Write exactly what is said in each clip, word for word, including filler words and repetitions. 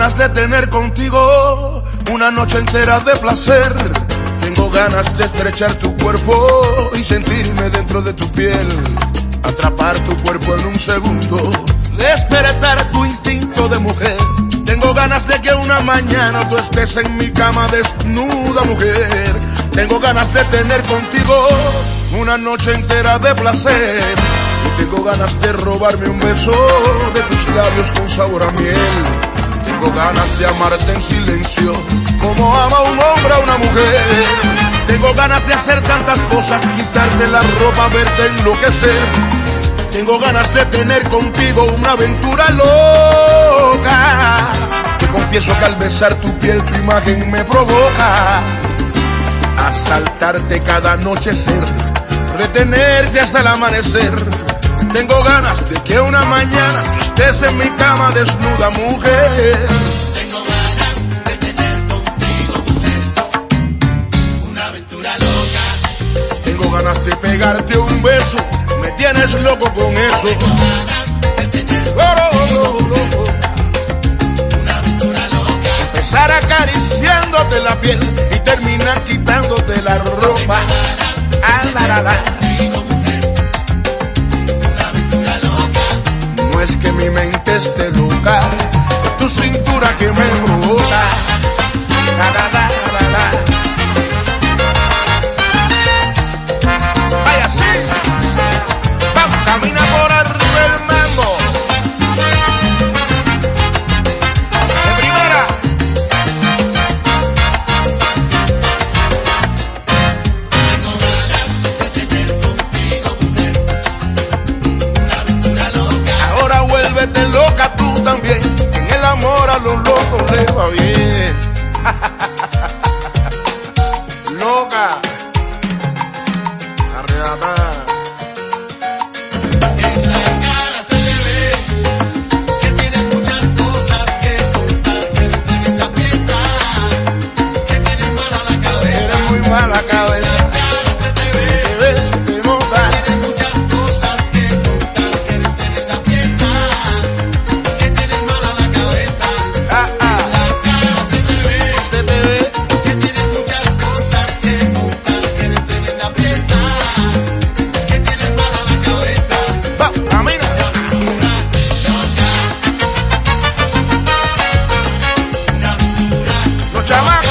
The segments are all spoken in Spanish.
ganas de tener contigo una noche entera de placer. Tengo ganas de estrechar tu cuerpo y sentirme dentro de tu piel. Atrapar tu cuerpo en un segundo, despertar tu instinto de mujer. Tengo ganas de que una mañana tú estés en mi cama desnuda, mujer. Tengo ganas de tener contigo una noche entera de placer. Y tengo ganas de robarme un beso de tus labios con sabor a miel. Tengo ganas de amarte en silencio, como ama un hombre a una mujer. Tengo ganas de hacer tantas cosas, quitarte la ropa, verte enloquecer. Tengo ganas de tener contigo una aventura loca. Te confieso que al besar tu piel tu imagen me provoca asaltarte cada anochecer, retenerte hasta el amanecer. Tengo ganas de que una mañana tú estés en mi cama desnuda, mujer. Tengo ganas de tener contigo, mujer, una aventura loca. Tengo ganas de pegarte un beso, me tienes loco con eso. Tengo ganas de tener contigo, mujer, una aventura loca. Empezar acariciándote la piel y terminar quitándote la ropa. Ah, la, la, la. No es que mi mente esté loca, es tu cintura que me provoca. La, la, la, la, la. Vaya así, vamos, camina por arriba el mambo. De primera. Tengo ganas de tener contigo, mujer, una aventura loca. Ahora vuélvete loca tú también, en el amor a los locos les va bien. Loca, arrebatada. En la cara se te ve que tienes muchas cosas que contar, que eres tremenda pieza, que tienes mala la cabeza. Eres muy mala cabeza. En la cara se te ve, Te ves, te nota. tienes muchas cosas que contar, que eres tremenda pieza, que tienes mala la cabeza. Ah, ah, En la cara se te ve se te ve. que tienes muchas cosas que contar, que eres tremenda pieza, que tienes mala la cabeza. Va, camina. Los chamacos.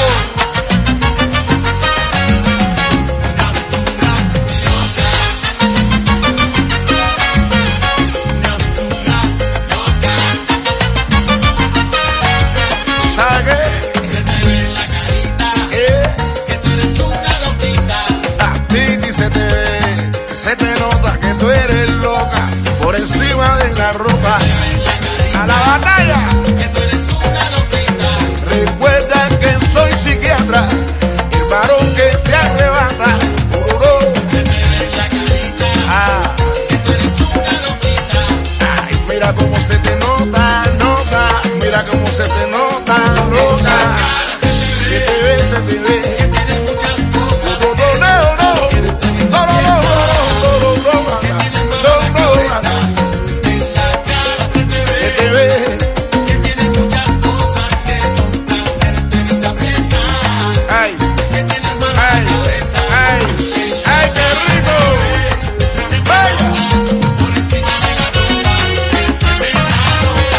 ¿Sabe Se te ve en la carita qué? que tú eres una loquita. A ti se te ve, se te nota que tú eres loca por encima de la ropa. A la batalla. Que tú eres una loquita. Recuerda que soy psiquiatra, el varón que te arrebata. Ururú. Se te ve en la carita Ah, que tú eres una loquita. ay, mira cómo se te nota, nota. Mira cómo se te nota, loca. Se te ve, se te ve. Que tienes muchas cosas. No, no, no, no. No, no, no, no, no, no, no, no, no, no. En la cara se te Se ve te ve. que tienes muchas cosas que contar, que eres tremenda pieza, Ay, que tienes mala ay, la cabeza. ay, ay, qué rico. Vaya. Por encima de la ropa eres tremenda loca.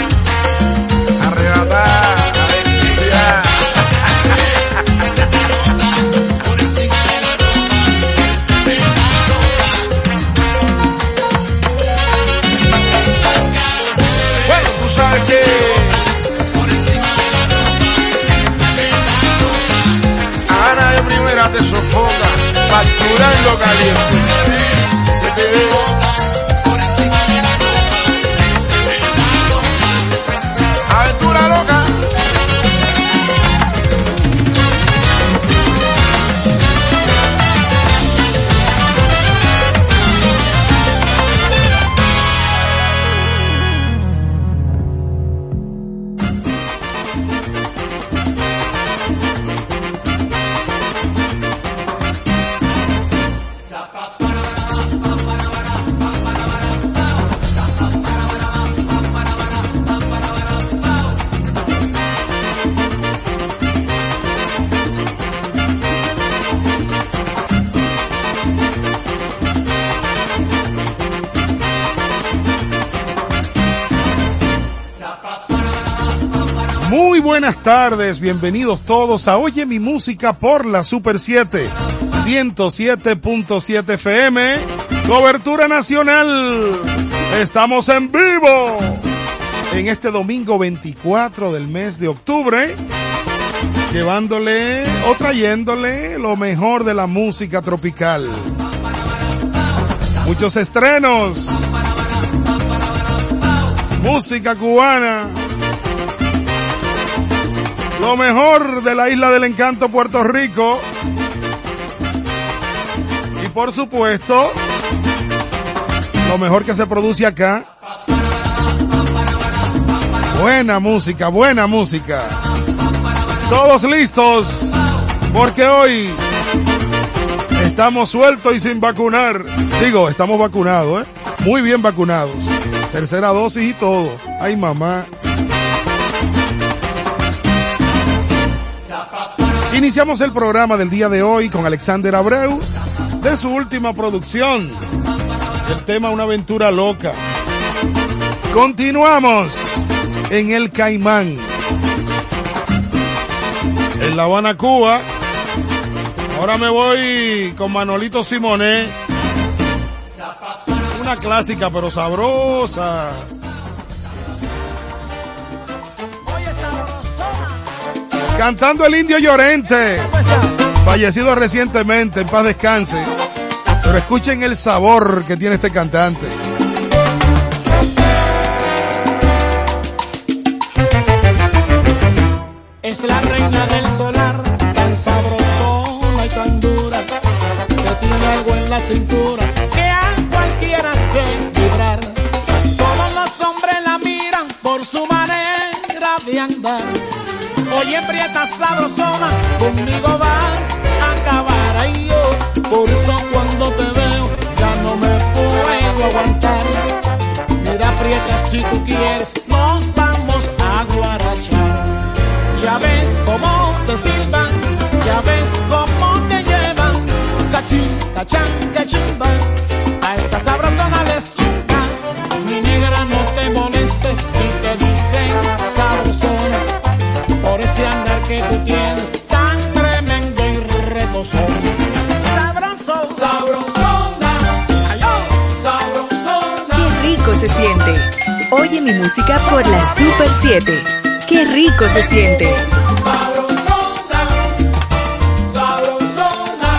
Arrebatada, felicidad. Por encima de la ropa eres tremenda loca. Bueno, tú sabes que Por encima de la ropa eres tremenda loca. Ana de primera te sofoca, facturando caliente. Se te ve. Por encima de la ropa eres tremenda loca. Aventura loca. buenas tardes, bienvenidos todos a Oye mi música por la Super siete, ciento siete punto siete F M, cobertura nacional. Estamos en vivo en este domingo veinticuatro del mes de octubre, llevándole o trayéndole lo mejor de la música tropical. Muchos estrenos, música cubana, lo mejor de la Isla del Encanto, Puerto Rico. Y por supuesto, lo mejor que se produce acá. Buena música, buena música. Todos listos, porque hoy estamos sueltos y sin vacunar. Digo, estamos vacunados, ¿eh? Muy bien vacunados. Tercera dosis y todo. Ay, mamá. Iniciamos el programa del día de hoy con Alexander Abreu, de su última producción, el tema Una Aventura Loca. Continuamos en El Caimán, en La Habana, Cuba. Ahora me voy con Manolito Simonet, una clásica pero sabrosa. Cantando el Indio Llorente, fallecido recientemente, en paz descanse. Pero escuchen el sabor que tiene este cantante. Es la reina del solar, tan sabrosona y tan dura, que tiene algo en la cintura que a cualquiera hace vibrar. Todos los hombres la miran por su manera de andar. Oye, prieta sabrosona, conmigo vas a acabar. Ay, yo, por eso cuando te veo ya no me puedo aguantar. Mira, prieta, si tú quieres, nos vamos a guarachar. Ya ves cómo te silban, ya ves cómo te llevan. Cachín, cachán, cachimba, a esa sabrosona le zumba. Mi negra, no te molestes si te dicen sabrosona, por ese andar que tú tienes tan tremendo y retosón. Sabroso, sabrosona, aló, sabrosona. Qué rico se siente. Oye mi música por la Super siete. Qué rico se siente. Sabrosona, sabrosona.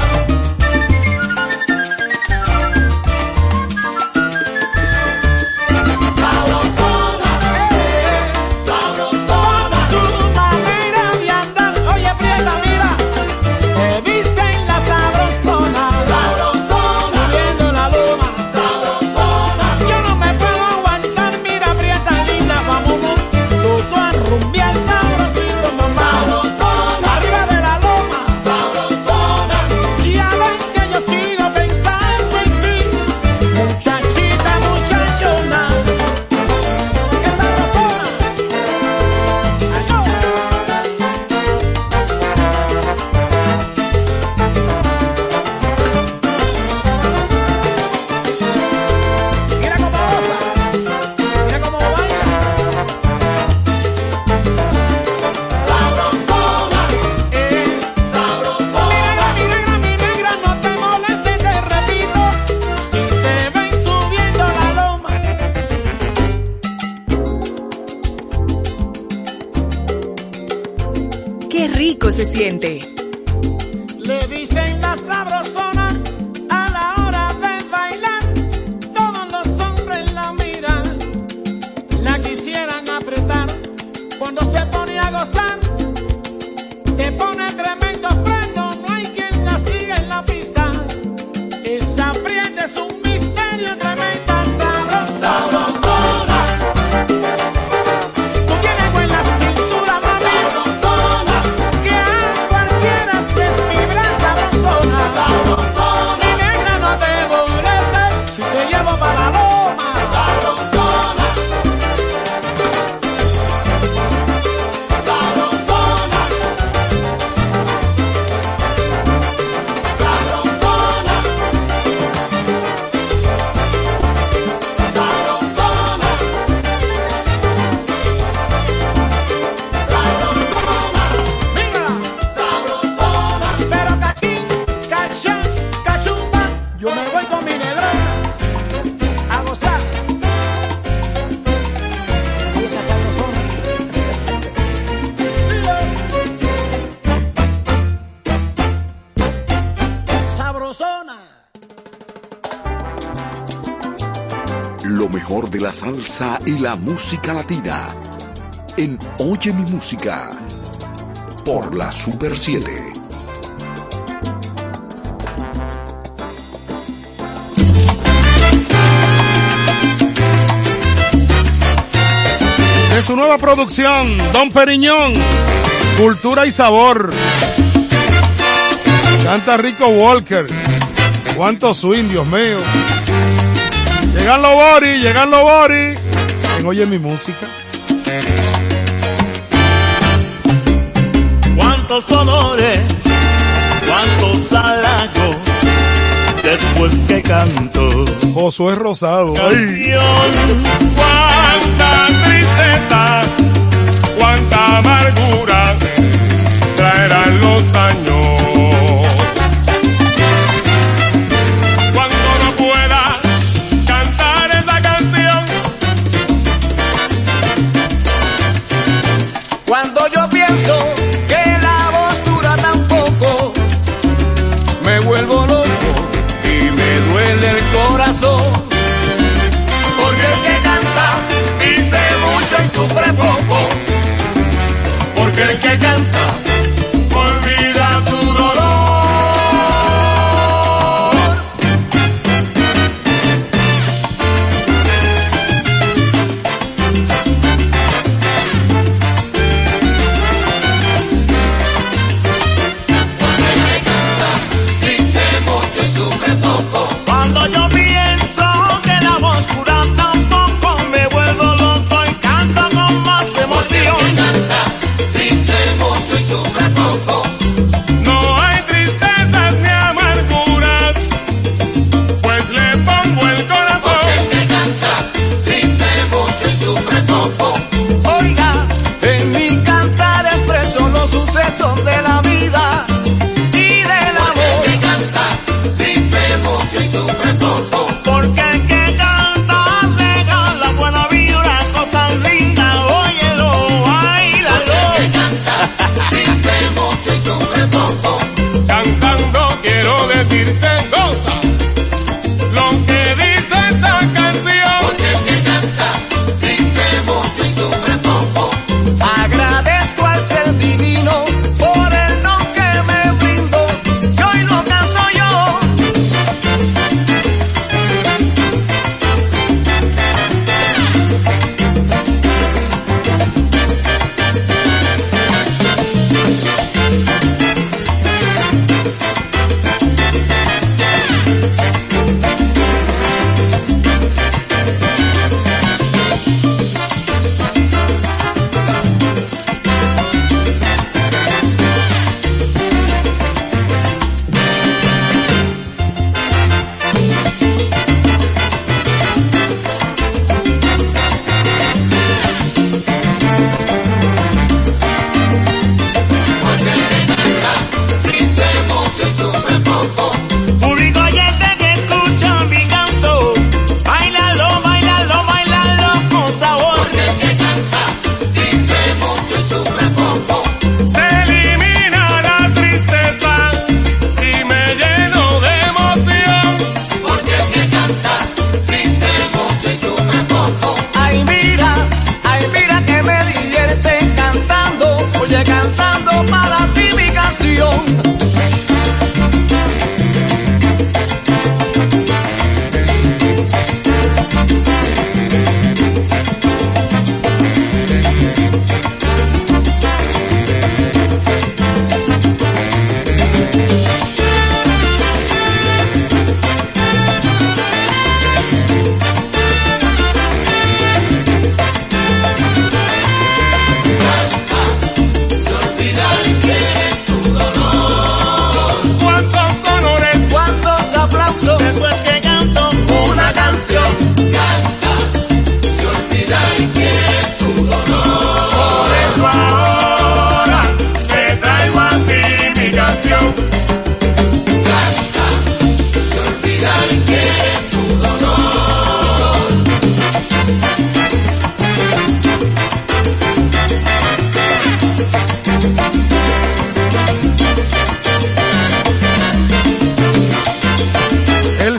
Sabrosona, eh, sabrosona. Su manera de andar, oye, prieta, mira, te dicen la sabrosona. Sabrosona, subiendo la loma. Sabrosona, yo no me puedo aguantar, mira, prieta linda, vámonos. Tú a rumbear sabrosito, mamá. Sabrosona, arriba de la loma. Sabrosona, ya ves que yo sigo pensando en ti, muchachita, muchachona. Qué sabrosona. Ay, yo. Mira cómo goza, mira cómo baila. Sabrosona, eh, sabrosona. Mi negra, mi negra, no te molestes, te repito, si te ven subiendo la loma. Qué rico se siente. Le dicen la sabrosona a la hora de bailar. Todos los hombres la miran, la quisieran apretar. Cuando se pone a gozar, te pone tremendo freno. No hay quien la siga en la pista. Esa prieta es un misterio tremenda. Sabrosona, sabrosona. Tú tienes buena cintura, mami. Sabrosona, que a cualquiera haces vibrar. Sabrosona, sabrosona. Mi negra, no te molestes si te llevo para la loma. Sabrosona, sabrosona. mejor de la salsa y la música latina. En Oye mi música, por la Super siete. De su nueva producción, Don Periñón, Cultura y Sabor. Canta Rico Walker. Cuántos swing, Dios mío. Llegan los Bori, llegan los Bori. En Oye mi música. Cuántos honores, cuántos halagos, después que canto Josué Rosado. canción. Cuánta tristeza, cuánta amargura traerán los años. Cuando no pueda cantar esa canción. Cuando yo pienso que la voz dura tan poco, me vuelvo loco y me duele el corazón. Porque el que canta dice mucho y sufre poco. Porque el que canta olvida su dolor. Cuando yo pienso que la voz dura tan poco, me vuelvo loco y canto con más emoción. Canta, dice mucho y sufre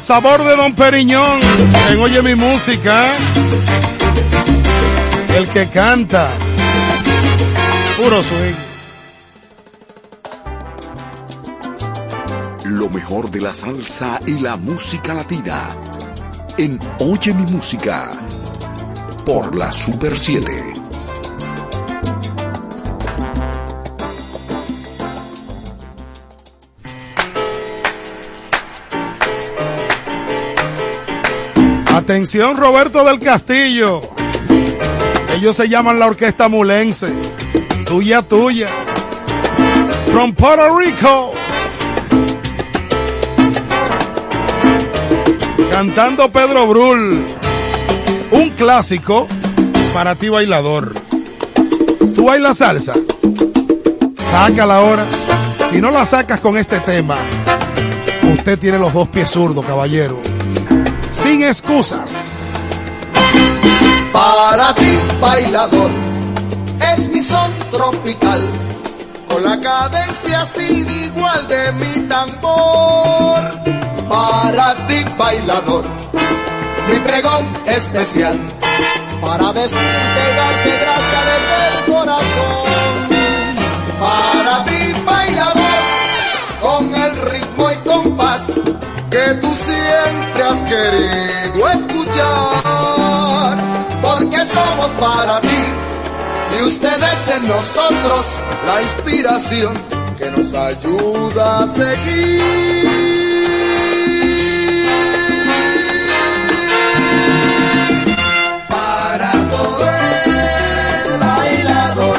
sabor de Don Periñón, en Oye Mi Música. El que canta, puro swing. Lo mejor de la salsa y la música latina, en Oye Mi Música, por la Super siete. Atención, Roberto del Castillo. Ellos se llaman la Orquesta Mulense. Tuya, tuya. From Puerto Rico. Cantando Pedro Brul. Un clásico para ti, bailador. ¿Tú bailas salsa? Sácala ahora. Si no la sacas con este tema, usted tiene los dos pies zurdos, caballero. Sin excusas. Para ti, bailador, es mi son tropical, con la cadencia sin igual de mi tambor. Para ti, bailador, mi pregón especial, para decirte darte gracia desde el corazón. Para ti, bailador, con el ritmo y compás que tú siempre has querido escuchar, porque somos para ti y ustedes en nosotros la inspiración que nos ayuda a seguir. Para todo el bailador,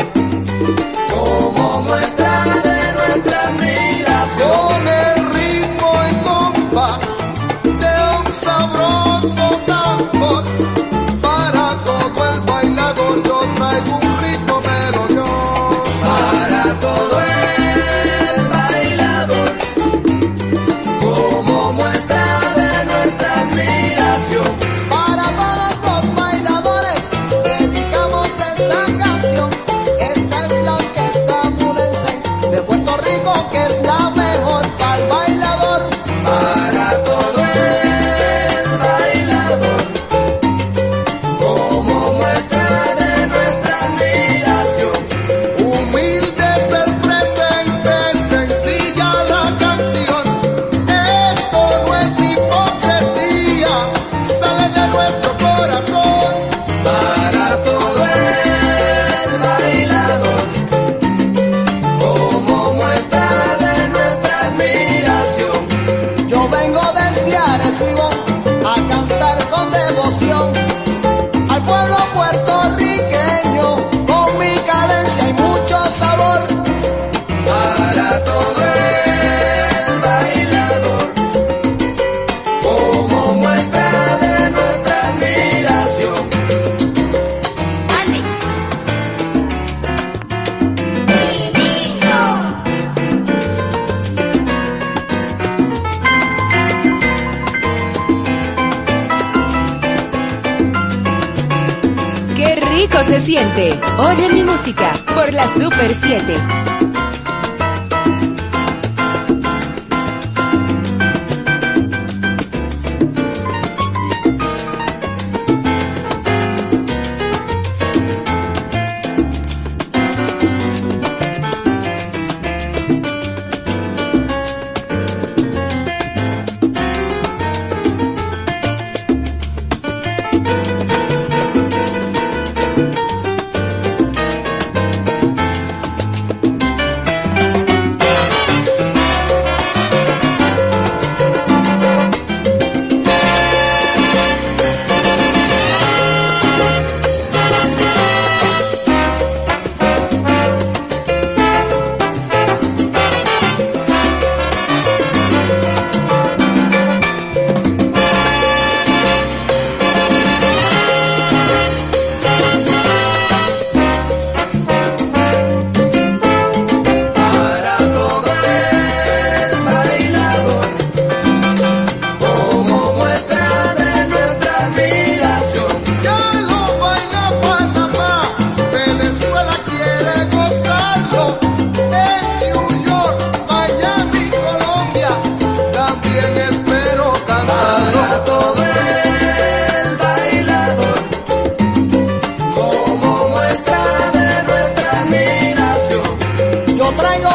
como muestra de nuestra admiración, con el ritmo y compás de un sabroso tambor. Para todo el bailador yo traigo un ritmo melodioso. Para todo el bailador, como muestra de nuestra admiración. Para todos los bailadores dedicamos esta canción. Esta es la Orquesta Mulense de Puerto Rico, que es la mejor para el bailador. Para todo el bailador, como muestra de nuestra admiración. Humilde es el presente, sencilla la canción. Esto no es hipocresía, sale de nuestro corazón. Para todo el bailador, como muestra de nuestra admiración. Yo vengo desde Arecibo a cantar con devoción al pueblo puertorriqueño, con mi cadencia y mucho sabor. Para todo el bailador, como muestra de nuestra admiración. ¡Qué rico se siente! Oye Mi Música por la Super siete.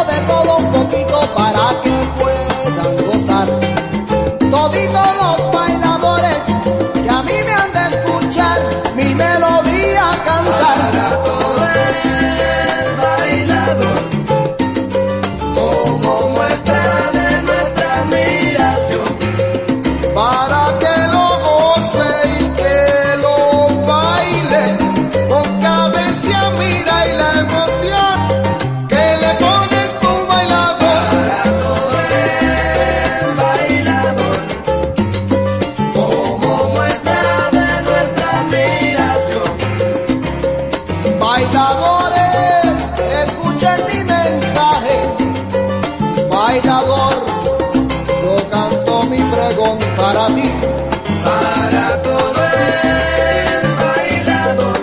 de todo un poquito para que puedan gozar. Toditos los bailadores que a mí me han de escuchar mi melodía cantar. Para todo el bailador, como muestra de nuestra admiración, para que lo goce y que lo baile con cabeza, mira y la emoción que le pones tu bailador. Para todo el bailador, como muestra de nuestra admiración. Bailadores, escuchen mi mensaje. Bailador, yo canto mi pregón para ti. Para todo el bailador,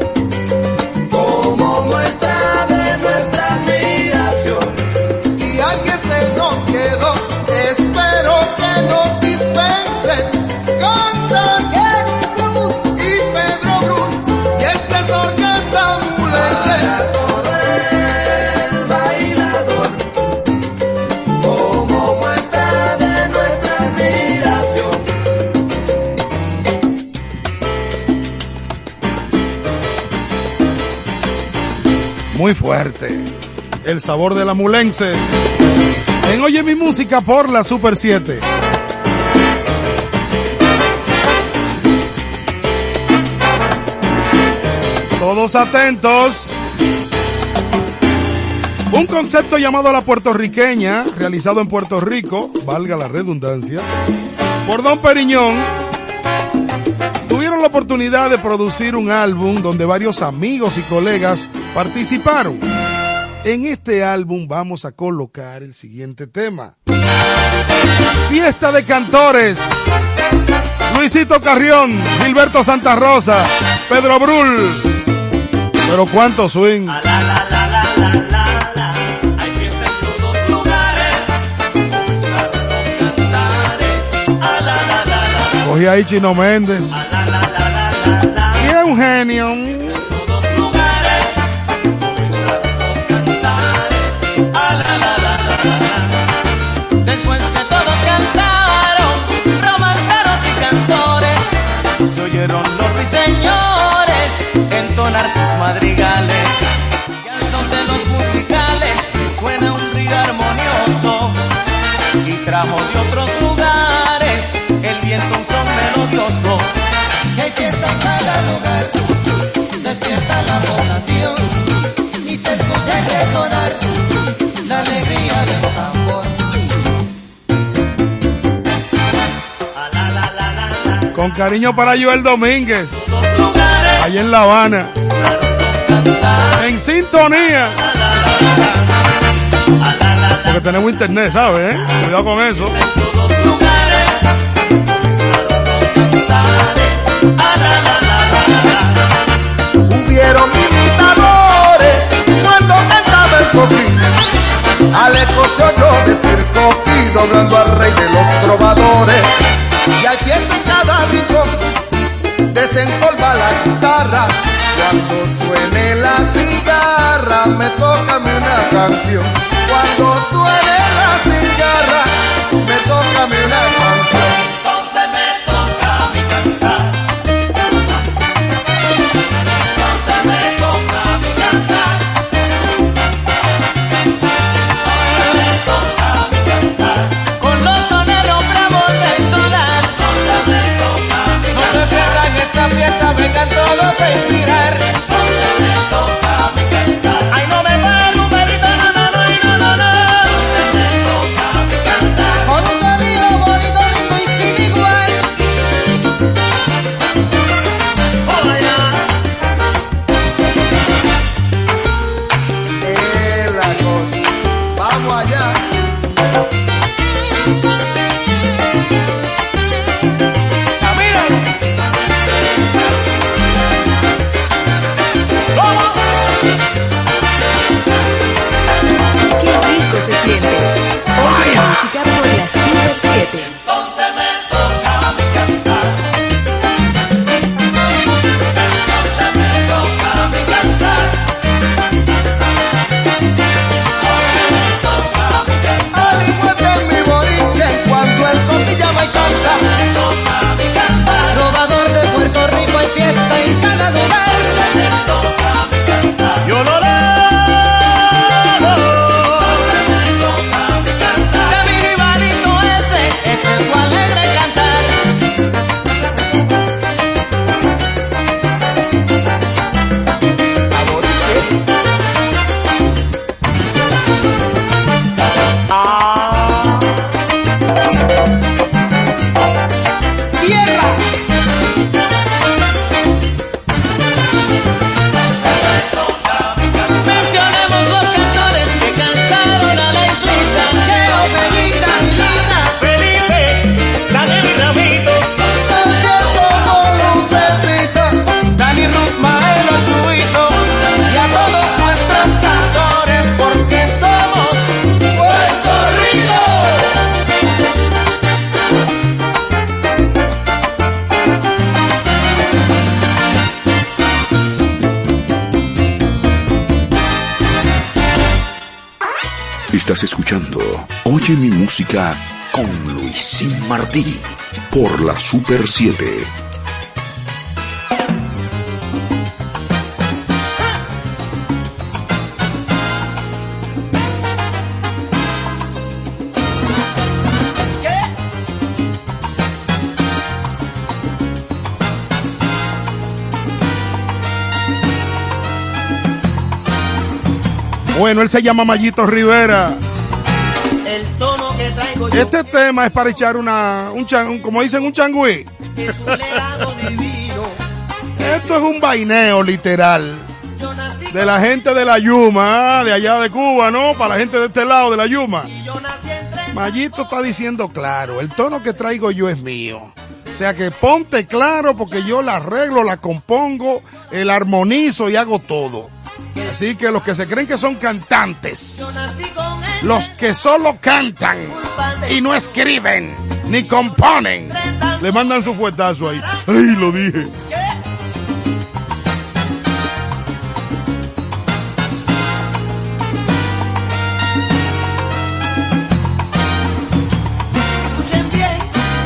como muestra de nuestra admiración. Si alguien se nos quedó, espero que nos dispensen. Cantan Kenny Cruz y Pedro Brun, y esta es orquesta amulense. Para todo el bailador, como muestra de nuestra admiración. Muy fuerte. El sabor de la mulense. En Oye mi música por la Super siete. Todos atentos. Un concepto llamado La Puertorriqueña, realizado en Puerto Rico, valga la redundancia, por Don Periñón, tuvieron la oportunidad de producir un álbum donde varios amigos y colegas participaron. En este álbum vamos a colocar el siguiente tema: Fiesta de Cantores. Luisito Carrión, Gilberto Santa Rosa, Pedro Brul. Pero cuánto swing. La, la, la, la, la, la, la. Hay fiesta en todos lugares. Comenzaron los cantares. Ah, la, la, la, la, la. Cogí ahí Chino Méndez. Ah, la, la, la, la, la, la. Y Eugenio. En todos lugares. Comenzaron los cantares. Ah, la, la, la, la, la. Después que todos cantaron, romanceros y cantores, se oyeron los ruiseñores entonar sus madrigales. Y al son de los musicales suena un río armonioso, y trajo de otros lugares el viento un son melodioso. Que hay fiesta en cada lugar, despierta la población, y se escucha resonar la alegría del tambor. Ah, la, la, la, la, la. Con cariño para Joel Domínguez, Los lugares, allá en La Habana. cantar. En sintonía. Porque tenemos internet, ¿sabes? ¿Eh? Cuidado con eso. En todos lugares, ah, la, la, la, la, la. Hubieron imitadores cuando cantaba el coquín. Al eco se oyó decir coquí, doblando al rey de los trovadores. Y al fiesta en cada rincón desempolva la guitarra. Cuando suene la cigarra, me tócame una canción. Cuando suene la cigarra, me tócame una canción. Entonces me toca a mí cantar. Entonces me toca a mí cantar. Entonces me toca a mí cantar. Con los soneros bravos del solar. Entonces me toca a mí cantar. No se pierdan esta fiesta, vengan todos a inspirar. Entonces me toca a mí cantar. Ay, no me paro, baby, no, no, no, no, no, no. Estás escuchando Oye mi música con Luisín Martí por la Super siete. Bueno, él se llama Mayito Rivera. El tono que traigo yo. Este tema es para echar una, un, chan, un como dicen, un changüí. Es un legado divino. Esto es un vaineo literal de la gente de la Yuma, de allá de Cuba, ¿no? Para la gente de este lado de la Yuma. Mayito está diciendo claro, el tono que traigo yo es mío. O sea que ponte claro porque yo la arreglo, la compongo, el armonizo y hago todo. Así que los que se creen que son cantantes, los que solo cantan y no escriben ni componen, le mandan su fuetazo ahí. ¡Ay, lo dije! Escuchen bien,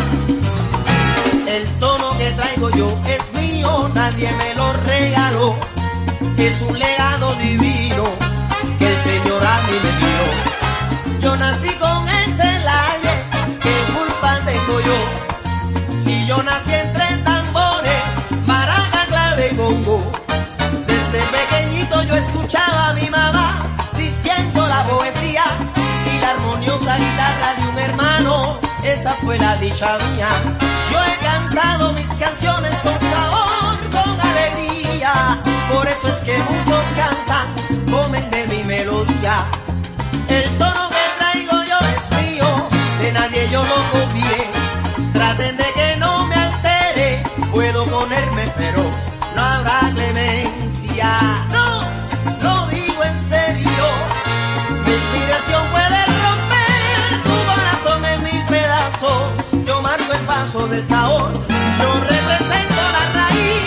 el tono que traigo yo es mío, nadie me lo regaló. Es un legado divino que el Señor a mí me dio. Yo nací con ese aire, ¿qué culpa tengo yo? Si yo nací entre tambores, maraca, clave, bongo. Desde pequeñito yo escuchaba a mi mamá diciendo la poesía y la armoniosa guitarra de un hermano. Esa fue la dicha mía. Yo he cantado mis canciones con sabor, con alegría. Por eso es que muchos cantan, comen de mi melodía. El tono que traigo yo es mío, de nadie yo lo copié. Traten de que no me altere, puedo ponerme feroz, no habrá clemencia. No, lo digo en serio, mi inspiración puede romper tu corazón en mil pedazos. Yo marco el paso del sabor, yo represento la raíz.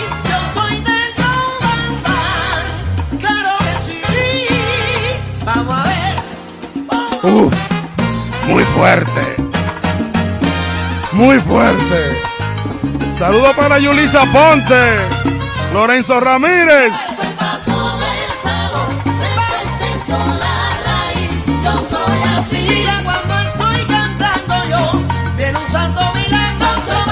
Vamos a ver. Oh. Uf, muy fuerte. Muy fuerte. Saludos para Yulisa Ponte, Lorenzo Ramírez. Mira cuando estoy cantando yo, viene un santo milagro.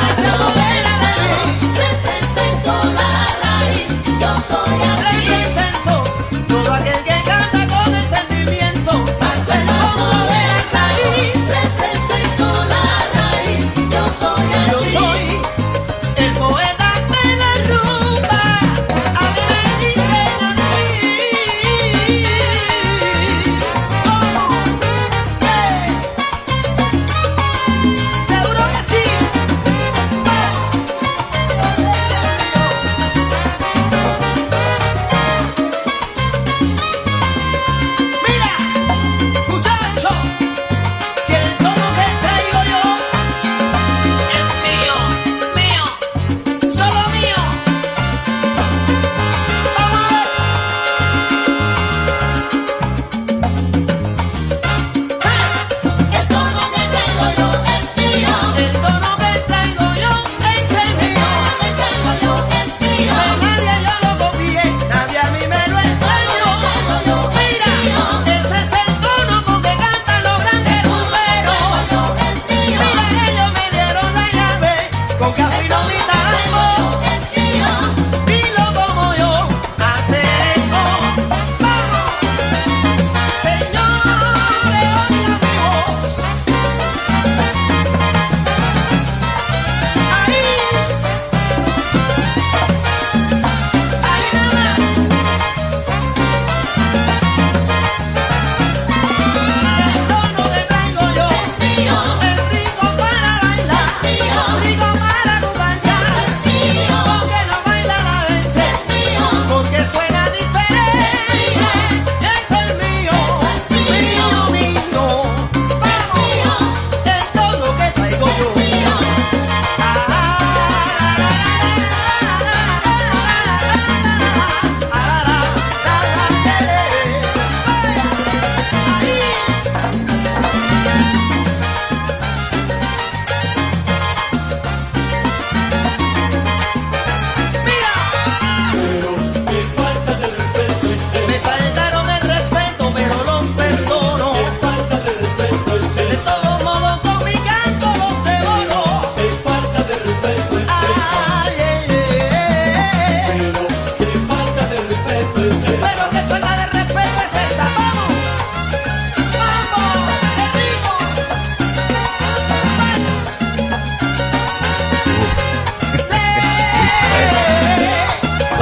Represento la raíz, yo soy así. Represento todo aquel que canta con el sentimiento. Marco el paso de la raíz. Represento la raíz, yo soy así. Yo soy el poeta de la rumba. A mí me dicen así. Oh, hey.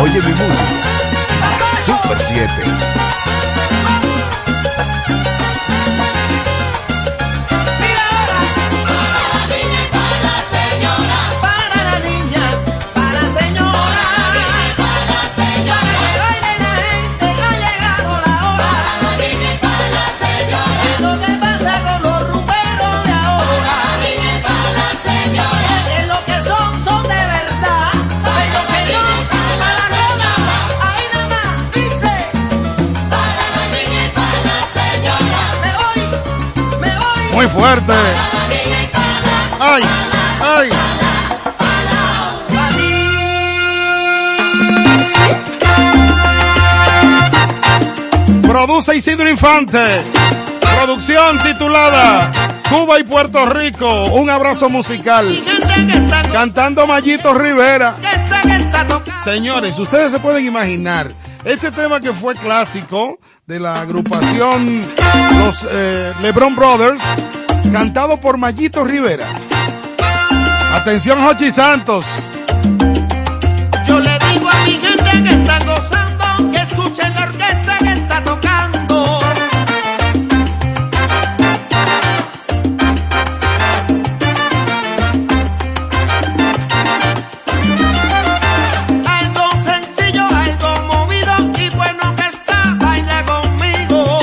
Oye mi música, la Super siete. Muy fuerte. Ay, ay. Produce Isidro Infante. Producción titulada Cuba y Puerto Rico. Un abrazo musical. Cantando Mayito Rivera. Señores, ustedes se pueden imaginar este tema que fue clásico de la agrupación Los eh, LeBron Brothers, cantado por Mayito Rivera. Atención, Jochi Santos. Yo le digo a mi gente que están gozando, que escuchen la orquesta que está tocando. Algo sencillo, algo movido y bueno que está, baila conmigo.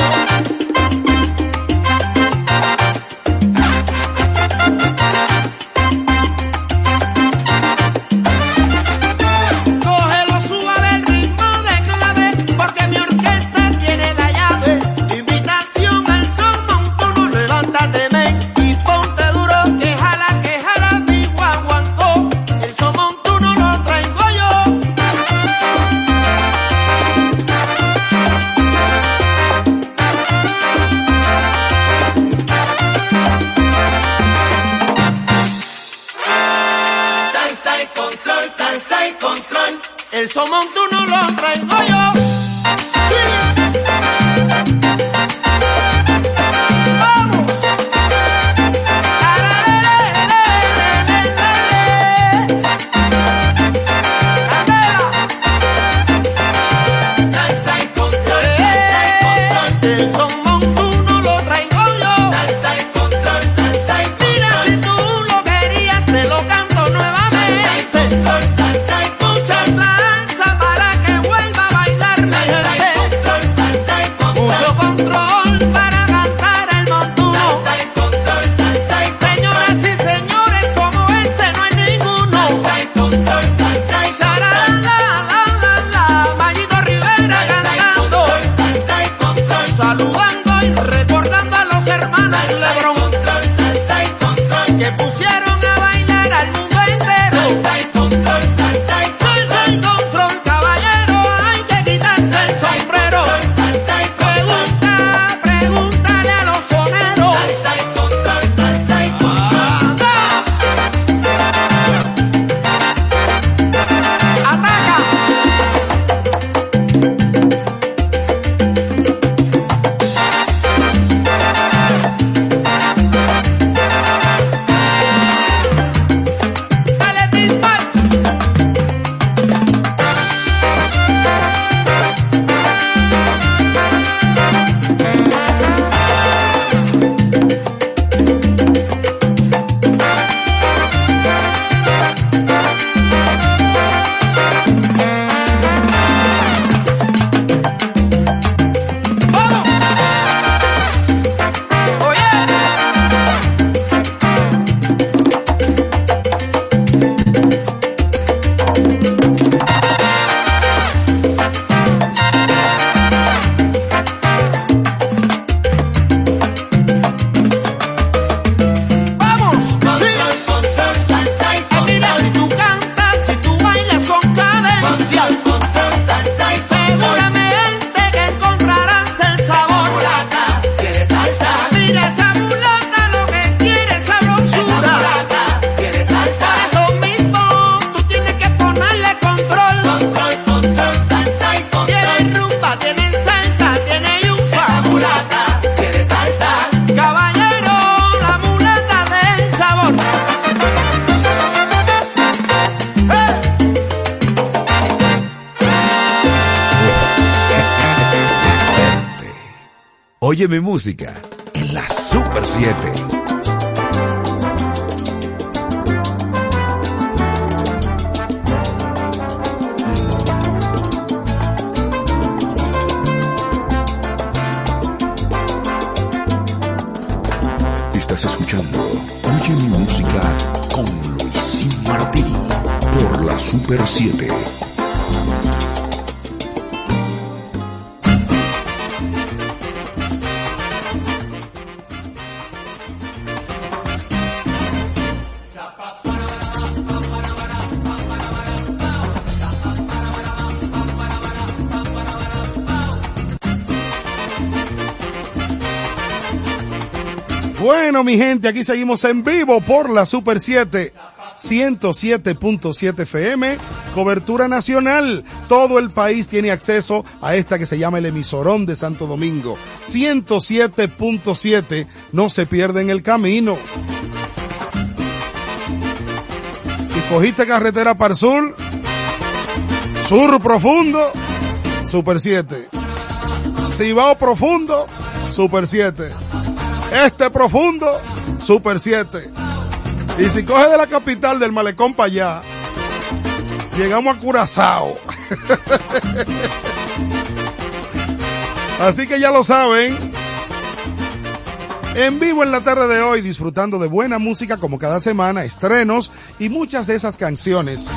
Cógelo suave el ritmo de clave, porque mi orquesta tiene la llave. Invitación al son montuno, levántate men y ponte duro, que jala, que jala mi guaguancó. El son montuno lo traigo yo. Salsa y control, salsa y control. El son montuno lo traigo yo. Vamos. Salsa y control, salsa y control. El son montuno lo traigo yo. Salsa y control, salsa y control. Mira, si tú lo querías, te lo canto nuevamente. Salsa y control, salsa y control. Mucha salsa para que vuelva a bailar mi gente. Salsa y control, mucho control para cantar el montuno. Salsa y control, salsa y control. Señoras y señores, como este no hay ninguno. Salsa y control, salsa y control. La, la, la, la, Mayito Rivera cantando. Salsa y control, saludando y recordando a los hermanos LeBron. Salsa y control, que pusieron a bailar al mundo entero. Salsa y control, salsa y control. Salsa y control, caballero, hay que quitarse el sombrero. Salsa y control. Pregunta, pregúntale a los soneros. Salsa y control, salsa y control. Ataca. Oye mi música en la Super siete. Estás escuchando Oye mi música con Luisín Martí por la Super siete. Bueno, mi gente, aquí seguimos en vivo por la Super siete, ciento siete punto siete F M, cobertura nacional. Todo el país tiene acceso a esta que se llama el emisorón de Santo Domingo. ciento siete punto siete, no se pierde en el camino. Si cogiste carretera para el sur, sur profundo, Super siete. Cibao profundo, Super siete. Este profundo, Super siete. Y si coge de la capital del malecón para allá, llegamos a Curazao. Así que ya lo saben. En vivo en la tarde de hoy, disfrutando de buena música como cada semana, estrenos y muchas de esas canciones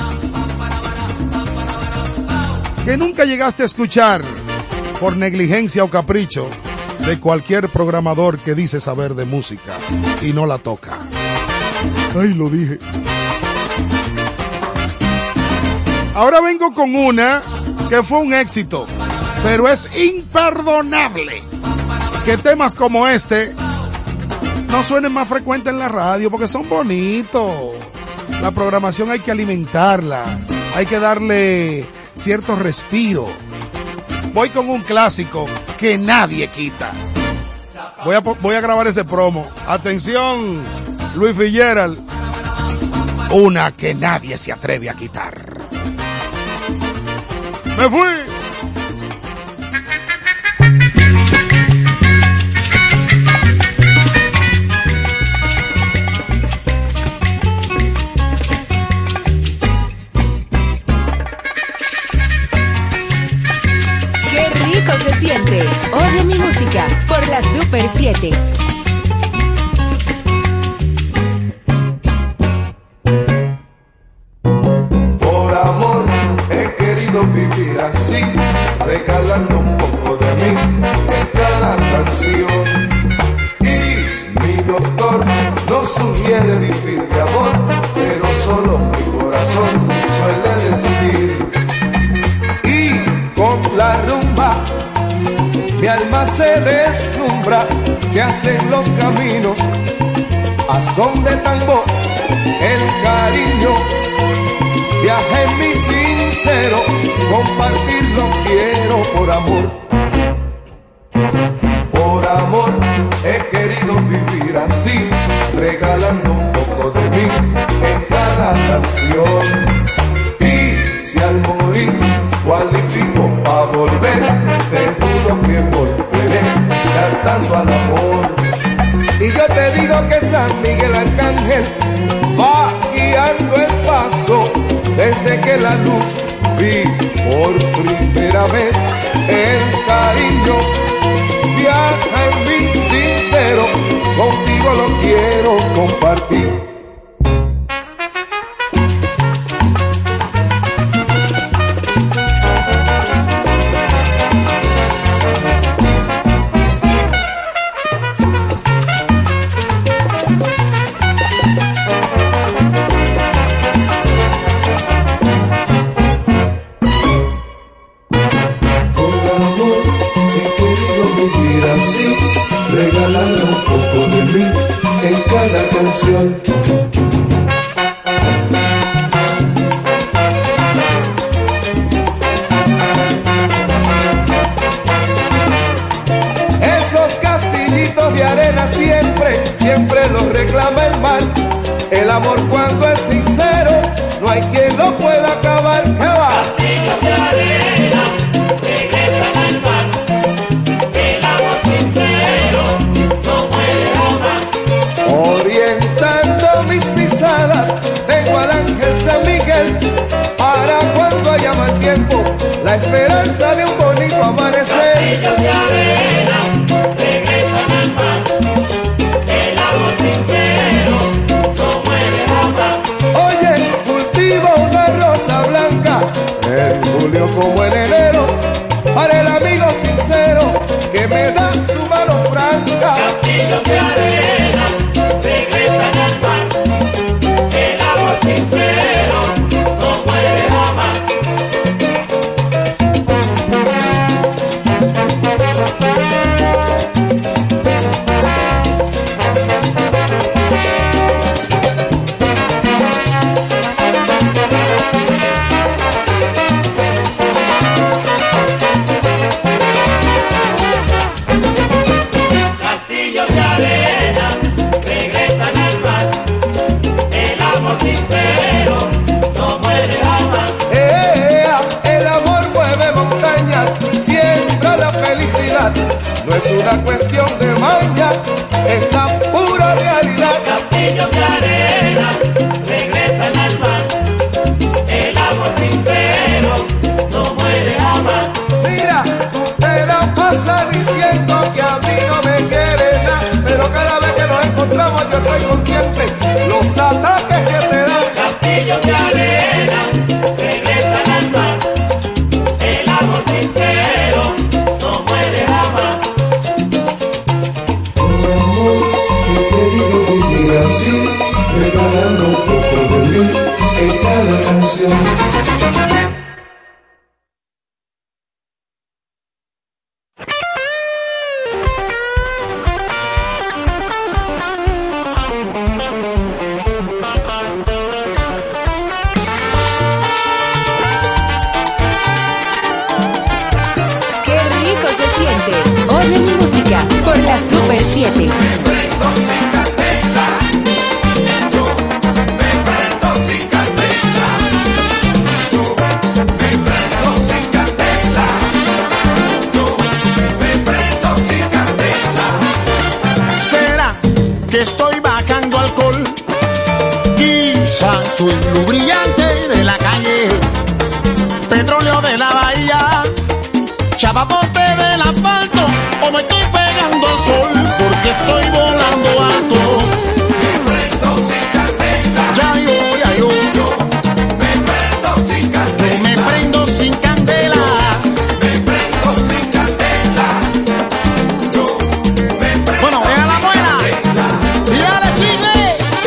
que nunca llegaste a escuchar por negligencia o capricho de cualquier programador que dice saber de música y no la toca. Ay, lo dije. Ahora vengo con una que fue un éxito, pero es imperdonable que temas como este no suenen más frecuentes en la radio porque son bonitos. La programación hay que alimentarla, hay que darle cierto respiro. Voy con un clásico que nadie quita. Voy a, voy a grabar ese promo. Atención, Luis Fitzgerald. Una que nadie se atreve a quitar. ¡Me fui! Se siente. Oye mi música por la Super siete. Por amor he querido vivir así, regalando un poco de mí en cada canción. Y mi doctor nos sugiere vivir de amor, pero solo mi corazón suele decidir. Y con la rumba mi alma se deslumbra, se hacen los caminos a son de tambor. El cariño viaja en mi sincero, compartirlo quiero por amor. Por amor he querido vivir así, regalando un poco de mí en cada canción. Y si al morir cualifico pa' volver, te juro que volveré cantando al amor. Y yo te digo que San Miguel Arcángel va guiando el paso desde que la luz vi por primera vez. El cariño viaja en mí sincero, contigo lo quiero compartir. Regalando un poco de mí en cada canción. Esos castillitos de arena siempre, siempre los reclama el mar. El amor cuando es sincero, no hay quien lo pueda acabar. ¿Qué va? Castillos de arena que reclama el mar. El amor sincero esperanza de un bonito amanecer. Castillos de arena regresan al mar, el amor sincero no muere jamás. Oye, cultivo una rosa blanca, en julio como en enero, para el amigo sincero que me da su mano franca. Castillos de arena regresan al mar, el amor sincero no muere jamás. Castillos de arena regresan al mar, el amor sincero no muere jamás. Ea, el amor mueve montañas, siembra la felicidad. No es una cuestión de maña, es la pura realidad. Castillos de arena regresan al mar, el amor sincero no muere jamás. Mira, tú te la pasas diciendo que a mí no me quieres nada, pero cada vez que nos encontramos yo estoy consciente los ataques que te dan. Castillos de arena regresan al mar, el amor sincero no muere jamás. He querido vivir así, regalando un poco de mí en cada canción. Qué rico se siente. Oye mi música por la Super siete. ¿Será que estoy bajando alcohol? Quizás soy luz brillante de la calle, petróleo de la bahía, chapapote del asfalto, o me estoy pegando al sol porque estoy volando alto. Me prendo sin candela. Ya yo, ya yo. Yo me prendo sin candela. Yo me prendo sin candela. Me prendo sin candela. Yo me prendo. Bueno, deja la muela. Y dale, chicle.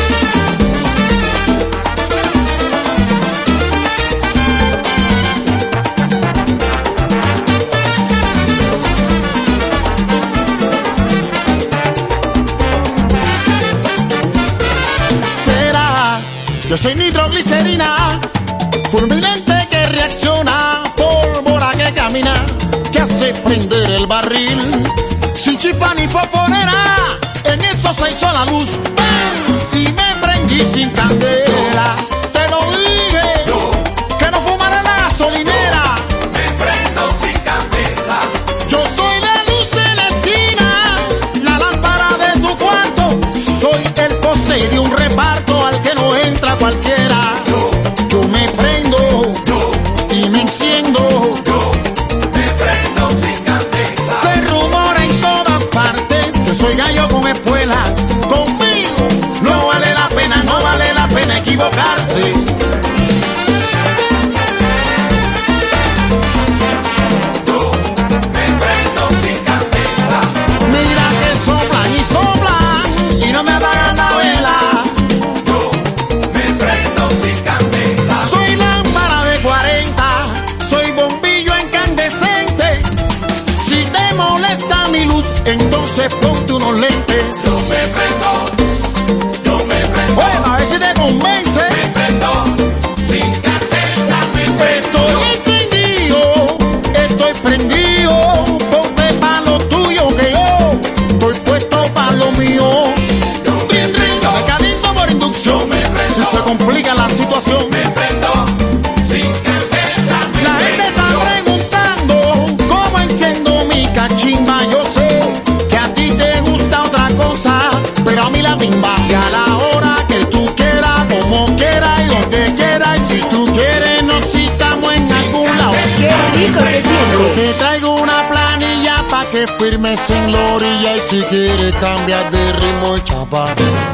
Será, yo soy nitroglicerina, fulminante que reacciona, pólvora que camina, que hace prender el barril, sin chispa ni fosforera, en eso se hizo la luz, ¡pam! Y me prendí sin candela, te lo dije, yo, que no fumaré en la gasolinera, me prendo sin candela, yo soy la luz de la esquina, la lámpara de tu cuarto, soy el poste de un reparto al que no entra cualquiera. Yo, yo me prendo, yo, y me enciendo, yo me prendo sin candela. Se rumora en todas partes que soy gallo con espuelas. Conmigo no vale la pena, no vale la pena firmes en la orilla y si quieres cambiar de ritmo echa pa'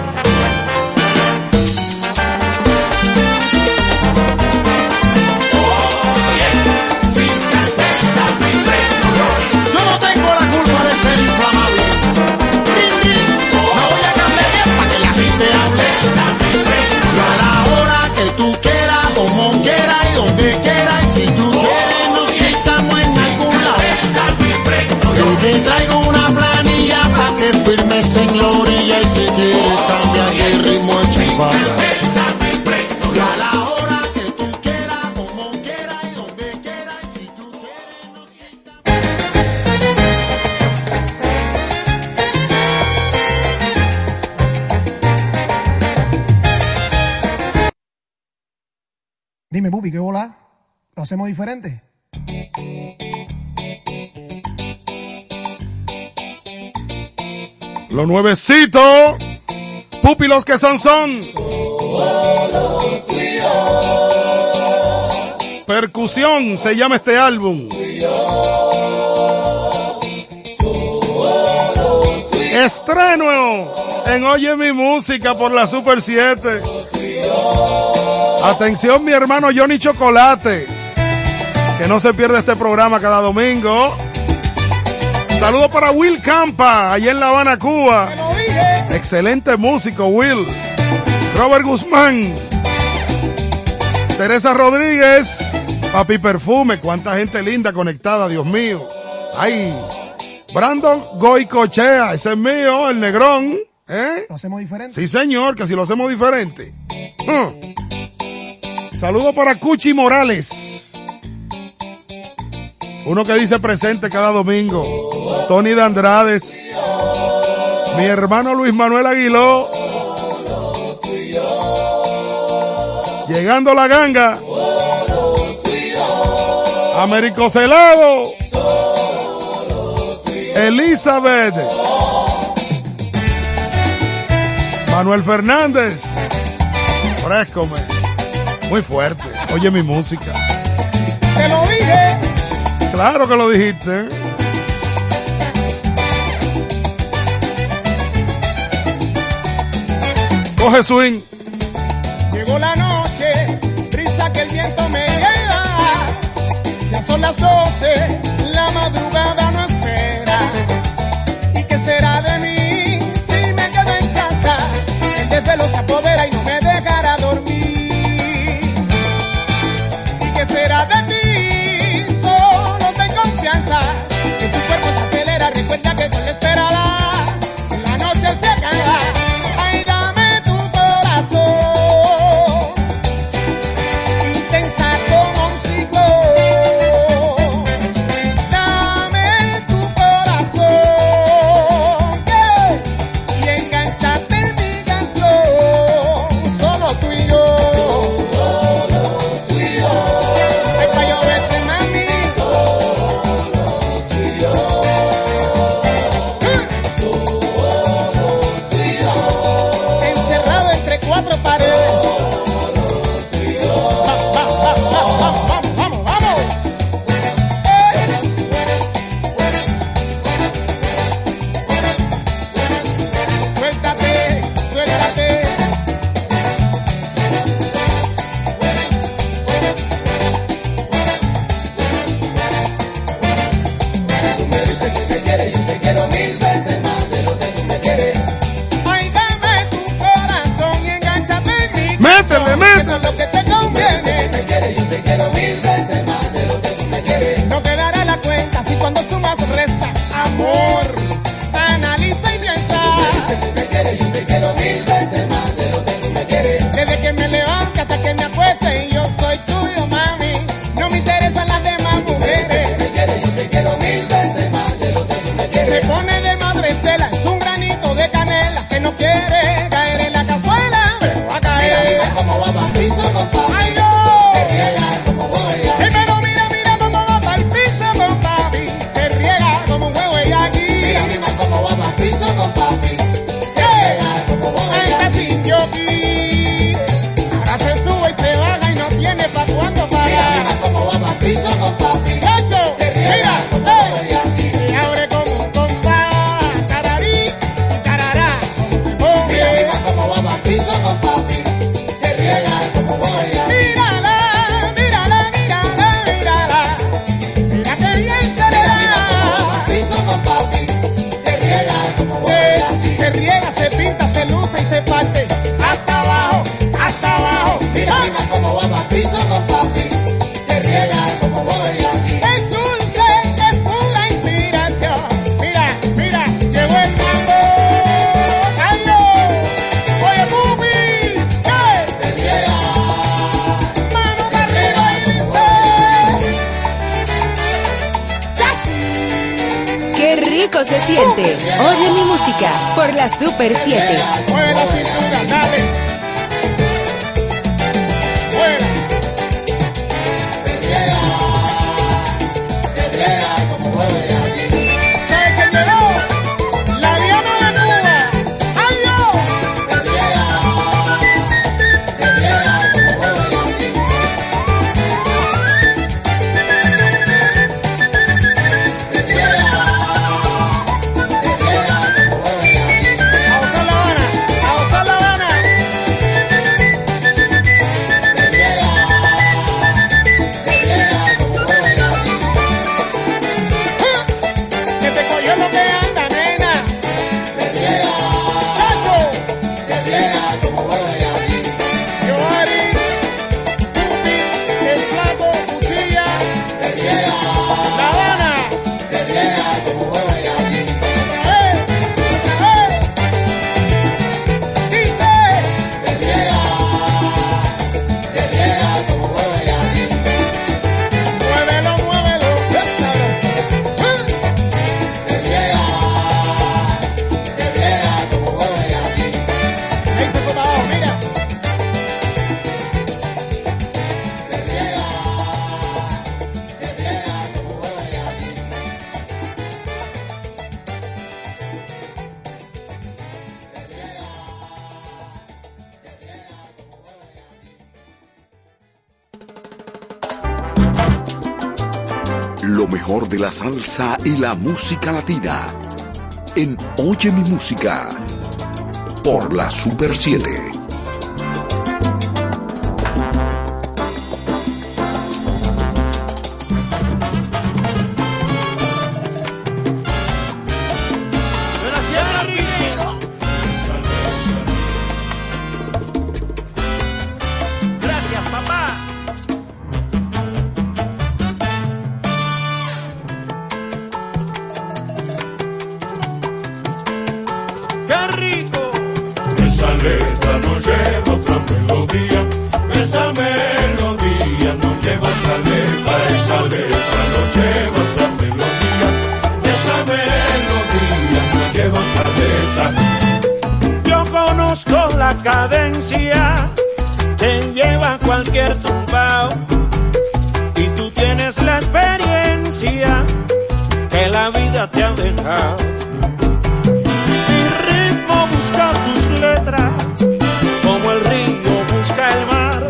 te traigo una planilla pa' que firmes en la orilla y si quieres cambiar de ritmo echa pa' acá. Y a la hora que tú quieras, como quieras y donde quieras, y si tú quieres no Dime, Bubi, ¿qué bola? ¿Lo hacemos diferente? Los nuevecitos, Pupi los que son son. Percusión se llama este álbum. Estreno en Oye Mi Música por la Super siete. Atención mi hermano Johnny Chocolate, que no se pierde este programa cada domingo. Saludos para Will Campa, allá en La Habana, Cuba. Excelente músico, Will. Robert Guzmán. Teresa Rodríguez. Papi Perfume. Cuánta gente linda conectada, Dios mío. Ay. Brandon Goicochea. Ese es mío, el negrón. ¿Eh? ¿Lo hacemos diferente? Sí, señor, que si lo hacemos diferente. Hmm. Saludos para Cuchi Morales. Uno que dice presente cada domingo. Tony de Andrades. Mi hermano Luis Manuel Aguiló. Llegando la ganga. Américo Celado. Elizabeth. Manuel Fernández. Frescome. Muy fuerte. Oye mi música. Te lo dije. Claro que lo dijiste. Coge swing. Llegó la noche, brisa que el viento me lleva. Ya son las doce, la madrugada no espera. ¿Y qué será de mí si me quedo en casa? El desvelo se apodera y no me dejará dormir. ¿Y qué será de ti? Solo ten confianza. Que tu cuerpo se acelera, recuerda que con la espera la, la noche se acaba. Ay, dame tu corazón, intensa como un ciclón. siente. Oye mi música por la Super siete. Mueve la cintura, dale. Mueve. Se riega, se riega como mueve aquí. ¿Sabes qué te doy? La Diana de Nuba. ¡Ay, yo! Se riega, se riega como mueve aquí. Se riega, se riega como mueve aquí. A gozar La Habana, a gozar La Habana. Se riega, se riega como mueve aquí. Que te cogió lo que anda, nena. Se riega, chacho. Se riega como mueve aquí. Yoari, Tupi, el flaco, cuchilla. Se riega, La Habana. Se riega como mueve aquí. Otra vez, otra vez. Dice. Se riega, se riega como mueve aquí. Muévelo, muévelo, qué sabroso. Se riega, se riega como mueve aquí. Ahí se fue para abajo, mira. Se riega, se riega como mueve aquí. Lo mejor de la salsa y la música latina. En Oye mi música. Por la Super siete. Gracias, papá. ¡Qué rico! Esa letra no lleva otra melodía, esa melodía no lleva otra letra, esa letra no lleva otra melodía, esa melodía no lleva otra letra. Yo conozco la cadencia que lleva cualquier tumbao y tú tienes la experiencia que la vida te ha dejado. Mi ritmo busca tus letras como el río busca el mar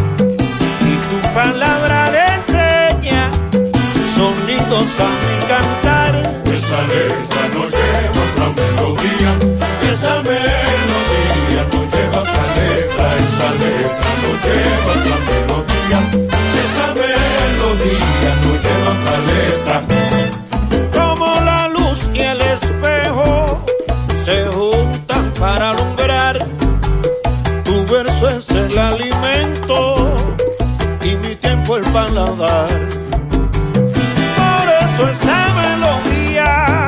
y tu palabra le enseña sonidos a mi cantar. Esa letra no lleva otra melodía, esa melodía no lleva otra letra, esa letra no lleva otra melodía, esa melodía no lleva otra letra. Como la luz y el espejo se juntan para alumbrar, tu verso es el alimento y mi tiempo el paladar. Por eso esa melodía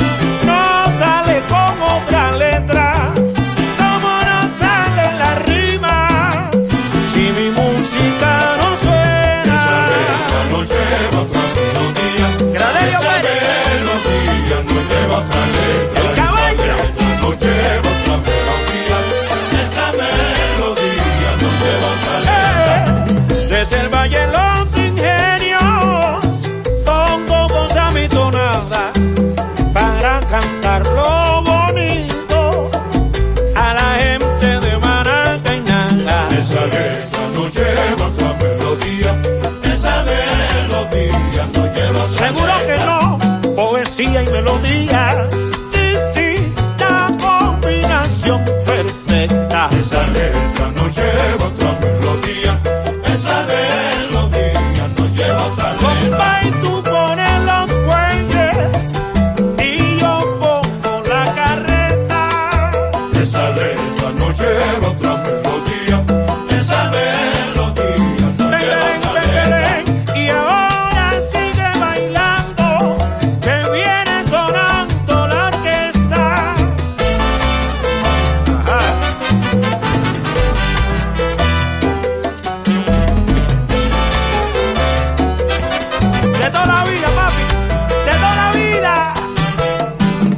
no sale con otra letra, como no sale la rima si mi música no suena. Esa letra no lleva otra melodía, Gradelio esa Pérez. melodía no lleva otra letra, El esa caballo. letra no lleva otra melodía, esa melodía no lleva otra letra. Desde el valle los ingenios pongo voz a mi tonada para cantar lo bonito a la gente de Maracaná. Esa letra no lleva otra melodía, esa melodía no lleva otra Seguro que letra. no, poesía y melodía, sí, sí, la combinación perfecta. Esa letra no lleva otra melodía, esa melodía no lleva otra letra. Compa, y tú pones los puentes y yo pongo la carreta. Esa letra no lleva otra melodía, esa melodía no lleva Ven, otra ven, letra. ven, y ahora sigue bailando, que viene sonando la orquesta. Ajá. De toda la vida, papi, de toda la vida.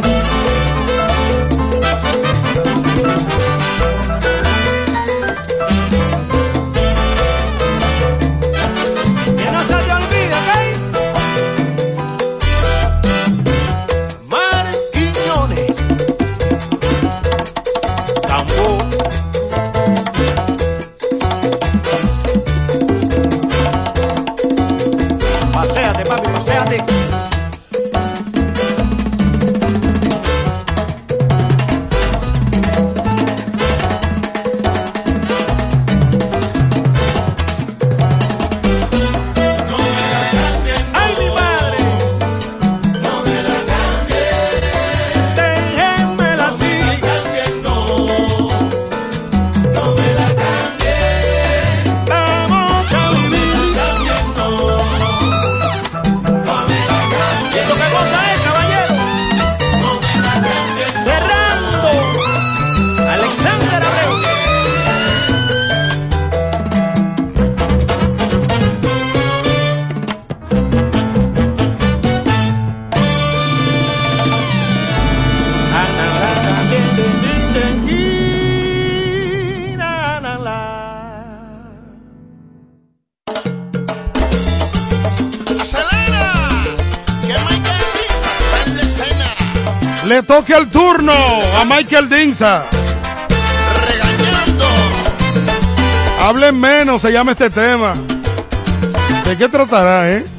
Le toque el turno a Michael Dinsa. Regañando. Hablen menos, se llama este tema. ¿De qué tratará, eh?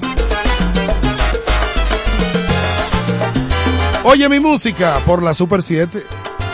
Oye mi música por la Super siete.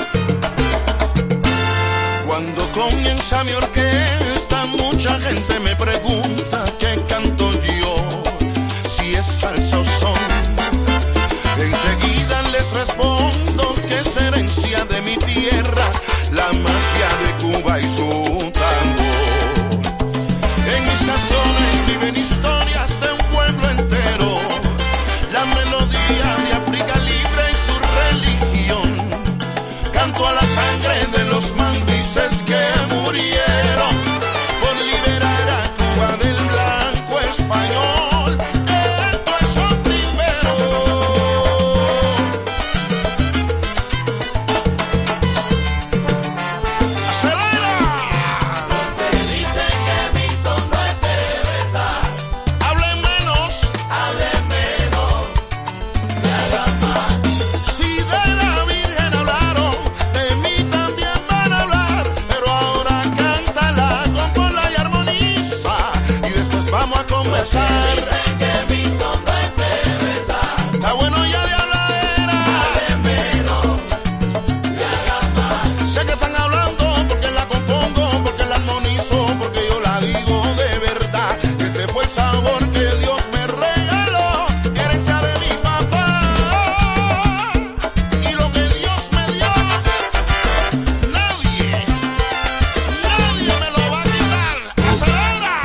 Cuando comienza mi orquesta, mucha gente me pregunta qué canto yo, si es salsa o son. Enseguida les respondo que es herencia de mi tierra, la magia de Cuba y su tambor. En mis canciones viven historias de un pueblo entero, la melodía de África libre y su religión. Canto a la sangre de los mambises que murieron por liberar a Cuba del blanco español. Esto es un primero. ¡Acelera! Usted dice que mi son no es de verdad. ¡Hablen menos! Hable menos, y haga más. Si de la Virgen hablaron, de mí también van a hablar. Pero ahora cántala, compónla y armoniza, y después vamos a conversar. Dicen que mi son no es de verdad. Está bueno ya de habladera. Hable menos, y haga más. Sé que están hablando porque la compongo, porque la armonizo, porque yo la digo de verdad. Ese fue el sabor que Dios me regaló, herencia de mi papá. Y lo que Dios me dio, nadie, nadie me lo va a quitar. ¡Acelera!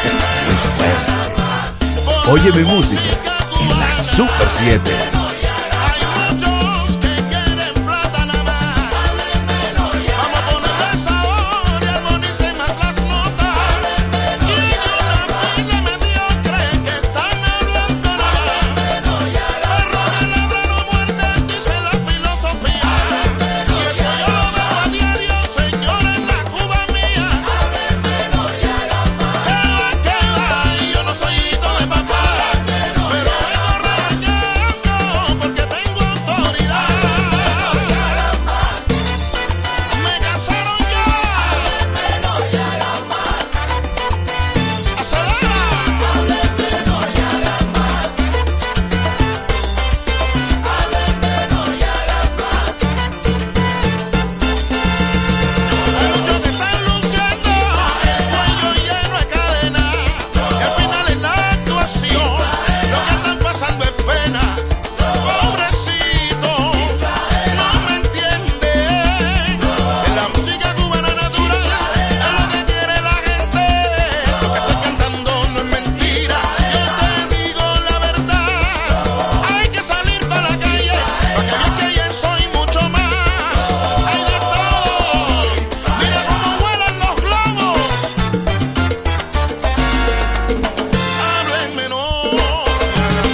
Oye mi música en la Super siete. Hay muchos que quieren plata nada más. Vamos a ponerle sabor y armonicen más las notas. Y una pila mediocre que están hablando nada más. Perro que ladra no muerde, dice la filosofía. Y eso yo lo veo a diario, señor, en la Cuba mía. Que va, que va, y yo no soy hijo de papá. Pero vengo regañando porque tengo autoridad. Me casaron ya. Hay muchos que están luciendo el cuello lleno de cadena, que al final en la actuación lo que están pasando es pena. Pobrecitos, no me entienden. En la música cubana natural es lo que quiere la gente. Lo que estoy cantando no es mentira, yo te digo la verdad. Hay que salir para la calle para que vean que ayer soy mucho más. Hay de todo, mira cómo vuelan los globos. Hablen menos, hagan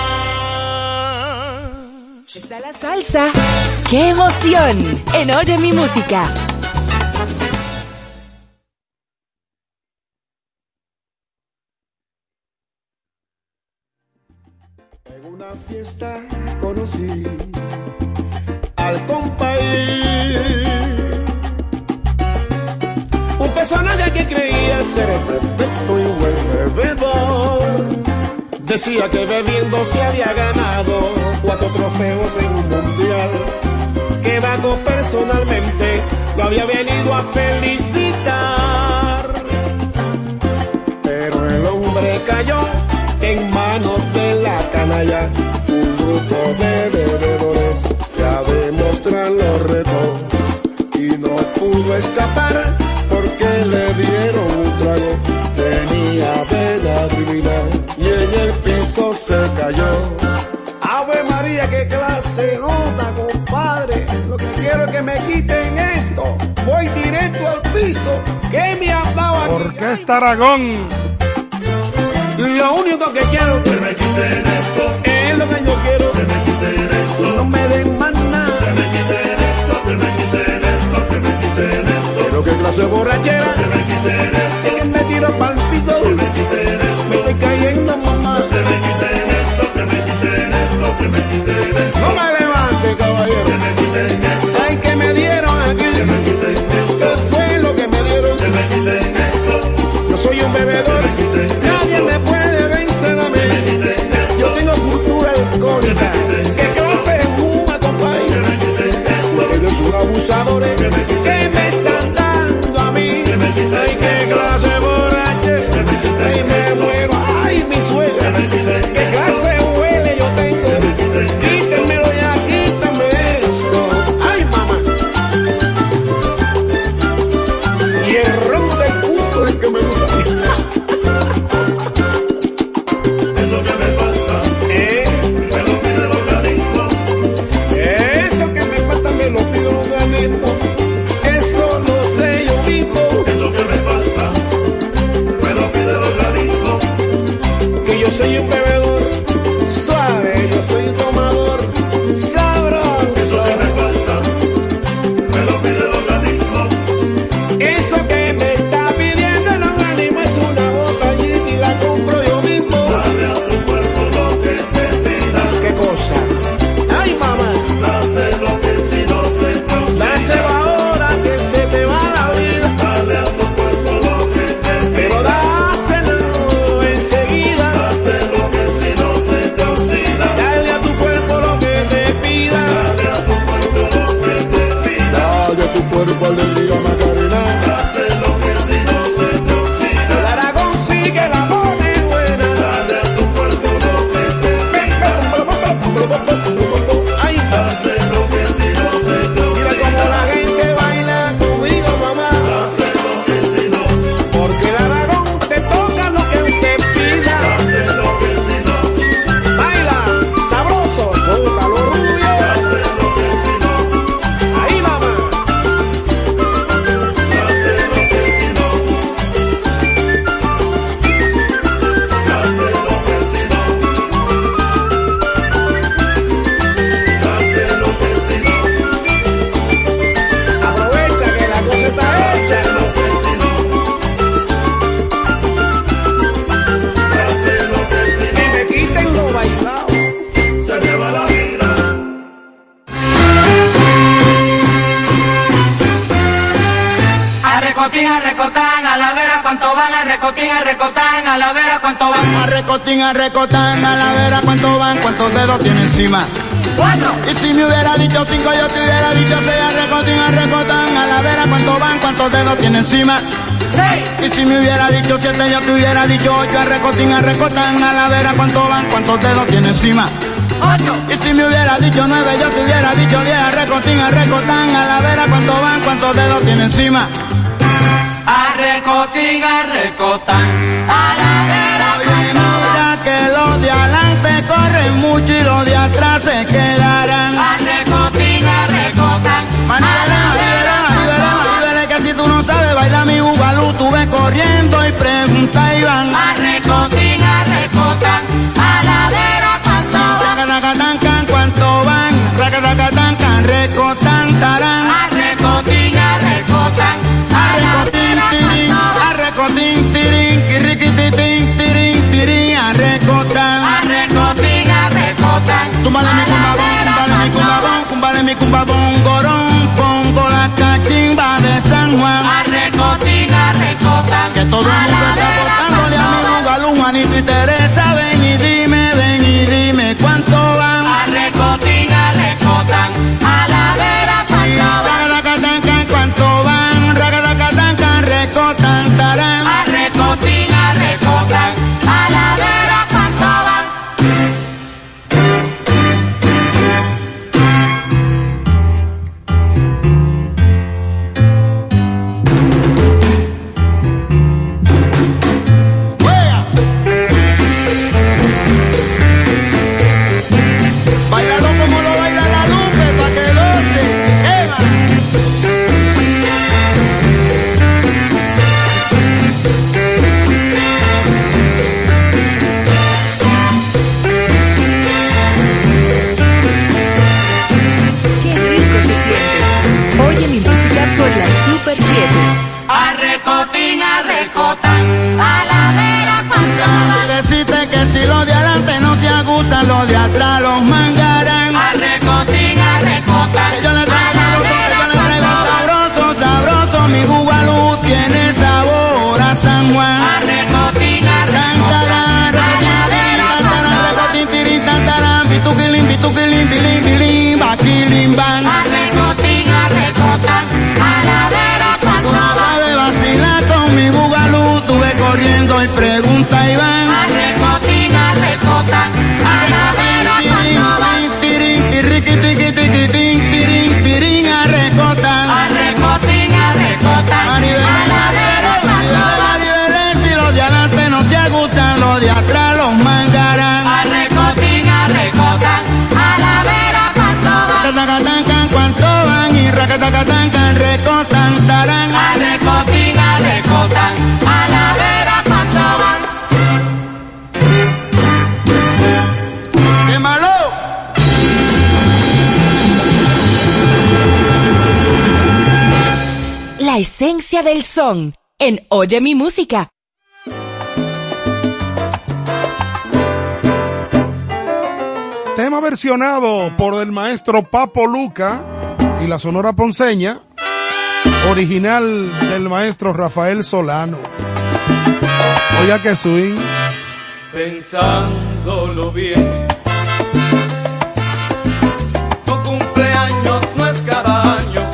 más. Está la salsa. ¡Qué emoción! En Oye mi música. En una fiesta conocí al compaí, un personaje que creía ser el perfecto y buen bebedor. Decía que bebiendo se había ganado cuatro trofeos en un mundial, que Baco personalmente lo había venido a felicitar. Pero el hombre cayó en manos de la canalla, un grupo de bebedores que a demostrar lo retó y no pudo escapar porque le dieron un trago. Tenía vena divina y en el piso se cayó. Ave María, qué clase nota, compadre. Lo que quiero es que me quiten esto. Voy directo al piso. ¿Qué me han dado aquí? Orquesta Aragón. Lo único que quiero Que me quiten esto, es lo que yo quiero. que me quiten esto, No me den más nada. que me quiten esto, que me quiten esto, que me quiten esto, Pero qué clase de borrachera. que me quiten esto, Es que me tiro pa'l piso. que me quiten esto, Me estoy cayendo, mamá. que me quiten esto, que me quiten esto, que me quiten esto. No me levante, caballero. ¿Qué me están dando a mí? Ay, qué clase borrache. Ay, me muero. Ay, mi suegra. Qué clase huele yo tengo. Quítemelo ya, quítame esto. Ay, mamá. Y el ron del punto es que me gusta. Eso que me falta, ¿Eh? me lo pide el organismo. Eso que me falta me lo pido el organismo. Eso lo sé yo mismo. Eso que me falta, me lo pide el organismo. Que yo soy un bebedor suave, yo soy un tomador sabroso. Eso que me falta, me lo pide el organismo. Eso que me está pidiendo el organismo es una botellita y la compro yo mismo. Dale a tu cuerpo lo que te pida. ¿Qué cosa? Ay, mamá, Dáselo que si no se te olvida. dáselo ahora que se te va la vida. Dale a tu cuerpo lo que te pida. Pero dáselo enseguida. Dáselo que si no se te olvida. Dale a tu cuerpo lo que te pida. Dale a tu cuerpo lo que te pida. Dale a tu cuerpo alegría, Macarena. Dáselo que si no se te olvida. El Aragón sí que la pone buena. Dale a tu cuerpo lo que te pida. Ay, Dáselo que si no se te mira olvida. cómo la gente baila conmigo, mamá. Dáselo que si no. Porque el Aragón te toca lo que usted pida. Dáselo que si no. Baila, sabroso, sótalo rubio. Dáselo que si no. Ahí, mamá. Dáselo que si no. Dáselo que si no. Dáselo que si no. Aprovecha que la cosa está hecha. Dáselo que si no. Dáselo que si Y me quiten lo bailado. no. Se lleva la vida. A recotín, a recotán, a la vera cuánto van, a recotín, a recotán, a la vera cuánto van. A recotín, a recotán, a la vera cuánto van, cuántos dedos tiene encima. Cuatro. Y si me hubiera dicho cinco, yo te hubiera dicho seis. A recotín, a recotán, a la vera cuánto van, cuántos dedos tiene encima. Seis. Y si me hubiera dicho siete, yo te hubiera dicho ocho. A recotín, a recotán, a la vera cuánto van, cuántos dedos tiene encima. Ocho. Y si me hubiera dicho nueve, yo te hubiera dicho diez. A recotín, a recotán, a la vera cuánto van, cuántos dedos tiene encima. A recotín, a recotán, a la vera Oye, cuánto van. mira que los de adelante corren mucho y los de atrás se quedarán. A recotín, a recotán, a la vera cuánto van. Que si tú no sabes bailar mi bugalú, tú ves corriendo y pregunta y van. A recotín, a recotán, a la vera cuánto van. Racatacatancan, ¿cuánto van? Racatacatancan, recotan, tarán. A recotín, a recotán, a la Arrecotín, vera tirín, cuánto van. arrecotín, tirín, quirriquititín, tirín, tirín, arrecotan. A recotín, a recotán, Túmbale mi a la cumbabón, vera túmbale mi cuánto cumbabón, van. túmbale mi cumbabón, gorón, pongo la cachimba de San Juan. A recotín, a recotán, Que todo el a mundo la está vera botándole a mi cuánto van. bugalú, Juanito y Teresa, ven y dime, ven y dime cuánto van. A recotín, a recotán, a la vera cuánto van. Racatacatancan, ¿cuánto van? Racatacatancan, recotan, tarán. A recotín, a recotán, a la vera cuánto van. Bailalo como lo baila la Lupe, pa' que goce. Eva. Qué rico se siente. Oye mi música por la Super siete. A recotín, a recotán, a la vera cuánto van. Y decirte que si los de adelante no se agusan, los de atrás los mangarán. A recotín, a recotán, Que yo le a traigo la sabroso, que vera yo le traigo cuánto van. sabroso, sabroso. Mi bugalú tiene sabor a San Juan. A recotín, a recotán, a la vera cuánto van. Recotín, tirín, tantarán, bituquilín, bituquilín, bilín, bilín, baquilín, van. A recotín, a recotán, a arrecotan, tarán. Arrecotín, arrecotan, a la vera cuando van. ¡Qué malo! La esencia del son en Oye mi música. Tema versionado por el maestro Papo Luca y la Sonora Ponceña, original del maestro Rafael Solano. Oiga que swing. Pensándolo bien, tu cumpleaños no es cada año,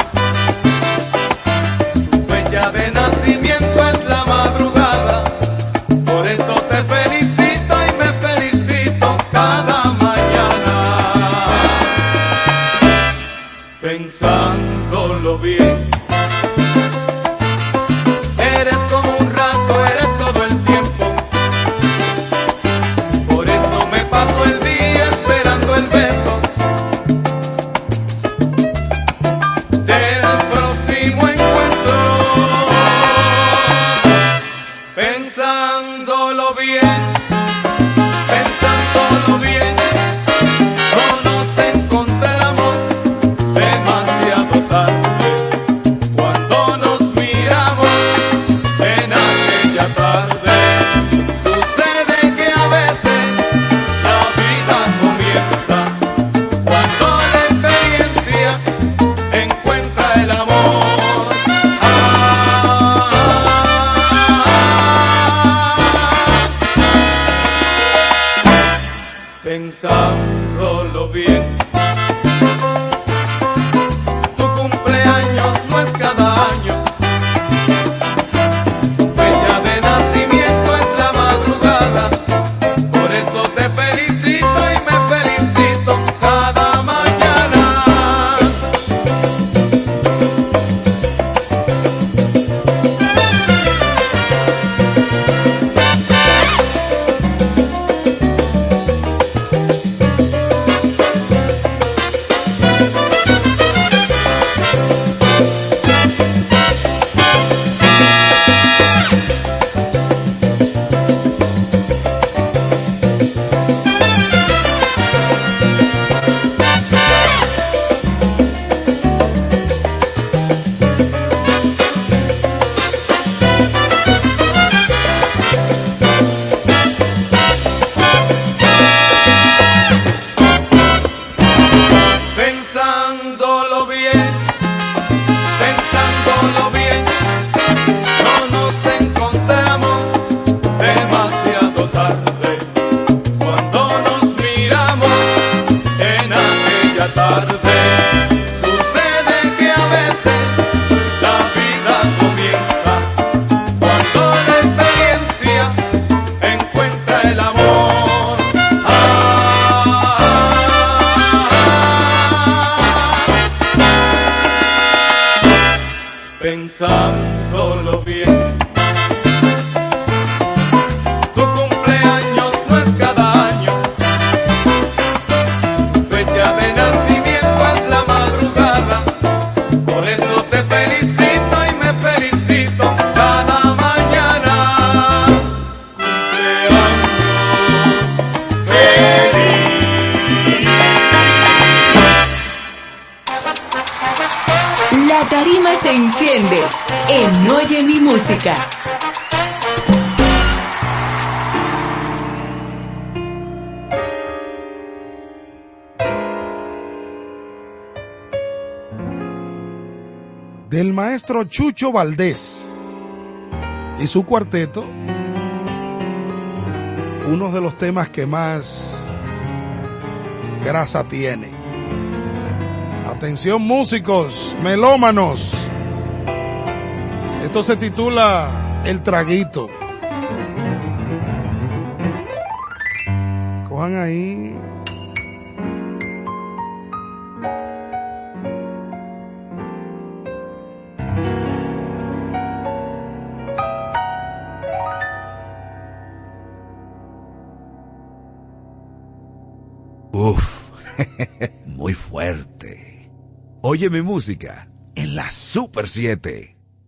tu fecha de nacimiento es la madrugada, por eso te felicito y me felicito cada mañana. Pensándolo bien, eres como un rato, eres todo el tiempo. Por eso me paso el día esperando el beso del próximo encuentro. Pensándolo bien, pensándolo bien, no nos encontramos demasiado tarde. Cuando nos miramos en aquella tarde, sucede que a veces la vida comienza cuando la experiencia encuentra el amor. Ah, pensándolo bien, tu cumpleaños no es cada año, tu fecha de nacimiento es la madrugada, por eso te felicito y me felicito cada mañana. Pensándolo bien, pensándolo bien, no nos encontramos demasiado tarde. Cuando nos miramos en aquella tarde, sucede que a veces la vida comienza cuando la experiencia encuentra el amor. Ah, pensándolo bien, tu cumpleaños no es cada año, tu fecha de nacimiento es la madrugada, por eso te felicito y me felicito cada mañana. Cumpleaños feliz. La tarima se enciende en Oye mi música. Del maestro Chucho Valdés y su cuarteto, uno de los temas que más grasa tiene. Atención músicos, melómanos. Esto se titula El Traguito. Cojan ahí. Uf, muy fuerte. Oye mi música en la Super siete.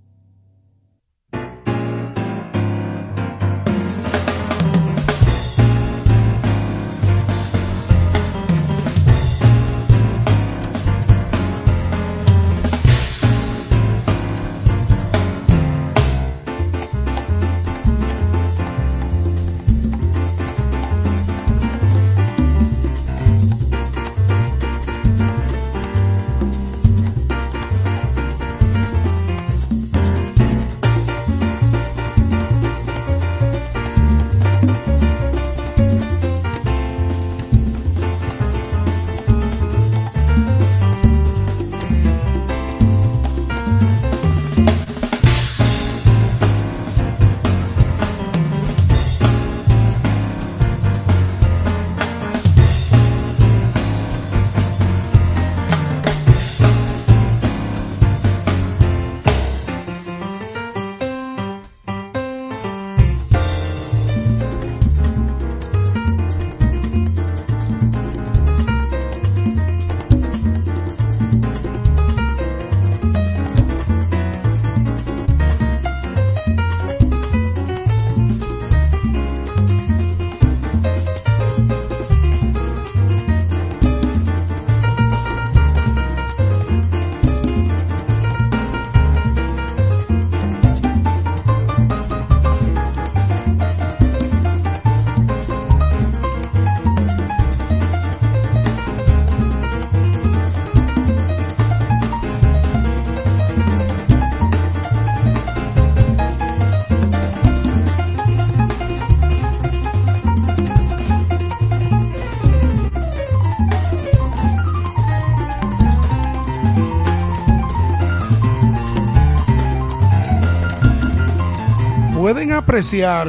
Pueden apreciar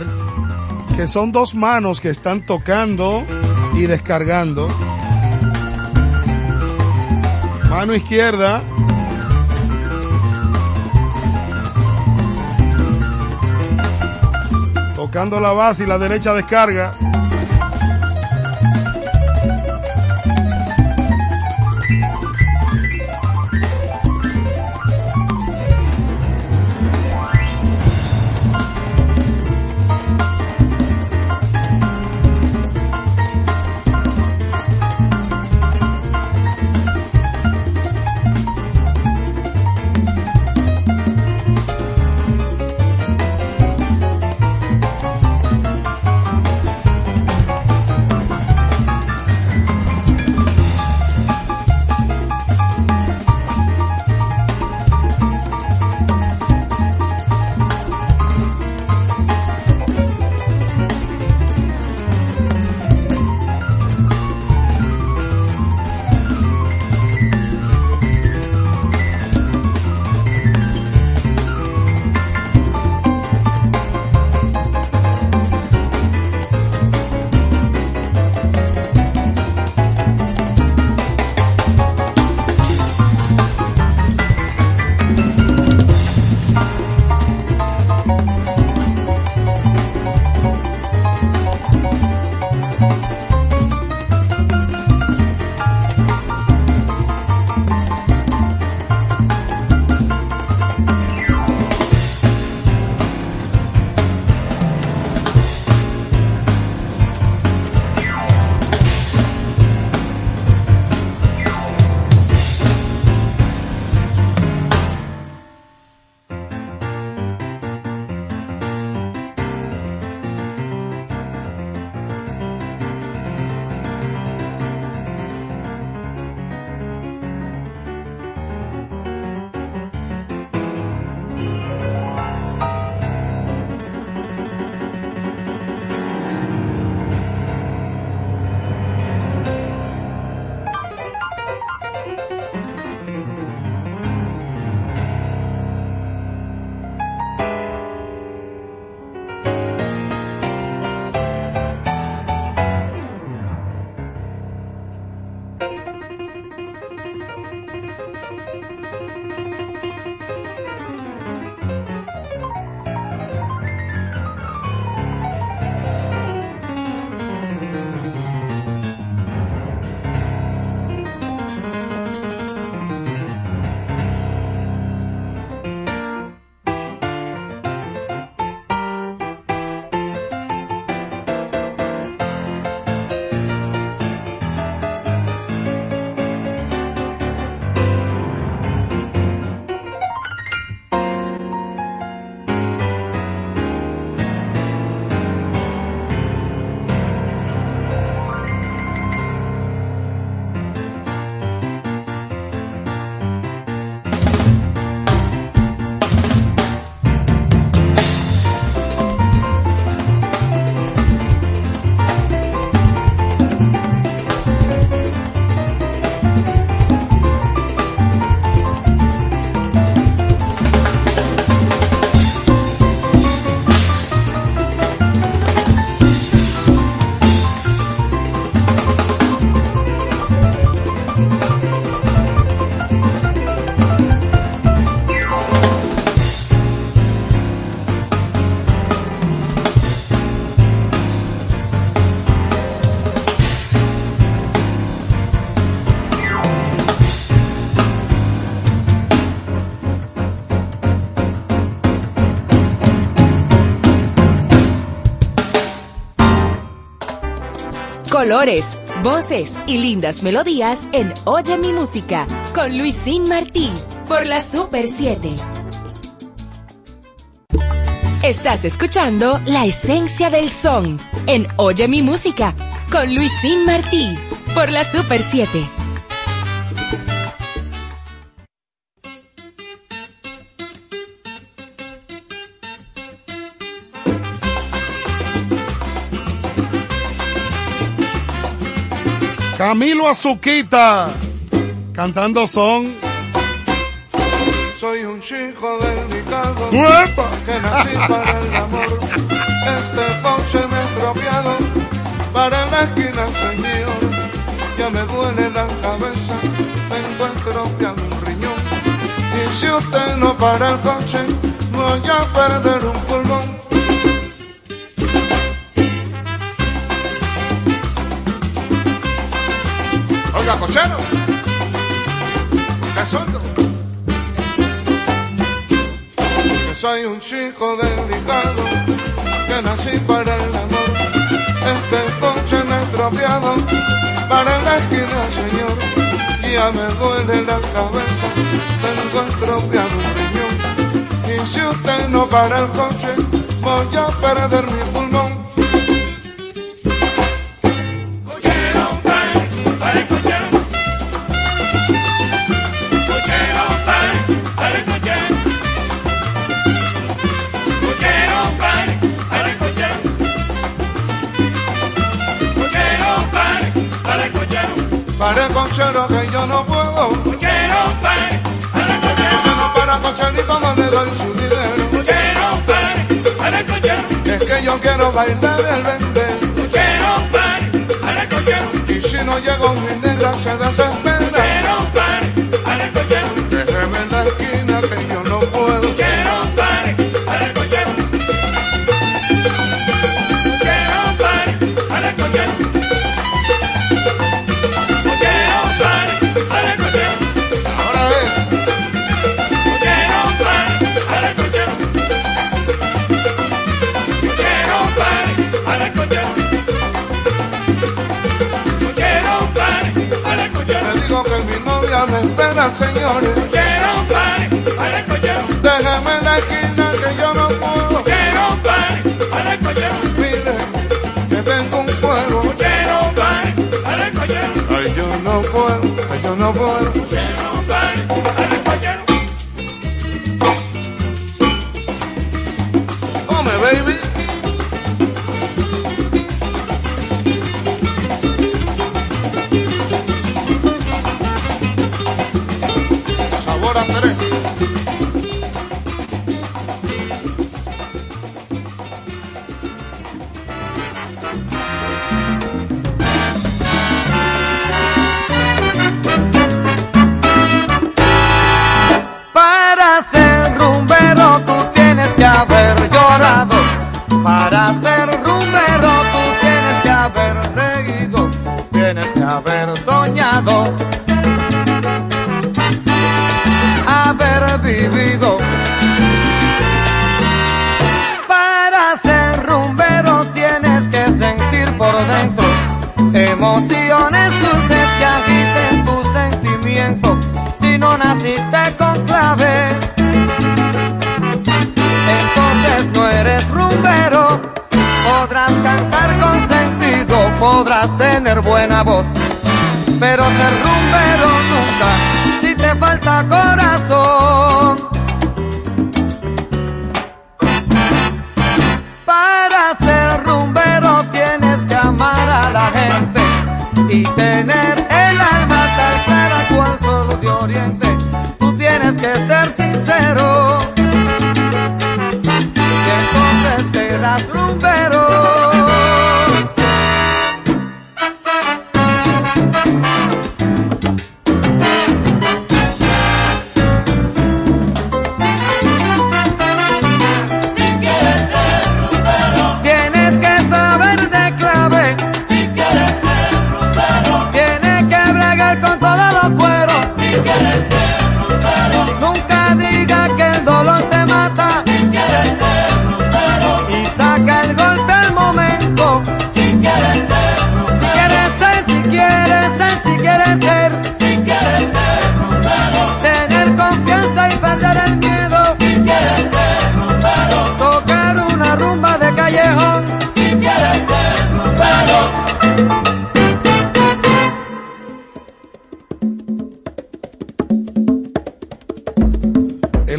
que son dos manos que están tocando y descargando. Mano izquierda tocando la base y la derecha descarga. colores, voces y lindas melodías en Oye mi música con Luisín Martí por la Super siete. Estás escuchando La Esencia del Son en Oye mi música con Luisín Martí por la Super siete. Camilo Azuquita cantando son. Soy un chico delicado ¡Uepa! que nací para el amor. Este coche me he estropeado para la esquina, señor. Ya me duele la cabeza, tengo estropeado un riñón. Y si usted no para el coche, voy a perder un pulmón. Oiga, cochero, ¿qué asunto? Que soy un chico delicado que nací para el amor. Este coche me he estropeado para la esquina, señor. Ya me duele la cabeza, tengo estropeado un riñón. Y si usted no para el coche, voy a perder mi pulmón. Pare, cochero, que yo no puedo. Cochero, pare, pare, cochero. Que no para, cocherito, no le doy su dinero. Cochero, pare, pare, cochero. Es que yo quiero bailar el vender. Cochero, pare, pare, cochero. Y si no llego, mi negra se desespera. Cochero, pare, pare, cochero. Déjeme en la esquina, que yo no puedo. Cochero, pare, pare, cochero. Cochero, pare, pare, cochero. Que mi novia me espera, señores. Cochero, pare, pare, cochero. Déjame en la esquina que yo no puedo. Cochero, pare, pare, cochero. Mire, que tengo un fuego. Cochero, pare, pare, cochero. Ay, yo no puedo, ay, yo no puedo. Cochero, pare, pare, cochero. Come, baby. Tres. Para ser rumbero tú tienes que haber llorado. Para ser rumbero tú tienes que haber reído. Tienes que haber soñado, haber vivido. Para ser rumbero tienes que sentir por dentro emociones dulces que agiten tus sentimientos. Si no naciste con clave, entonces no eres rumbero. Podrás cantar con sentido, podrás tener buena voz, pero ser rumbero nunca si te falta corazón. Para ser rumbero tienes que amar a la gente y tener el alma tal clara cual sol de oriente. Tú tienes que ser sincero y entonces serás rumbero.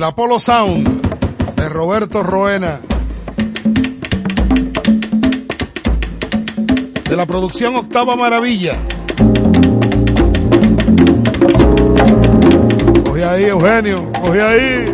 Apollo Sound de Roberto Roena. De la producción Octava Maravilla. Coge ahí, Eugenio, coge ahí.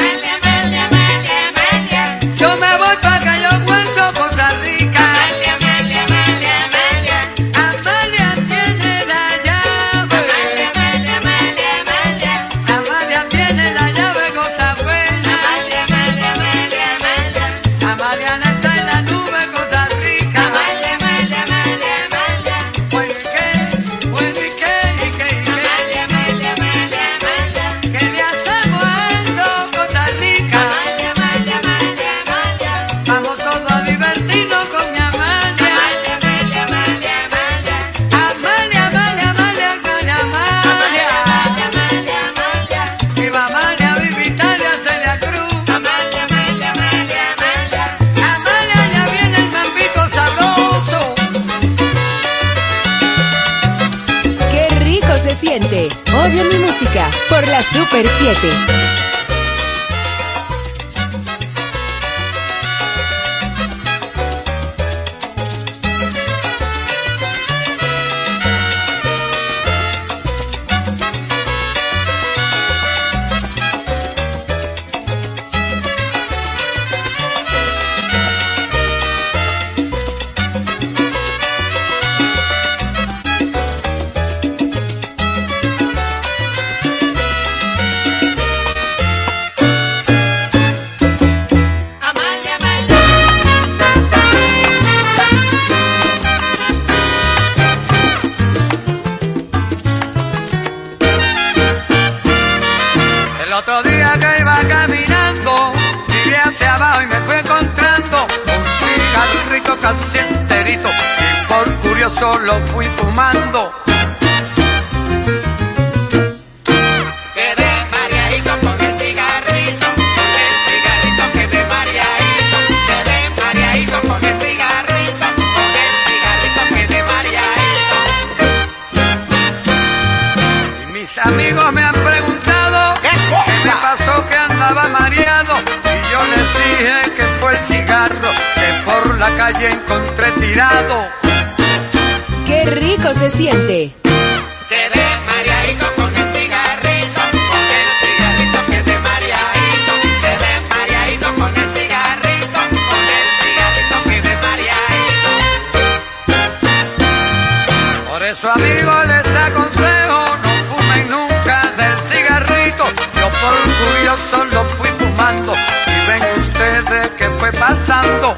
Yo me voy pa' Cayo Hueso, Costa Rica. se siente. Oye mi música por la Super siete. Casi enterito y por curioso lo fui fumando. Quedé mareadito con el cigarrito, con el cigarrito quedé mareadito. Quedé mareadito con el cigarrito, con el cigarrito quedé mareadito. Y mis amigos me han preguntado ¿qué cosa? ¿Qué me pasó que andaba mareado? Y yo les dije que fue el cigarro por la calle encontré tirado. ¡Qué rico se siente! Quedé mareadito con el cigarrito, con el cigarrito quedé mareadito. Quedé mareadito con el cigarrito, con el cigarrito quedé mareadito. Por eso amigos les aconsejo, no fumen nunca del cigarrito. Yo por curioso lo fui fumando y ven ustedes qué fue pasando.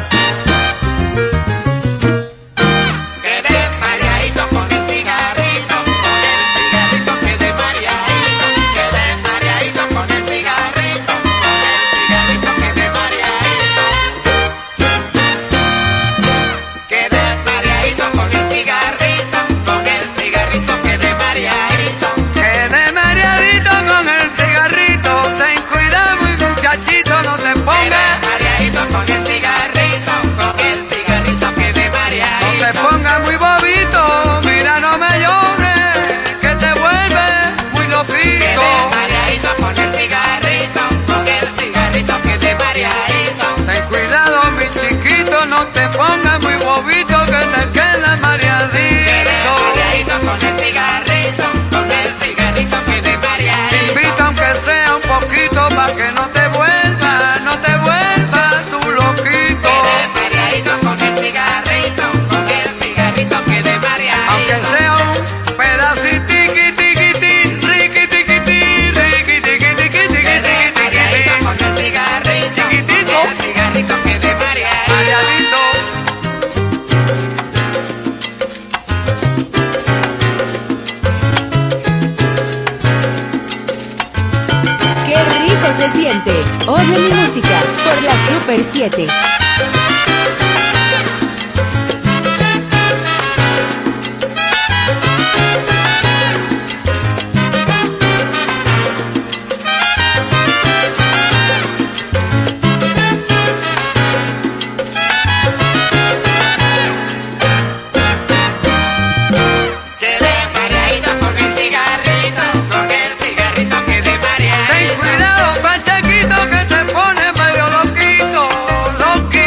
No te pongas muy bobito que te quedas mareadito. Quedé mareadito con el cigarrito, con el cigarrito quedé mareadito. Te invito aunque sea un poquito pa' que no te vuelvas, no te vuelvas tu loquito. Quedé mareadito con el cigarrito, con el cigarrito quedé mareadito. Aunque sea un pedacito, tiqui, tiqui, tiqui, riqui, tiqui, tiqui, riqui, tiqui, tiqui, tiqui, quedé mareadito con el cigarrito, chiquitito, con el cigarrito quedé mareadito. ¡Qué rico se siente! Oye mi música por la Super siete. Ten cuidado, Pachequito, que te pone medio loquito, loquito.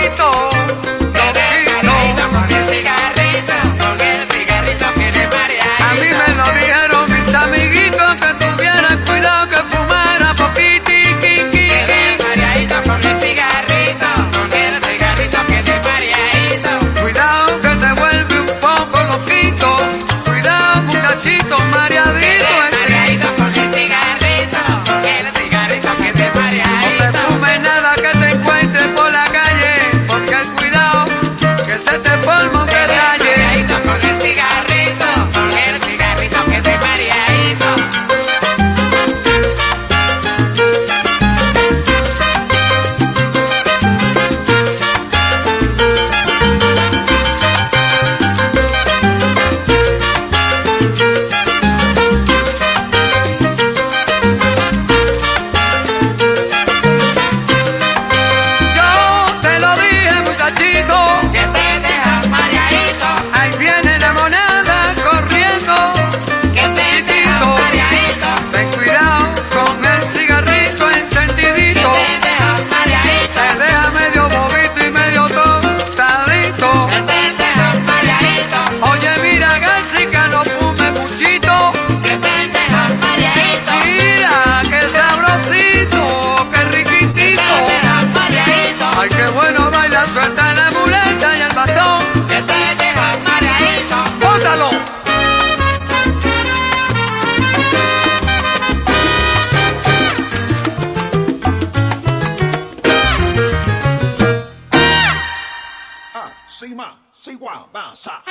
Siguabasa.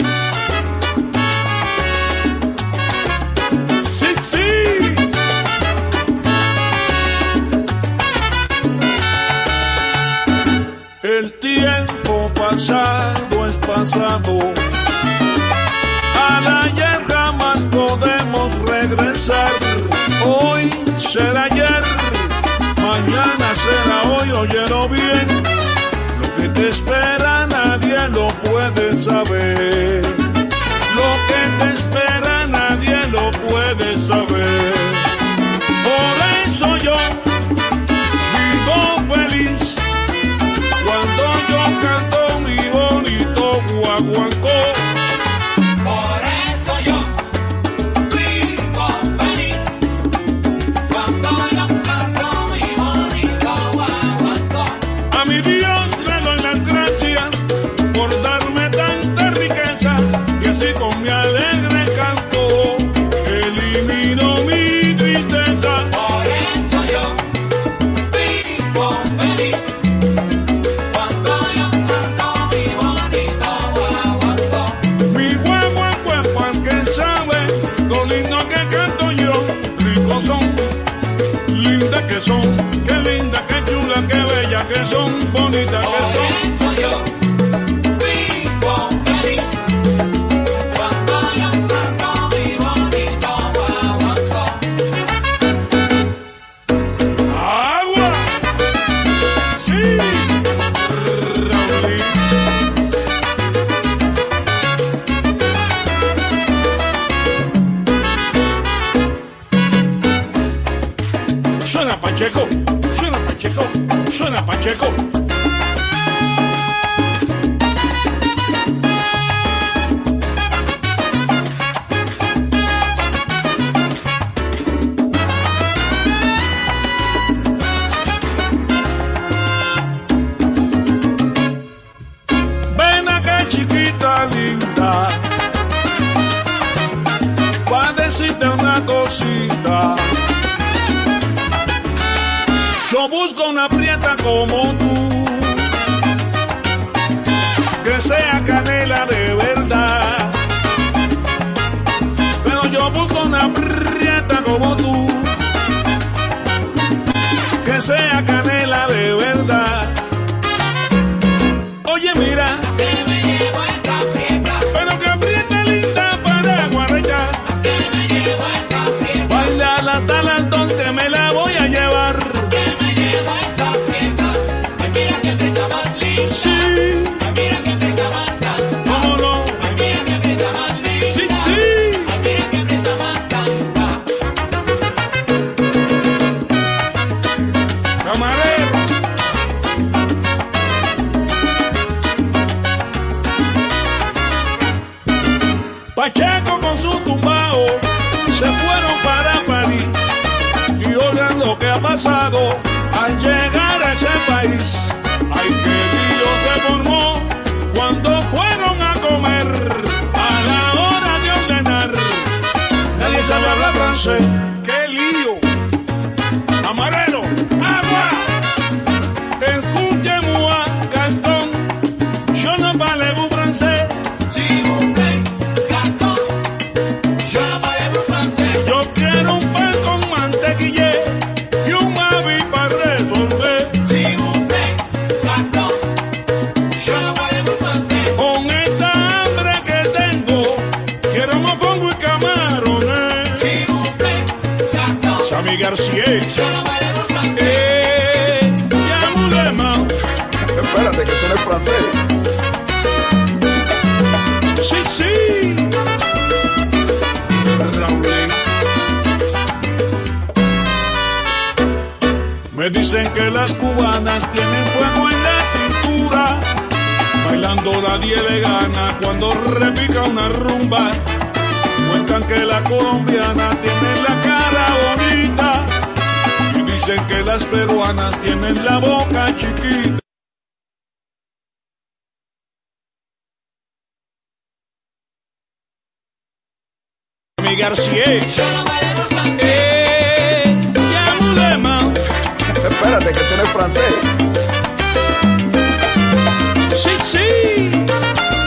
Sí, sí. El tiempo pasado es pasado. Al ayer jamás podemos regresar. Hoy será ayer, mañana será hoy, óyelo bien. Lo que te espera nadie lo puede saber. Lo que te espera nadie lo puede saber. Por eso yo vivo feliz cuando yo canto mi bonito guaguancó. Por eso yo vivo feliz cuando yo canto mi bonito guaguancó. A mi Dios le doy las gracias por darme tanta riqueza y así con mi alegre canto elimino mi tristeza. Por eso yo vivo feliz cuando yo canto mi bonito guaguancó. Mi guaguancó es para el que sabe lo lindo que canto yo. Ricos son, lindas que son, qué linda, qué chula, qué bella que son, bonitas que son. Por eso yo vivo feliz cuando yo canto mi bonito guaguancó. ¡Agua! ¡Sí! Raulín. Suena Pacheco, suena Pacheco, suena Pacheco. Ven acá, chiquita linda, voy a decirte una cosita. Yo busco una prieta como tú, que sea canela de verdad. Pero yo busco una prieta como tú, que sea canela de verdad. Oye, mira, Que me llevo esta fiesta, pero que prieta linda para guarrellar. que me llevo esta fiesta, Baila hasta las donde me la voy a llevar. que me llevo esta fiesta. Ay, mira que preta más linda, Sí, ay, mira que preta más santa, cómo no. ay, mira que preta más linda, Sí, sí. ay, mira que preta más santa. Camarero. Pacheco con su tumbao se fueron para París y oigan lo que ha pasado al llegar a ese país. Ay, qué lío se formó cuando fueron a comer. A la hora de ordenar nadie sabe hablar francés. ¡Qué lío! Amarelo, agua. Escuche-moi, Gastón, yo no parle-vous français. S'il vous plaît, Gaston, je ne parle pas français. Yo quiero un pan con mantequilla y un mavi para resolver. S'il vous plaît, Gaston, je ne parle pas français. Con esta hambre que tengo, quiero mofongo y camarones. S'il vous plaît, Gaston, Sammy García. je ne parle pas français. Eh, Yamulema. Espérate, que tú eres francés. Sí, sí. Raulín. Me dicen que las cubanas tienen fuego en la cintura, bailando nadie le gana cuando repica una rumba. Cuentan que la colombiana tiene la cara bonita y dicen que las peruanas tienen la boca chiquita. Mi García. Eh, Yamulema. Espérate, que tú eres francés. Sí, sí.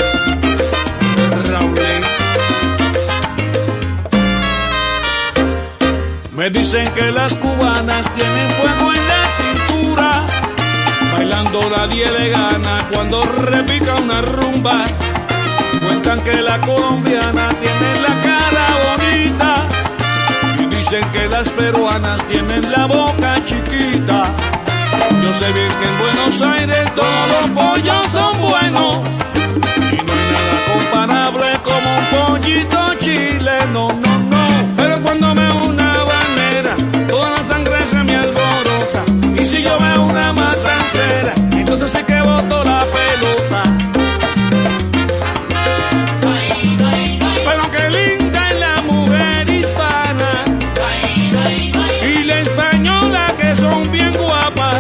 Me dicen que las cubanas tienen fuego en la cintura, bailando nadie le gana cuando repica una rumba. Cuentan que la colombiana tiene la cara bonita y dicen que las peruanas tienen la boca chiquita. Yo sé bien que en Buenos Aires todos los pollos son buenos y no hay nada comparable como un pollito chileno, no, no. Pero cuando me una habanera, toda la sangre se me alborota, y si yo veo una matancera, entonces sé que boto la pelota. Pero qué linda es la mujer hispana y la española que son bien guapas.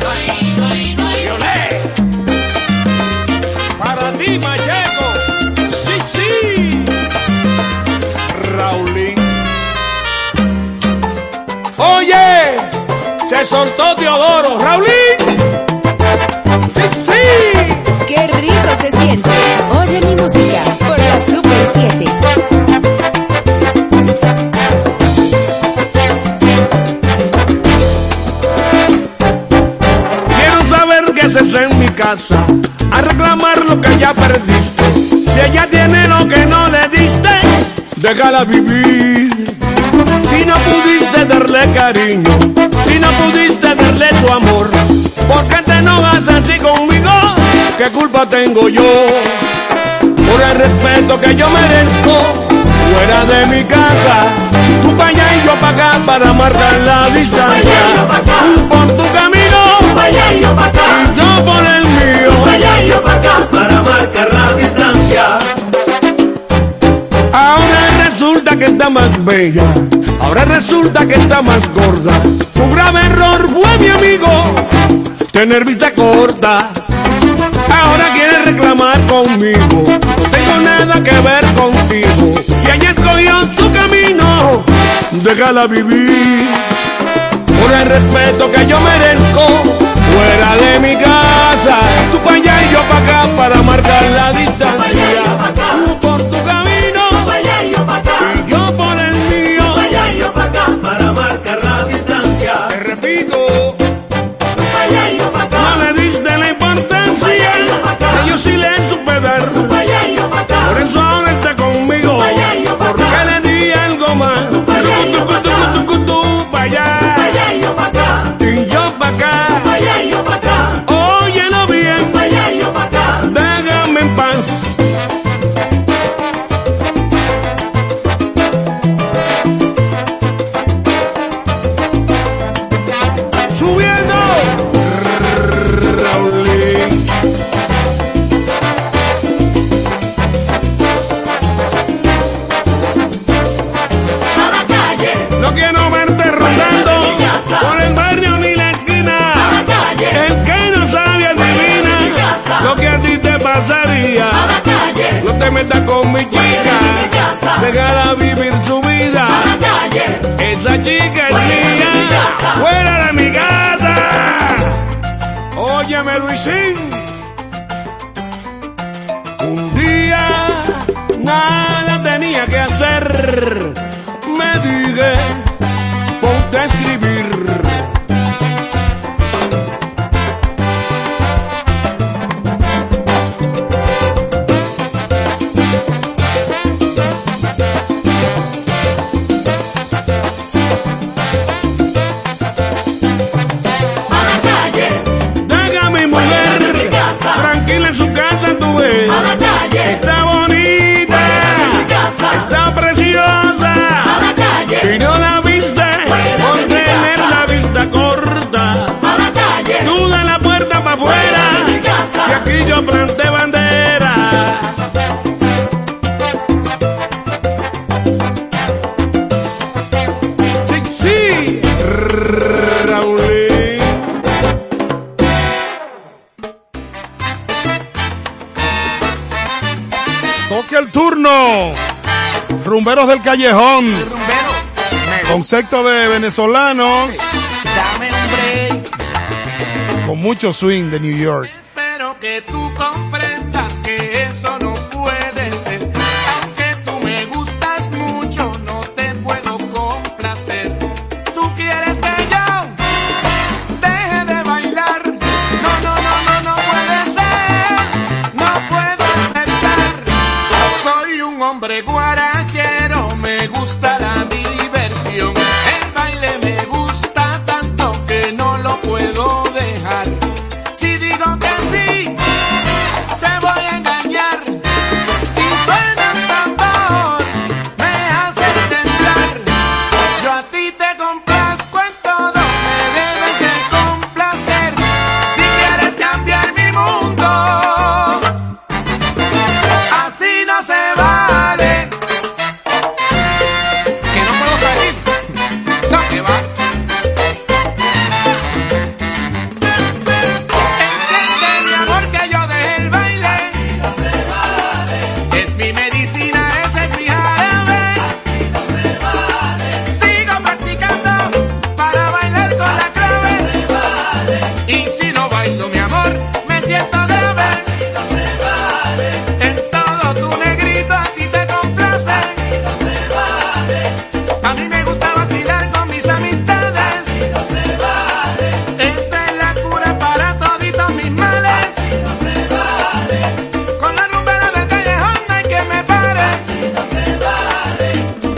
Violé, para ti Mayeco, sí, sí, Raulín. Oye, se soltó Teodoro, Raulín. Sí, sí. Qué rico se siente. Oye mi música por la Super siete. Quiero saber qué haces en mi casa, a reclamar lo que ya perdiste. Si ella tiene lo que no le diste, déjala vivir. Si no pudiste darle cariño, si no pudiste darle tu amor, ¿por qué te enojas así conmigo? ¿Qué culpa tengo yo? Por el respeto que yo merezco, fuera de mi casa, tú pa' allá y yo pa' acá para marcar la distancia. Tú por tu camino, tú pa' allá y yo pa' acá, y yo por el mío, tú pa' allá y yo pa' acá para marcar la distancia. Ahora resulta que está más bella, ahora resulta que está más gorda. Tu grave error fue, mi amigo, tener vista corta. Ahora quieres reclamar conmigo, no tengo nada que ver contigo. Si ella escogió su camino, déjala vivir. Por el respeto que yo merezco, fuera de mi casa, tú pa' allá y yo pa' acá para marcar la distancia. Tú por tu camino, tú pa' allá y yo pa' acá, y yo por el mío, tú pa' allá y yo pa' acá para marcar la distancia. Te repito, tú pa' allá y yo pa' acá, no le diste la importancia que yo sí le supe dar. Tú pa' allá y yo pa' acá, por eso ahora está conmigo, tú pa' allá y yo pa' acá, porque le di algo más. Tú pa' allá y yo pa' acá, tú pa' allá, tú pa' allá y yo pa' acá, y yo pa' acá, tú pa' allá y yo pa' acá. Óyelo bien, tú pa' allá y yo pa' acá, déjame en paz. Subiendo, Raulín. A la calle, no quiero verte rondando por el barrio ni la esquina. A la calle, el que no sabe adivina lo que a ti te pasaría. A la calle, no te metas con mi chica, déjala vivir su vida. A la calle, esa chica es mía, fuera de mi casa. Óyeme, Luisín. Un día nada tenía que hacer, me dije, ponte a escribir. A la calle, deja a mi mujer tranquila en su casa, tú ves. A la calle, está bonita, está preciosa. A la calle, y no la viste por tener la vista corta. A la calle, tú de la puerta para afuera, y aquí yo planté bandera. Sí, sí, Raulín. Toque el turno. Rumberos del callejón. Concepto de venezolanos Dame un break. con mucho swing de New York. Espero que tú comprendas que eso no puede ser. Aunque tú me gustas mucho, no te puedo complacer. un hombre guarachero, me gusta la diversión. El baile me gusta tanto que no lo puedo dejar. Si digo que sí, te voy a engañar. Si suena un tambor, me hace temblar. Yo a ti te complazco en todo, me debes de complacer. Si quieres cambiar mi mundo, así no se vale. Que no puedo salir, no que va. Entiende mi amor que yo dejé el baile. Así no se vale. Es mi medicina, ese es mi jarabe. Así no se vale. Sigo practicando para bailar con la clave. Así no se vale. Y si no bailo mi amor, me siento grave. Así no se vale. En todo tu negrito a ti te complace. Así no se vale. A mí me gusta vacilar con mis amistades. Así no se vale. Esa es la cura para toditos mis males. Así no se vale. Con la rumbera del callejón no hay que me pare. Así no se vale.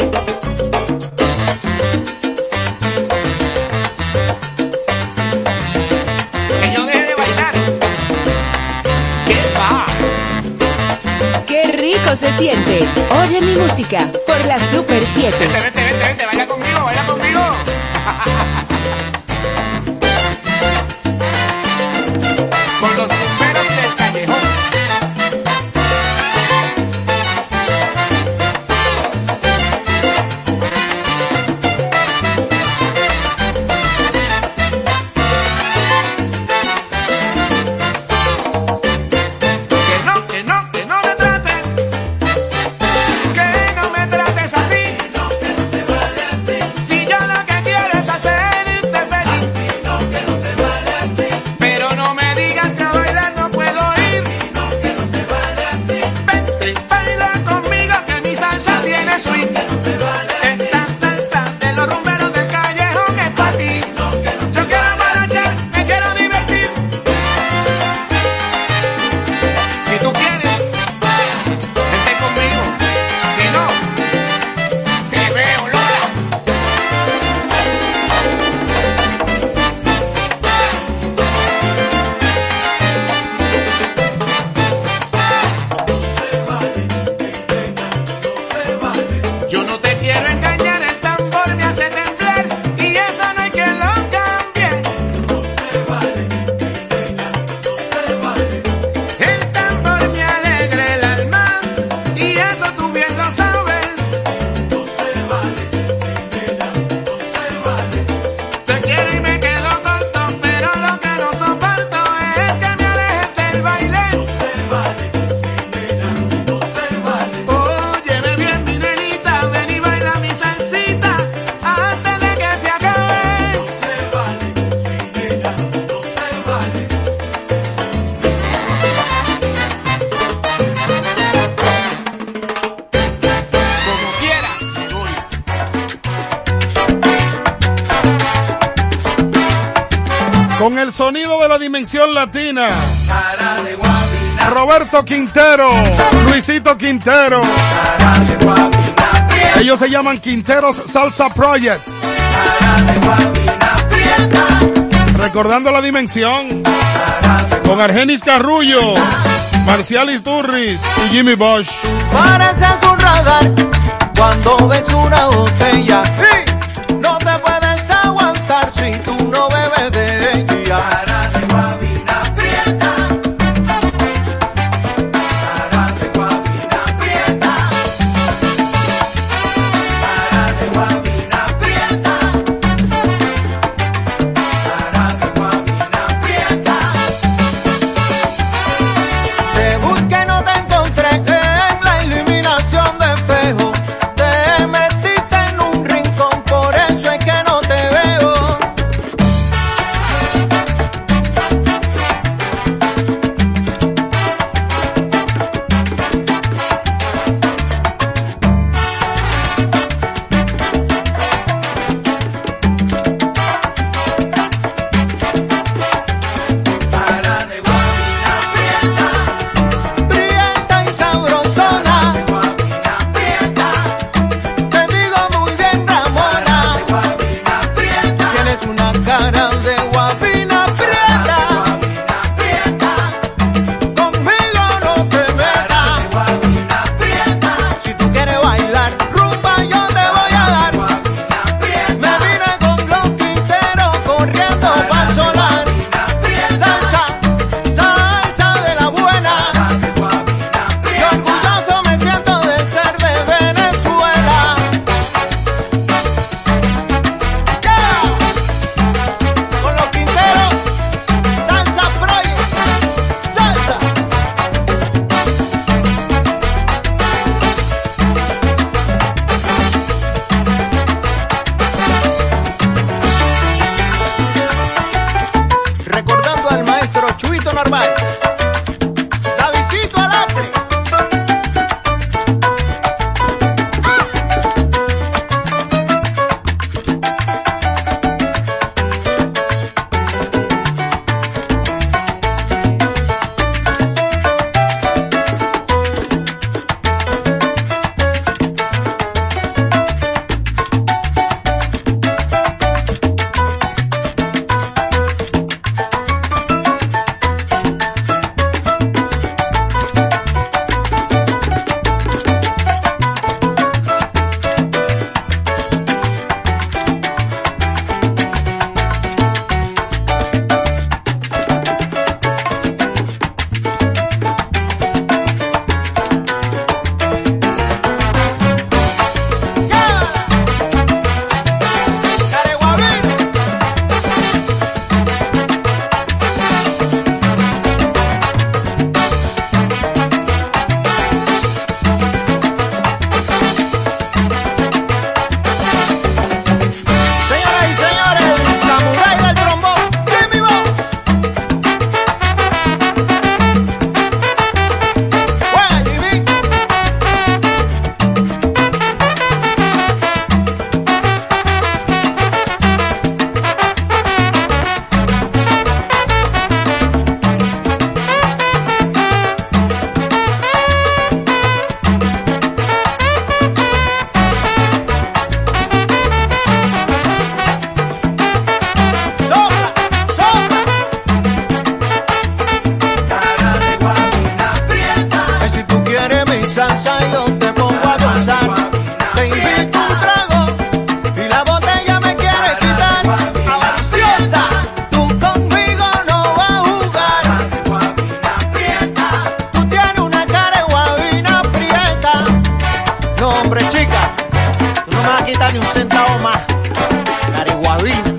Que yo deje de bailar. ¿Qué va? ¡Qué rico se siente! Oye mi música por la Super siete. Vente, vente, vente, vente, baila conmigo, baila conmigo. Con los rumberos del callejón. Que no, que no, que no me trates. Que no me trates así. No, que no se vale así. Si yo lo que quiero es hacerte feliz. Así no, que no se vale así. Pero no me digas que a bailar no puedo ir. Así no, que no se vale así. Vente, baila conmigo que mi salsa tiene swing. Que no se vale así. Esta salsa de los rumberos del callejón es para ti. No, que no se yo quiero marachar, me quiero divertir. Si tú quieres, vente conmigo. Si no, te veo loca. Yo no te quiero engañar, el tambor me hace temblar y eso no hay que lo cambie. No se vale, no se vale. El tambor me alegra el alma y eso tú bien lo sabes. No se vale, no se vale. Te quiero y me quedo corto, pero lo que no soporto es que me alejes del baile. No se vale, no se vale. Óyeme bien mi nenita, ven y baila mi salsita antes de que se acabe. No se vale, no se vale. Como quiera, me voy. Con el sonido de la dimensión latina. Roberto Quintero, Luisito Quintero. Ellos se llaman Quinteros Salsa Project. Recordando la dimensión. Con Argenis Carrullo, Marcialis Turris y Jimmy Bosch. Pareces un radar cuando ves una botella. No te puedes aguantar si tú no bebes de ella. Te busqué y no te encontré en la eliminación de Fejo. Te metiste en un rincón No, hombre, chica, tú no me vas a quitar ni un centavo más. Cariguabina.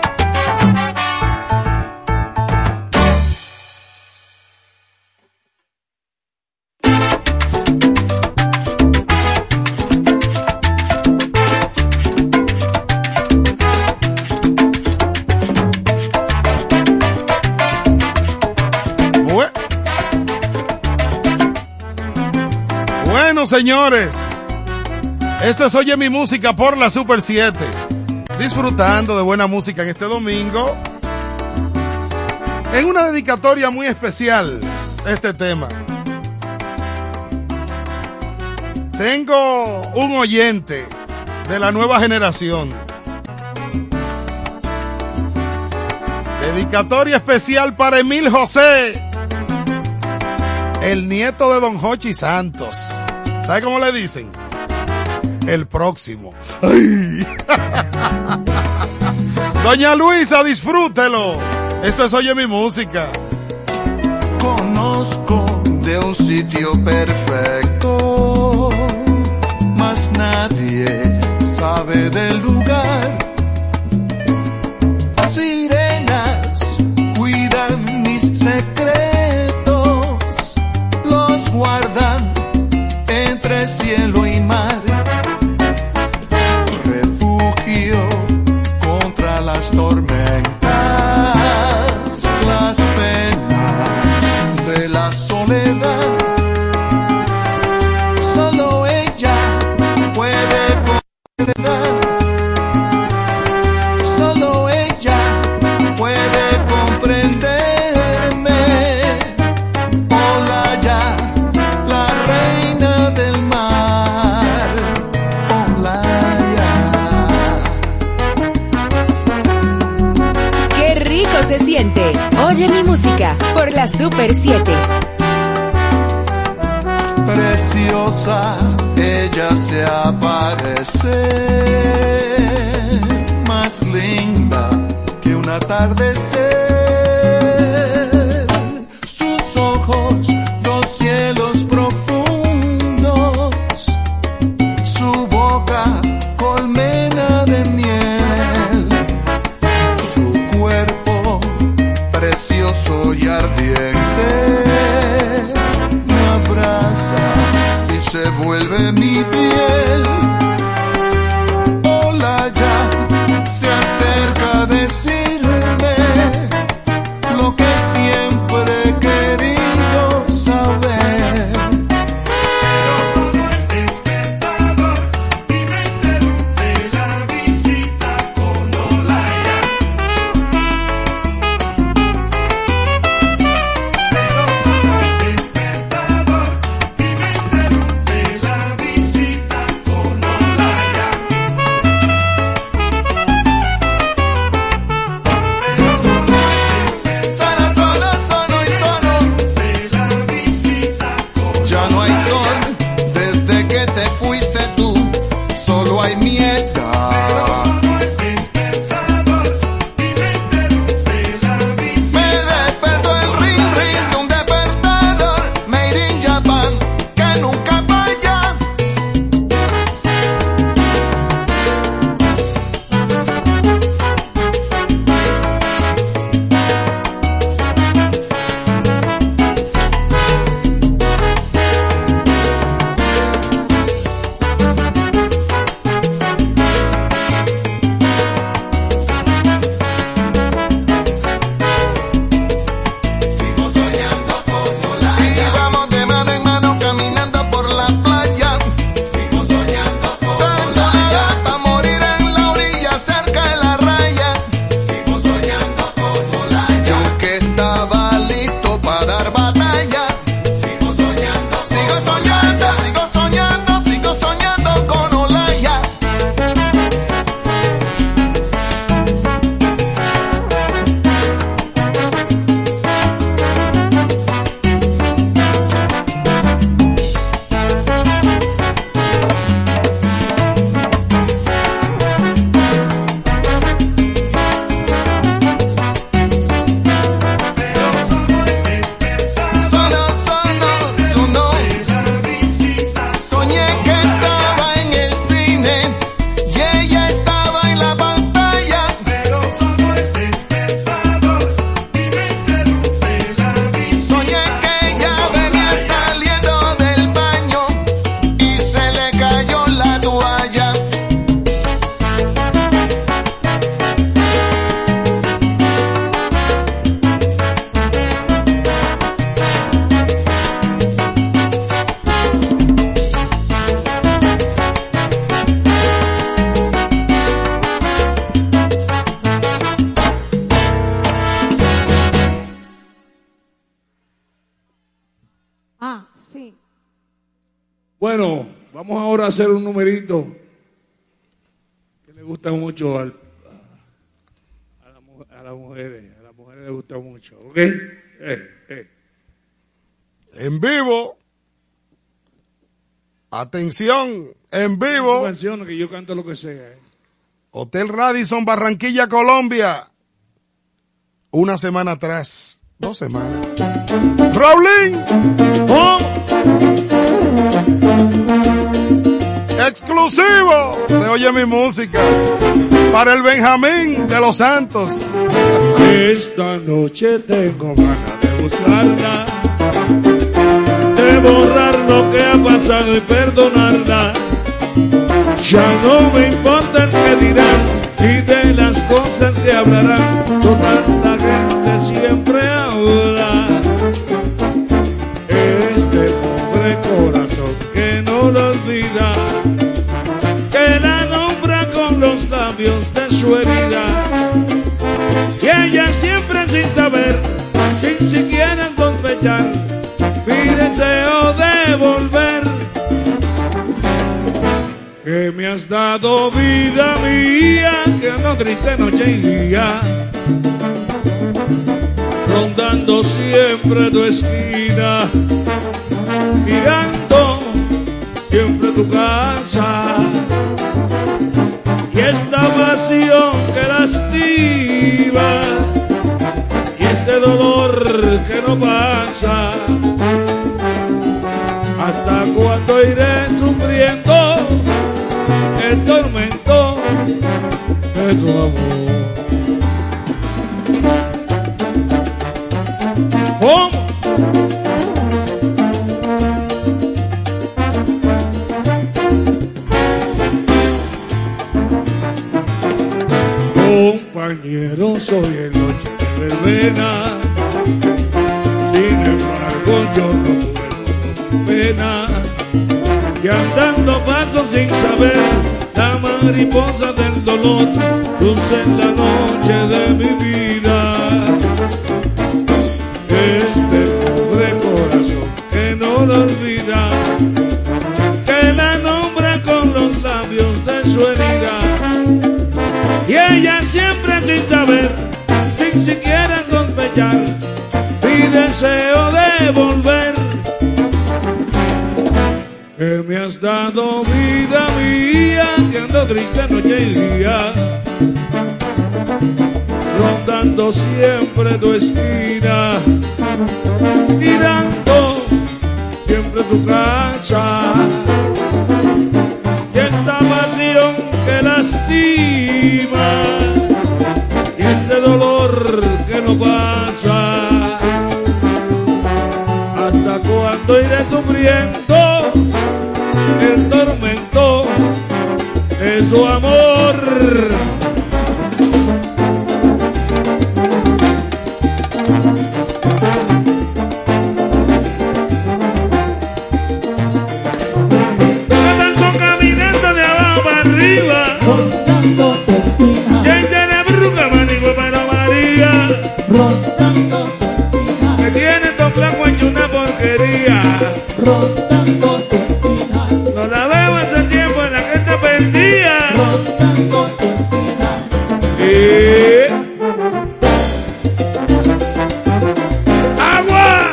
Señores, esto es Oye Mi Música por la Super siete, disfrutando de buena música en este domingo, en una dedicatoria muy especial este tema. Tengo un oyente de la nueva generación, dedicatoria especial para Emil José, el nieto de Don Jochi Santos. ¿Sabe cómo le dicen? El próximo. ¡Ay! Doña Luisa, disfrútelo. Esto es Oye Mi Música. Conozco de un sitio perfecto, mas nadie sabe del lugar. Sirenas cuidan mis secretos, los guardan entre cielo y mar, refugio contra las tormentas, las penas de la soledad. Solo ella puede comprender, solo ella puede comprenderme. Hola ya, la reina del mar. Hola ya. Qué rico se siente. Oye Mi Música por la Super siete. Preciosa, ella se aparece, más linda que un atardecer. Sus ojos, dos cielos profundos, su boca, colmena de miel, su cuerpo, precioso y ardiente, me abraza y se vuelve mi piel. Hola ya, se acerca a decirme lo que siempre he querido saber. Pero solo el despertador y me interrumpe la visita con Olaya. Pero solo el despertador y me interrumpe la visita con Bueno, vamos ahora a hacer un numerito que le gusta mucho al, a, la, a las mujeres. A las mujeres les gusta mucho, ¿ok? Eh, eh. En vivo. Atención, en vivo. Canciones que yo canto lo que sea. Eh. Hotel Radisson, Barranquilla, Colombia. Una semana atrás. Dos semanas. Raulín. Oh. Exclusivo de Oye Mi Música. Para el Benjamín de los Santos. Esta noche tengo ganas de buscarla, de borrar lo que ha pasado y perdonarla. Ya no me importa el que dirán y de las cosas que hablarán. Toda la gente siempre habla. Este pobre corazón que no lo olvida, que la nombra con los labios de su herida. Y ella siempre sin saber, sin siquiera sospechar, mi deseo de volver. Que me has dado vida mía, que ando triste noche y día, rondando siempre tu esquina, mirando siempre tu casa. Y esta pasión que lastima, y este dolor que no pasa, ¿hasta cuándo iré sufriendo el tormento de tu amor? ¿Cómo? Compañero, soy el noche de verbena, sin embargo yo no duermo con pena, y andando paso sin saber, la mariposa del dolor luce en la noche de mi vida. Este pobre corazón que no lo olvida, que la nombra con los labios de su herida. Y ella siempre sin saber, sin siquiera sospechar, mi deseo de volver. Que me has dado vida mía, que ando triste noche y día, rondando siempre tu esquina, mirando siempre tu casa. Y esta pasión que lastima, y este dolor que no pasa, ¿hasta cuándo iré sufriendo el tormento de su amor? Rondando tu esquina, que tiene todo blanco hecho una porquería. Rondando tu esquina, no la veo hace tiempo en la que te perdía. Rondando tu esquina, eh. ¡Agua!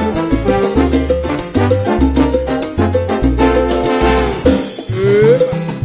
Eh.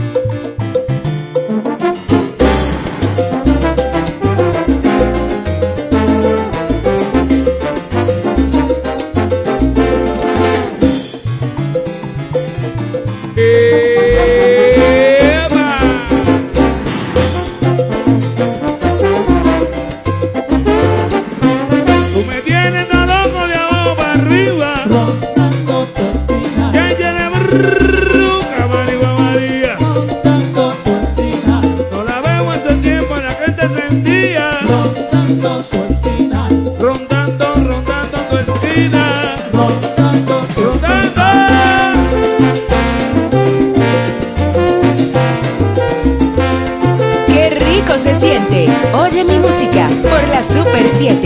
Se siente. Oye Mi Música por la Super siete.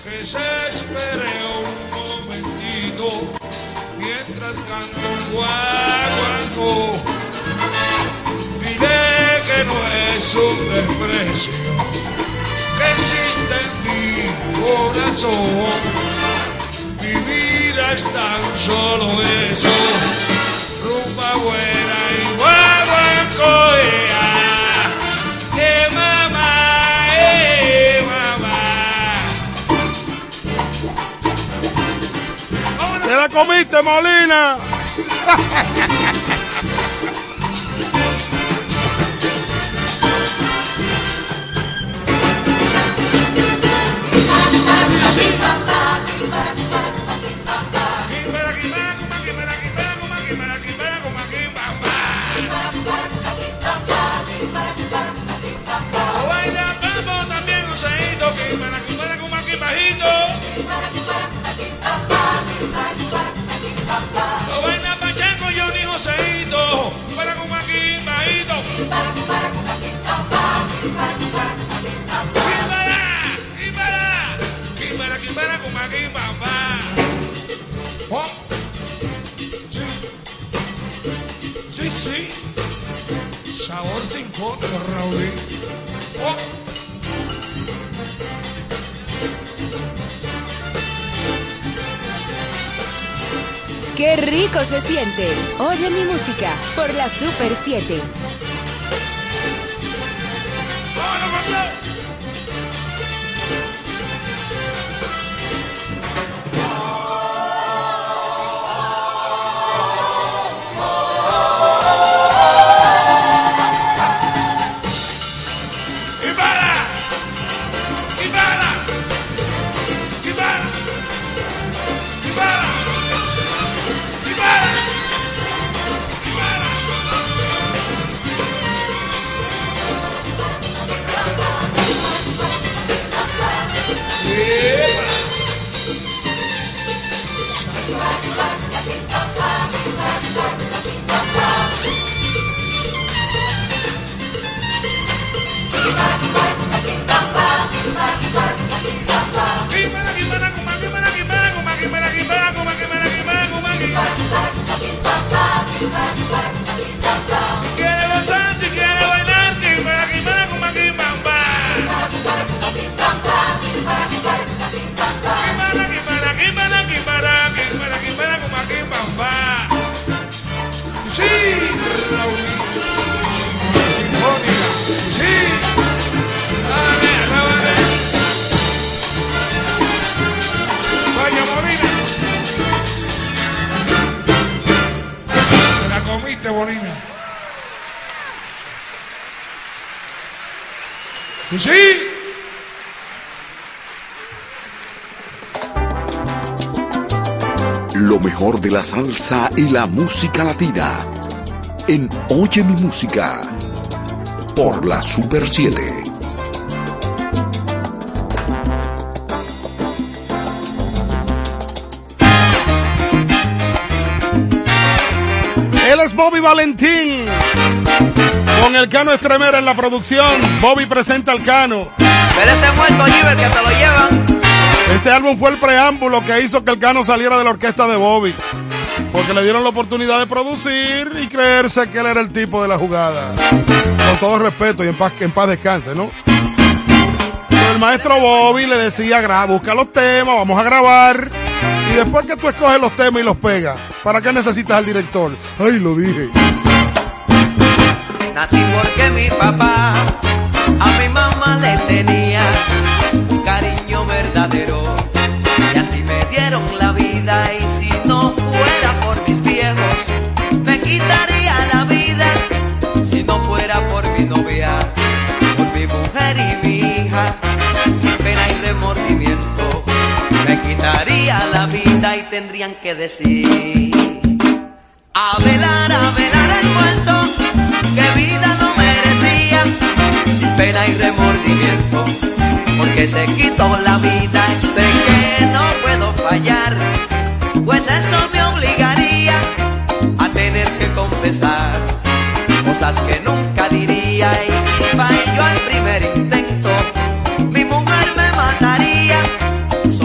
que se espere un momentito mientras canto un guaguancó. Diré que no es un desprecio que existe en mi corazón. Mi vida es tan solo eso, rumba buena y guaguancó. Eh, mamá, eh, mamá. ¿Te la comiste, Molina? Sí, sí, sabor sinfónico, Raúl. Oh. ¡Qué rico se siente! Oye mi música por la Super siete. Molina. Sí. Lo mejor de la salsa y la música latina en Oye mi música por la Super siete. Él es Bobby Valentín, con el Cano Estremera en la producción. Bobby presenta al Cano. Pero ese muerto, Giver, que te lo llevan. Este álbum fue el preámbulo que hizo que el Cano saliera de la orquesta de Bobby, porque le dieron la oportunidad de producir y creerse que él era el tipo de la jugada. Con todo respeto y en paz, que en paz descanse, ¿no? Pero el maestro Bobby le decía, busca los temas, vamos a grabar. Y después que tú escoges los temas y los pegas, ¿para qué necesitas al director? Ay, lo dije. Nací porque mi papá a mi mamá le tenía un cariño verdadero. Y así me dieron la vida. Y si no fuera por mis viejos, me quitaría la vida. Si no fuera por mi novia, por mi mujer y mi hija, sin pena y remordimiento, me quitaría la vida y tendrían que decir: a velar, a velar el muerto, que vida no merecía, sin pena y remordimiento, porque se quitó la vida y sé que no puedo fallar, pues eso me obligaría a tener que confesar cosas que nunca diría. Y si fallo al primer intento, mi mujer me mataría.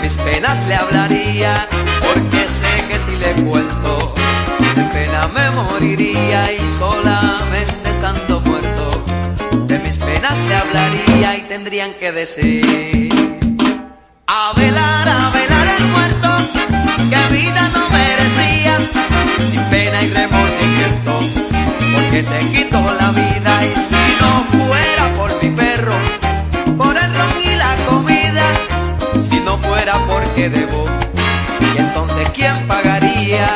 mis penas le hablaría, porque sé que si le cuento, de pena me moriría y solamente estando muerto, de mis penas le hablaría y tendrían que decir: a velar, a velar el muerto, que vida no merecía, sin pena y remordimiento, porque se quitó la vida. Y si no fuera por mi perro, por el ron y la comida, si no fuera porque debo, y entonces ¿quién pagaría?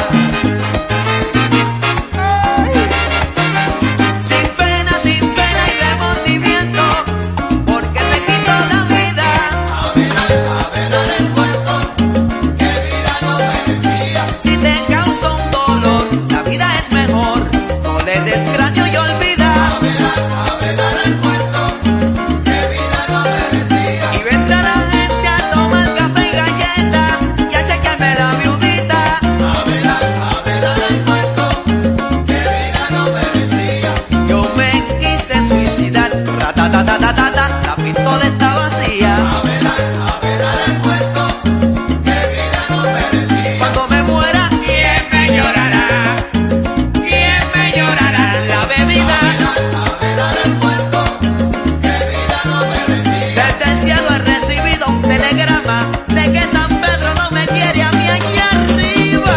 Sin pena, sin pena y remordimiento, porque se quitó la vida. A velar, a velar el muerto, que vida no merecía. Si te causa un dolor, la vida es mejor, no le des cráneo y olvida. A velar, a velar el muerto, que vida no merecía. Y vendrá la gente a tomar café y galleta y a chequearme la viudita. A velar, a velar el muerto, que vida no merecía. Yo me quise suicidar, ratatatatata, la pistola está vacía. A velar, a velar el muerto, que vida no merecía. Cuando me muera, ¿quién me llorará? ¿Quién me llorará? La bebida. A velar el muerto, que vida no merecía. Desde el cielo he recibido un telegrama de que San Pedro no me quiere a mí allá arriba.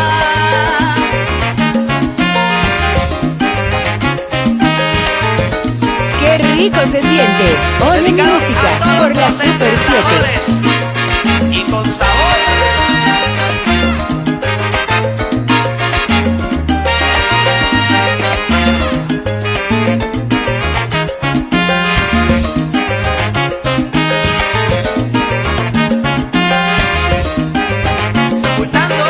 Qué rico se siente. Oye mi música por la Super siete. Y con sabor. Sepultando.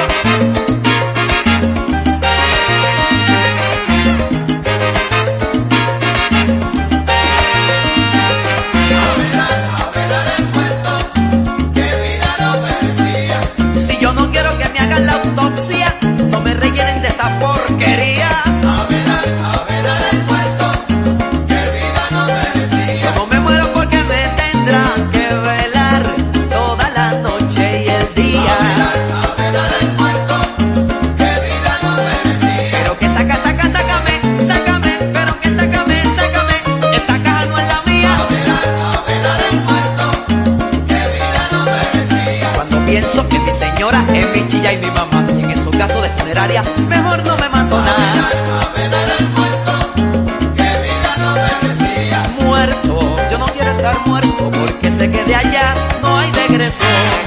A velar, a velar el muerto, que vida no merecía. Si yo no quiero que me hagan la autopsia, no me rellenen de esa porquería. A velar, a velar el muerto, que vida no merecía. Yo no me muero porque me tendrán que velar toda la noche y el día. A velar, a velar el muerto, que vida no merecía. Pero que saca, saca, sácame, sácame, pero que sácame, sácame, esta caja no es la mía. A velar, a velar el muerto, que vida no merecía. Cuando pienso que mi señora es mi chilla y mi mamá, y en esos gastos de funeraria, mejor no me mato nada. A velar el muerto, que vida no merecía. Muerto, yo no quiero estar muerto, porque sé que de allá no hay regreso.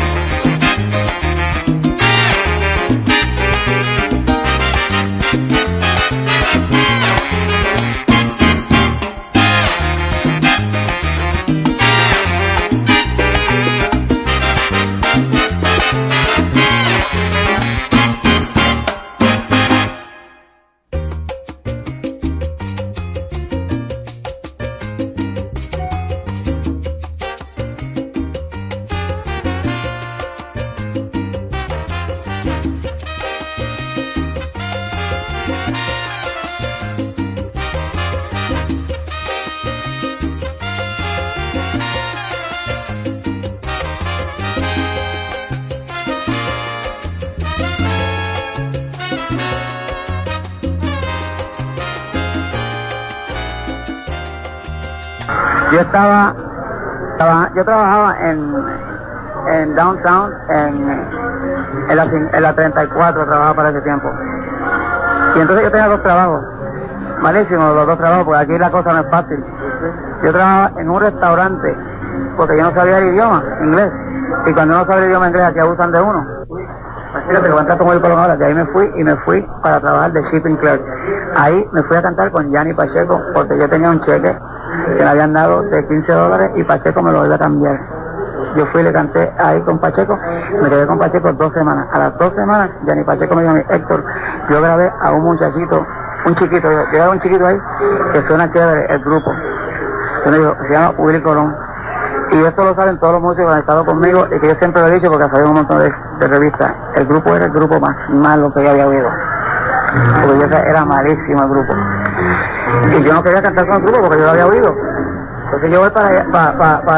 Yo estaba, estaba yo trabajaba en, en Downtown, en, en, la, en la treinta y cuatro, trabajaba para ese tiempo. Y entonces yo tenía dos trabajos, malísimos los dos trabajos, porque aquí la cosa no es fácil. Yo trabajaba en un restaurante, porque yo no sabía el idioma, inglés. Y cuando uno sabe el idioma inglés, aquí abusan de uno. Pues fíjate que voy a entrar como el colón ahora, de ahí me fui y me fui para trabajar de shipping clerk. Ahí me fui a cantar con Gianni Pacheco, porque yo tenía un cheque que me habían dado de quince dólares y Pacheco me lo iba a cambiar. Yo fui y le canté ahí con Pacheco, me quedé con Pacheco dos semanas. A las dos semanas, Gianni Pacheco me dijo a mí: Héctor, yo grabé a un muchachito, un chiquito, yo, yo grabé un chiquito ahí, que suena chévere, el grupo. Yo me dijo, se llama Willy Colón. Y esto lo saben todos los músicos que han estado conmigo y que yo siempre lo he dicho porque ha salido un montón de, de revistas. El grupo era el grupo más malo que yo había oído. Porque yo era malísimo el grupo. Y yo no quería cantar con el grupo porque yo lo había oído. Entonces yo voy para, para, para, para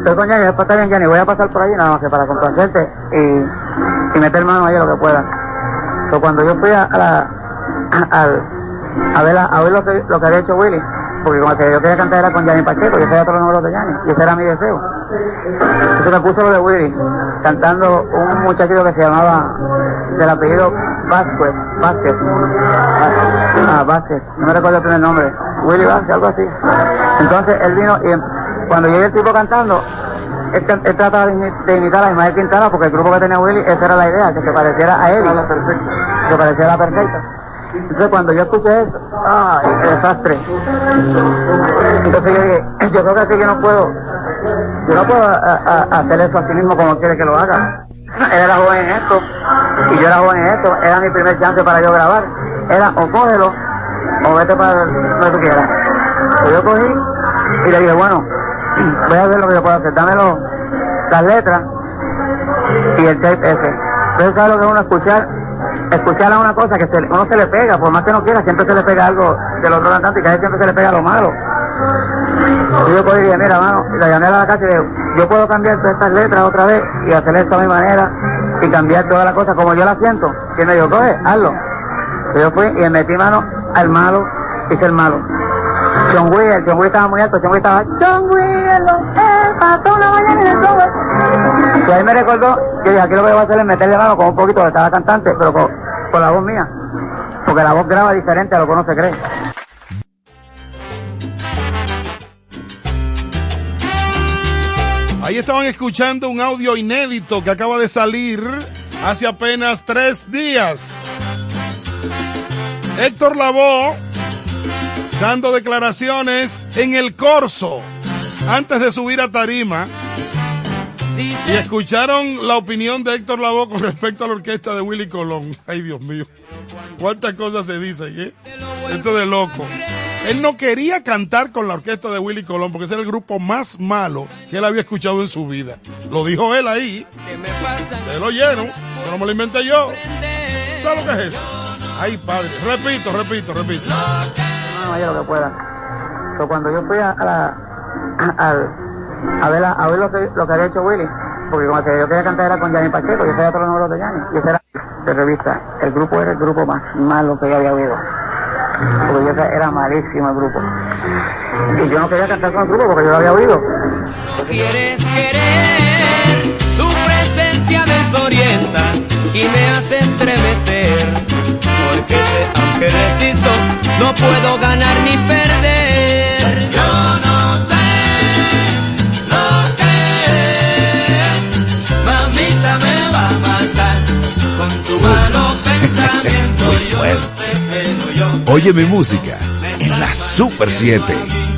estoy con Yanni, después está bien Yanni, voy a pasar por allí nada más que para complacerte y, y meter mano ahí lo que pueda. So, cuando yo fui a, a la a, a, a ver, la, a ver lo, que, lo que había hecho Willy, porque como que yo quería cantar era con Yanni Pacheco, yo sabía todos los números de Yanni, y ese era mi deseo. Entonces me puso lo de Willy, cantando un muchachito que se llamaba, del apellido Vázquez, Vázquez, ah, Vázquez, no me recuerdo el primer nombre, Willy Vázquez, algo así. Entonces él vino y cuando llegué el tipo cantando, él, él trataba de imitar a Ismael Quintana, porque el grupo que tenía Willy, esa era la idea, que se pareciera a él, a la perfecta, que pareciera a la perfecta. Entonces cuando yo escuché eso, ¡ay, qué desastre! Entonces yo dije, yo creo que aquí yo no puedo, yo no puedo a, a, hacer eso a sí mismo como quiere que lo haga. Él era joven en esto, y yo era joven en esto, era mi primer chance para yo grabar. Era o cógelo, o vete para donde tú quieras. Pues yo cogí, y le dije, bueno, voy a ver lo que yo puedo hacer, dámelo, las letras, y el tape ese. Entonces, ¿sabes lo que es uno escuchar? Escuchar a una cosa que se, uno se le pega, por más que no quiera, siempre se le pega algo del otro cantante y casi siempre se le pega lo malo. Y yo cogí y dije, mira, mano, y la llamé a la casa y le dije, yo puedo cambiar todas estas letras otra vez y hacer esto a mi manera y cambiar toda la cosa como yo la siento. Y me dijo, coge, hazlo. Y yo fui y me metí mano al malo, hice el malo. John Wee, el John Wee estaba muy alto, John Wee estaba, John Wee, el hotel, pasó una mañana en el cover. Y ahí me recordó, yo dije, aquí lo que voy a hacer es meterle mano con un poquito, que estaba cantante, pero con, con la voz mía. Porque la voz graba diferente a lo que uno se cree. Ahí estaban escuchando un audio inédito que acaba de salir hace apenas tres días. Héctor Lavoe dando declaraciones en el Corso antes de subir a tarima. Y escucharon la opinión de Héctor Lavoe con respecto a la orquesta de Willy Colón. Ay, Dios mío, cuántas cosas se dicen, ¿eh? Esto de loco. Él no quería cantar con la orquesta de Willy Colón porque ese era el grupo más malo que él había escuchado en su vida. Lo dijo él ahí. Ustedes lo oyeron, yo no me lo inventé yo. ¿Sabes lo que es eso? Ay, padre. Repito, repito, repito. No, no, lo que pueda. So, cuando yo fui a, a la a, a, a ver, la, a ver lo, que, lo que había hecho Willy, porque como que yo quería cantar era con Yanni Pacheco, yo sabía todos los números de Yanni, y ese era de revista. El grupo era el grupo más malo que yo había oído. Porque yo era malísimo el grupo. Y yo no quería cantar con el grupo porque yo lo había oído. Quieres querer, tu presencia desorienta y me hace estremecer. Porque sé, aunque resisto, no puedo ganar ni perder. Yo no sé lo que mamita me va a matar con tu malo pensamiento. Muy fuerte. Oye mi música en la Super siete.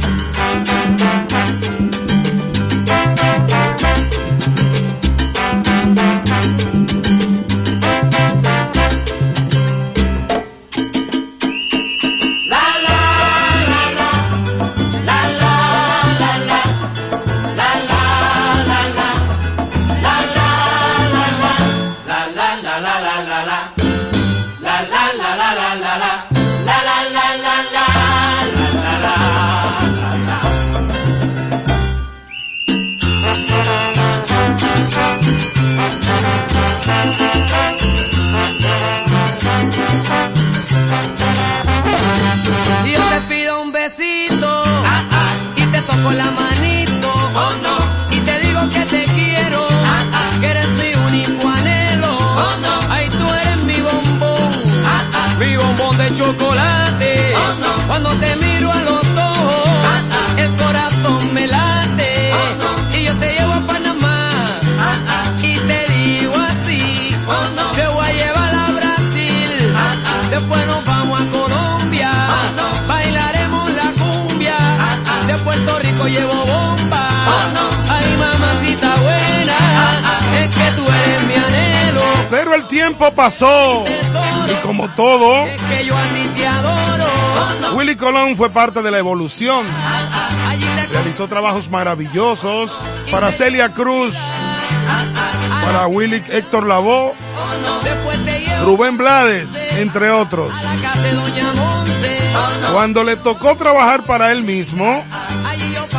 Con la manito, oh, no. Y te digo que te quiero, ah, ah. Que eres mi único anhelo, oh, no. Ay, tú eres mi bombón, ah, ah. Mi bombón de chocolate, oh, no. Cuando te miro a los ojos, ah, ah. El corazón me late, oh, no. Y yo te llevo a Panamá, ah, ah. Y te digo así, oh, no. Te voy a llevar a Brasil, ah, ah. Después nos vamos a Colombia, oh, no. Bailaremos la cumbia, ah, ah. De Puerto Rico llevo bomba, oh, no. Ay, mamacita buena, ah, ah. Es que tú eres mi anhelo. Pero el tiempo pasó y como todo, es que yo a ti te adoro, oh, no. Willy Colón fue parte de la evolución. Ah, ah. Realizó trabajos maravillosos para Celia Cruz, ah, ah. Para Willy Héctor Lavoe, oh, no. Rubén Blades, entre otros. Cuando le tocó trabajar para él mismo,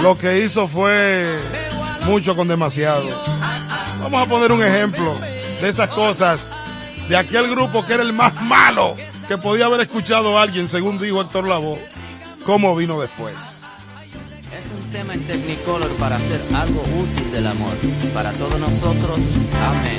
lo que hizo fue mucho con demasiado. Vamos a poner un ejemplo de esas cosas, de aquel grupo que era el más malo que podía haber escuchado a alguien, según dijo Héctor Lavoe, cómo vino después. Es un tema en Technicolor para hacer algo útil del amor, para todos nosotros, amén.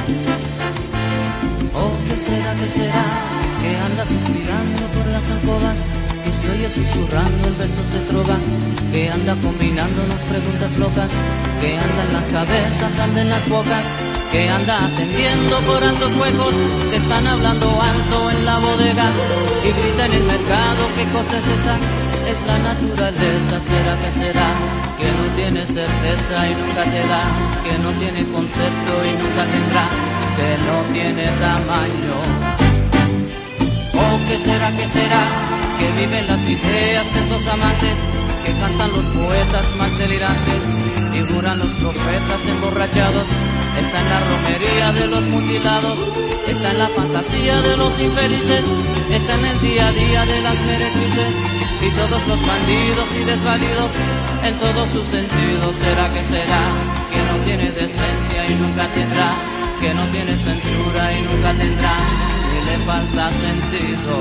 Oh, ¿qué será, qué será? Que anda suspirando por las alcobas, que se oye susurrando en versos de trova, que anda combinándonos preguntas locas, que anda en las cabezas, anda en las bocas, que anda ascendiendo por altos huecos, que están hablando alto en la bodega y grita en el mercado. ¿Qué cosa es esa? Es la naturaleza. ¿Será que será? Que no tiene certeza y nunca te da, que no tiene concepto y nunca tendrá, que no tiene tamaño. Oh, ¿qué será, qué será? Que viven las ideas de esos amantes, que cantan los poetas más delirantes y juran los profetas emborrachados. Está en la romería de los mutilados, está en la fantasía de los infelices, está en el día a día de las meretrices y todos los bandidos y desvalidos en todos sus sentidos. ¿Será que será? Que no tiene decencia y nunca tendrá, que no tiene censura y nunca tendrá, y le falta sentido.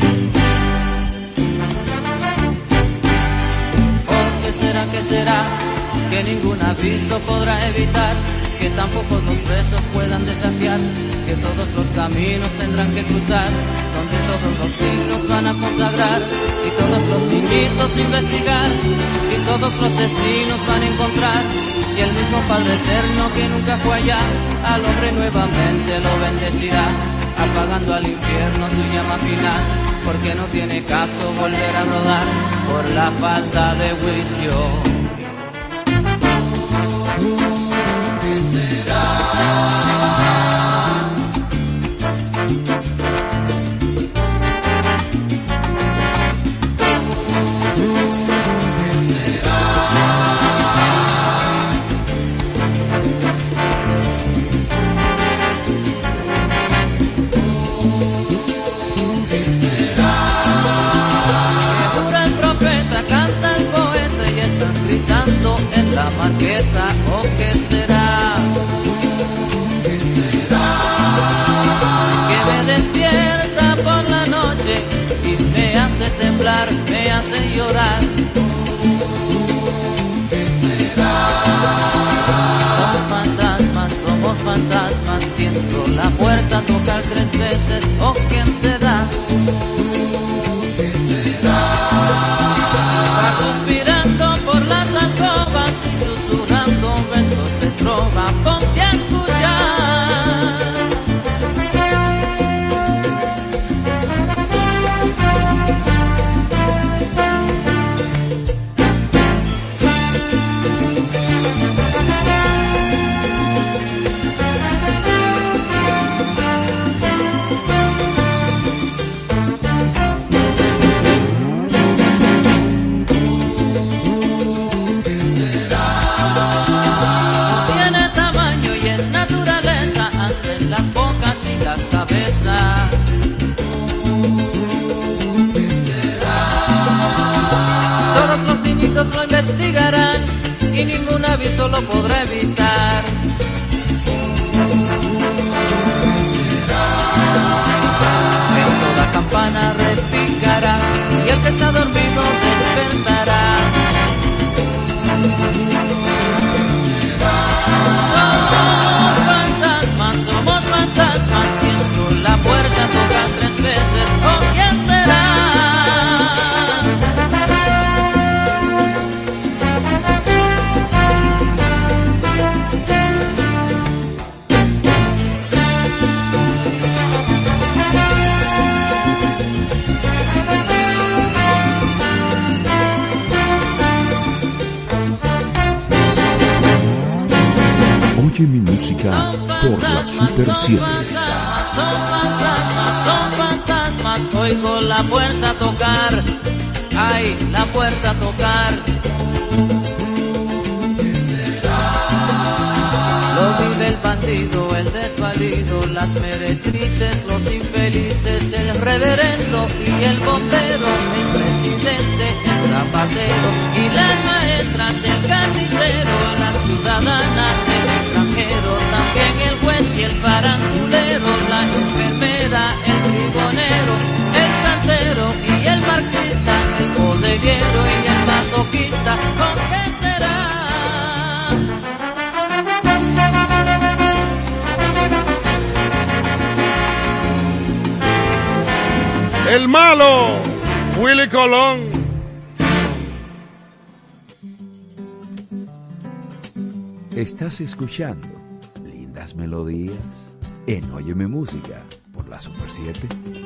Oh, ¿qué será, qué será? Que ningún aviso podrá evitar, que tampoco los besos puedan desafiar, que todos los caminos tendrán que cruzar, donde todos los signos van a consagrar, y todos los niñitos investigar, y todos los destinos van a encontrar, y el mismo Padre Eterno que nunca fue allá, al hombre nuevamente lo bendecirá, apagando al infierno su llama final, porque no tiene caso volver a rodar por la falta de juicio. Marqueta, ¿o qué será? ¿Qué será? Que me despierta por la noche y me hace temblar, me hace llorar. ¿Qué será? Somos fantasmas, somos fantasmas, siento la puerta tocar tres veces, ¿o quién será? ¿Qué será? Va suspirando por las alcobas, ponte a escuchar. Lo investigarán y ningún aviso lo podrá evitar. En toda campana repicará y el que está dormido despertará. Somos fantasmas, somos fantasmas, siento la puerta tocar tres veces. ¿O quién será? Oye mi música por la Super siete. Son fantasmas, son fantasmas, oigo la puerta tocar, ay, la puerta tocar. ¿Qué será? Lo vive el bandido, el desvalido, las meretrices, los infelices, el reverendo y el bombero, el presidente, el zapatero y las maestras el carnicero, las ciudadanas el extranjero, también el juez y el farandulero, la enfermera, el trigonero, el santero y el marxista, el bodeguero y el masoquista. ¿Con qué será? El malo, Willy Colón. Estás escuchando Lindas Melodías en Óyeme Música por la Super siete.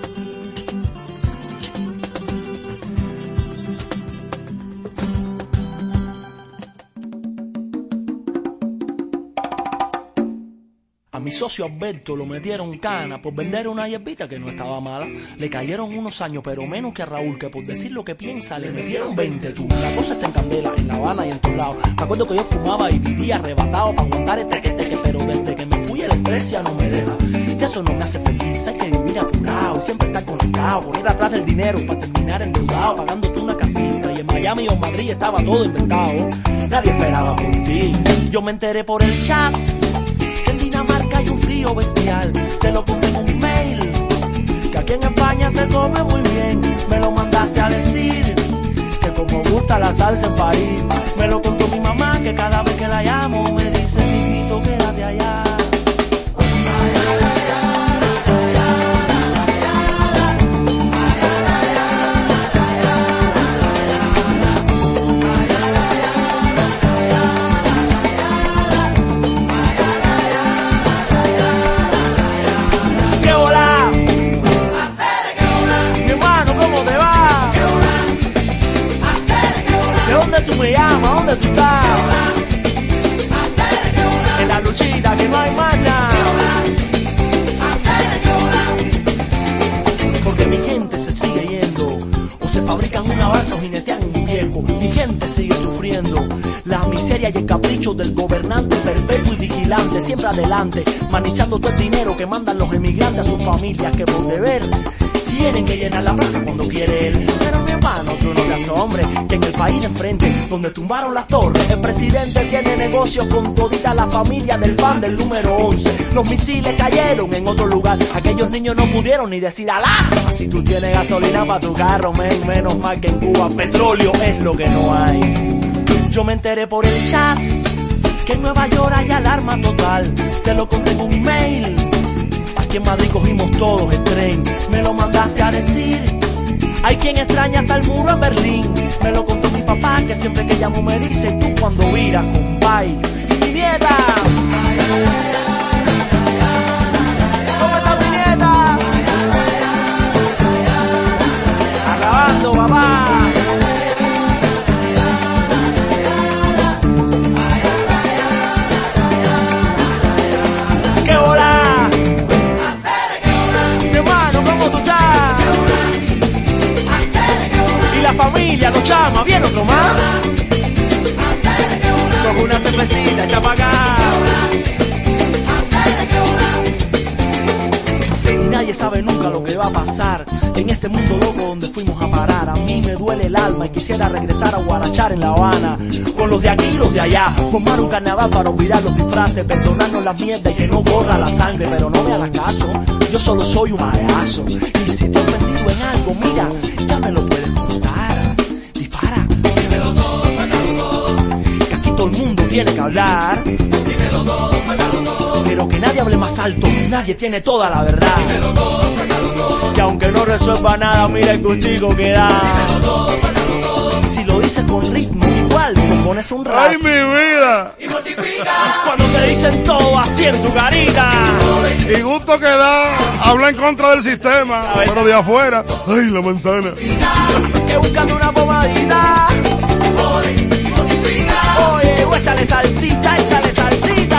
A mi socio Alberto lo metieron cana por vender una hierbita que no estaba mala. Le cayeron unos años, pero menos que a Raúl, que por decir lo que piensa le metieron veinte tú. La cosa está en candela, en La Habana y en todos lados. Me acuerdo que yo fumaba y vivía arrebatado para aguantar este que teque, pero desde que me fui el estrés ya no me deja. Y eso no me hace feliz, hay que vivir apurado y siempre estar conectado, poner atrás del dinero para terminar endeudado, pagándote una casita. Y en Miami o en Madrid estaba todo inventado. Nadie esperaba por ti. Yo me enteré por el chat que en Dinamarca hay un frío bestial. Te lo puse en un mail, que aquí en España se come muy bien. Me lo mandaste a decir, que como gusta la salsa en París. Me lo contó mi mamá, que cada vez que la llamo me dice, mijito, quédate allá. Tú me llamas, ¿dónde tú estás? En la luchita que no hay más nada. Porque mi gente se sigue yendo, o se fabrican una balsa o jinetean un viejo. Mi gente sigue sufriendo la miseria y el capricho del gobernante perfecto y vigilante, siempre adelante, manejando todo el dinero que mandan los emigrantes a sus familias, que por deber tienen que llenar la plaza cuando quiere él. Pero mi hermano, tú no te asombres, que en el país de enfrente, donde tumbaron las torres, el presidente tiene negocios con todita la familia del fan del número once. Los misiles cayeron en otro lugar, aquellos niños no pudieron ni decir alá. Si tú tienes gasolina para tu carro, men, menos mal que en Cuba petróleo es lo que no hay. Yo me enteré por el chat que en Nueva York hay alarma total. Te lo conté en un email. Aquí en Madrid cogimos todos el tren. Me lo mandaste a decir. Hay quien extraña hasta el muro en Berlín. Me lo contó mi papá, que siempre que llamo me dice, tú cuando viras, compay. Mi nieta, ¿cómo está mi nieta? Acabando, papá. ¡Qué bola! Mi hermano, ¿cómo tú estás? Y la familia, los chamas, ¿bien otro más? Coge una cervecita, echa pa' acá. Y nadie sabe nunca lo que va a pasar en este mundo loco donde fuimos a parar. A mí me duele el alma y quisiera regresar a guarachar en La Habana, con los de aquí y los de allá, formar un carnaval para olvidar los disfraces, perdonarnos las mierdas y que no corra la sangre. Pero no me hagas caso, yo solo soy un payaso. Y si te he ofendido en algo, mira, ya me lo puedes contar. Dispara, dímelo todo, sácalo todo, que aquí todo el mundo tiene que hablar. Dímelo todo, sácalo todo, pero que nadie hable más alto, nadie tiene toda la verdad. Dímelo todo, sácalo todo, que aunque no resuelva nada, mira el gustico que da. Dímelo todo, sácalo todo, y si lo dices con ritmo, igual me pones un rap. ¡Ay, mi vida! Y multiplica cuando te dicen todo así en tu carita. Y gusto que da, habla en contra del sistema, pero de afuera, ¡ay, la manzana! Así que buscando una pomadita, oye, o échale salsita, échale salsita.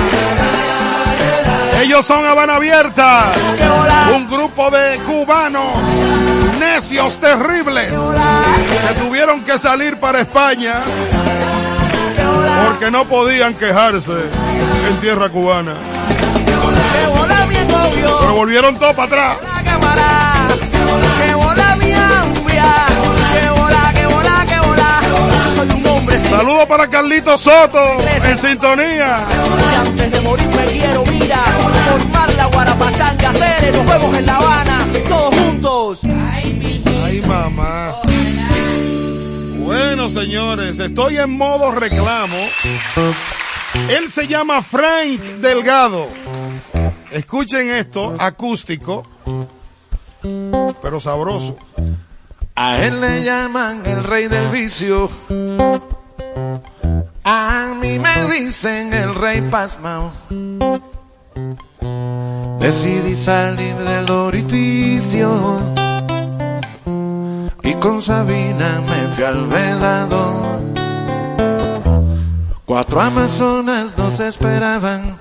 Ellos son Habana Abierta, un grupo de cubanos necios terribles que tuvieron que salir para España porque no podían quejarse en tierra cubana. Pero volvieron todos para atrás. Que bola mi ambia, que bola, que bola, que Saludos para Carlito Soto, en sintonía. Y antes de morir me quiero, mira, formar la guarapachanga, hacer los juegos en La Habana, todos juntos. Ay, mamá. Bueno, señores, estoy en modo reclamo. Él se llama Frank Delgado. Escuchen esto, acústico, pero sabroso. A él le llaman el rey del vicio. A mí me dicen el rey pasmao. Decidí salir del orificio y con Sabina me fui al vedado. Cuatro amazonas nos esperaban,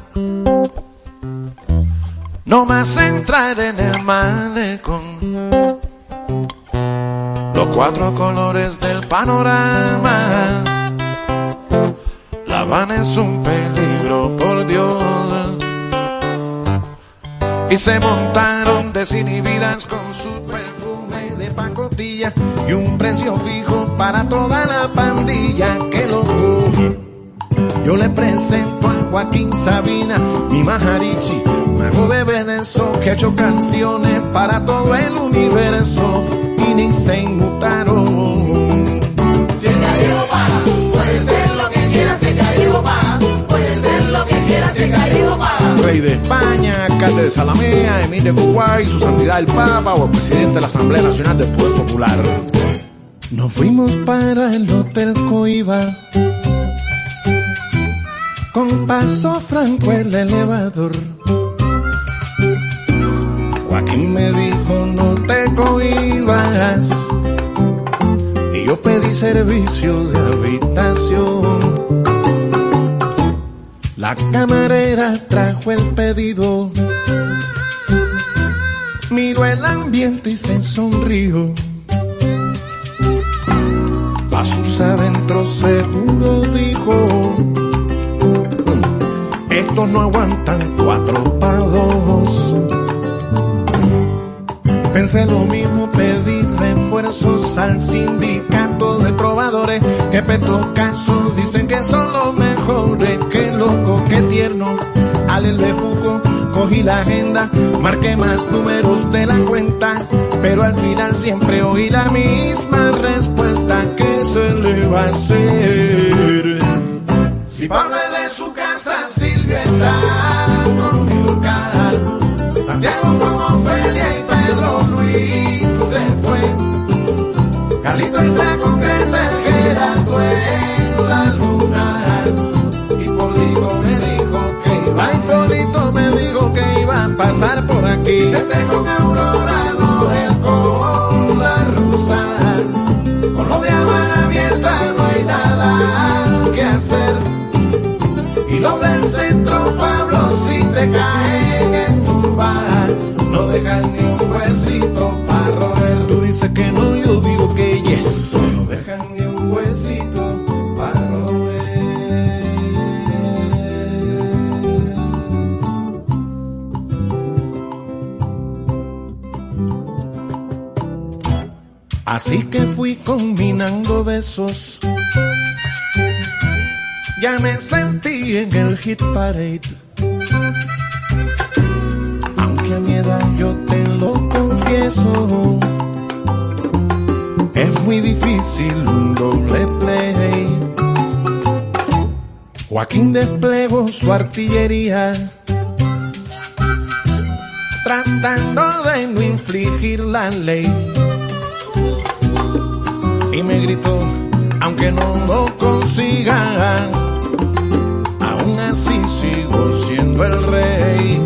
no más entrar en el malecón. Los cuatro colores del panorama. La Habana es un peligro, por Dios. Y se montaron desinhibidas con su perfume de pacotilla y un precio fijo para toda la pandilla. ¡Qué loco! Yo le presento a Joaquín Sabina, mi Maharishi, mago de Venezuela, que ha hecho canciones para todo el universo y ni se inmutaron. Si el Caribe paga, puede ser lo que quiera. Si el Caribe paga, puede ser lo que quiera. Si el Caribe paga. Rey de España, alcalde de Salamea, emir de Kuwait, su santidad el Papa o el presidente de la Asamblea Nacional del Poder Popular. Nos fuimos para el Hotel Coiba, con paso franco el elevador. Joaquín me dijo no te cohibas y yo pedí servicio de habitación. La camarera trajo el pedido, miró el ambiente y se sonrió. A sus adentros seguro dijo, estos no aguantan cuatro pa' dos. Pensé lo mismo, pedí refuerzos al sindicato de trovadores, que petrocasos dicen que son los mejores. Qué loco, qué tierno, al el bejuco cogí la agenda, marqué más números de la cuenta, pero al final siempre oí la misma respuesta. ¿Qué se le va a hacer? Si Pablo es de su casa, Silvia está con Milka, Santiago con Ofelia y Pedro Luis se fue. Carlito entra con Greta, Gerardo en la luna. Hipólito me dijo que iba, Hipólito me dijo que iba a pasar por aquí. Vicente con Aurora, Noel con la rusa. Con lo de Habana abierta no hay nada que hacer. Y los del centro, Pablo, si te caen en tu bar, no dejan ni un huesito para roer. Tú dices que no, yo digo que yes. No dejan ni un huesito para roer. Así que fui combinando besos, ya me sentí en el hit parade. Aunque a mi edad yo te lo confieso, es muy difícil un doble play. Joaquín desplegó su artillería, tratando de no infligir la ley. Y me gritó, aunque no lo consiga, aún así sigo siendo el rey.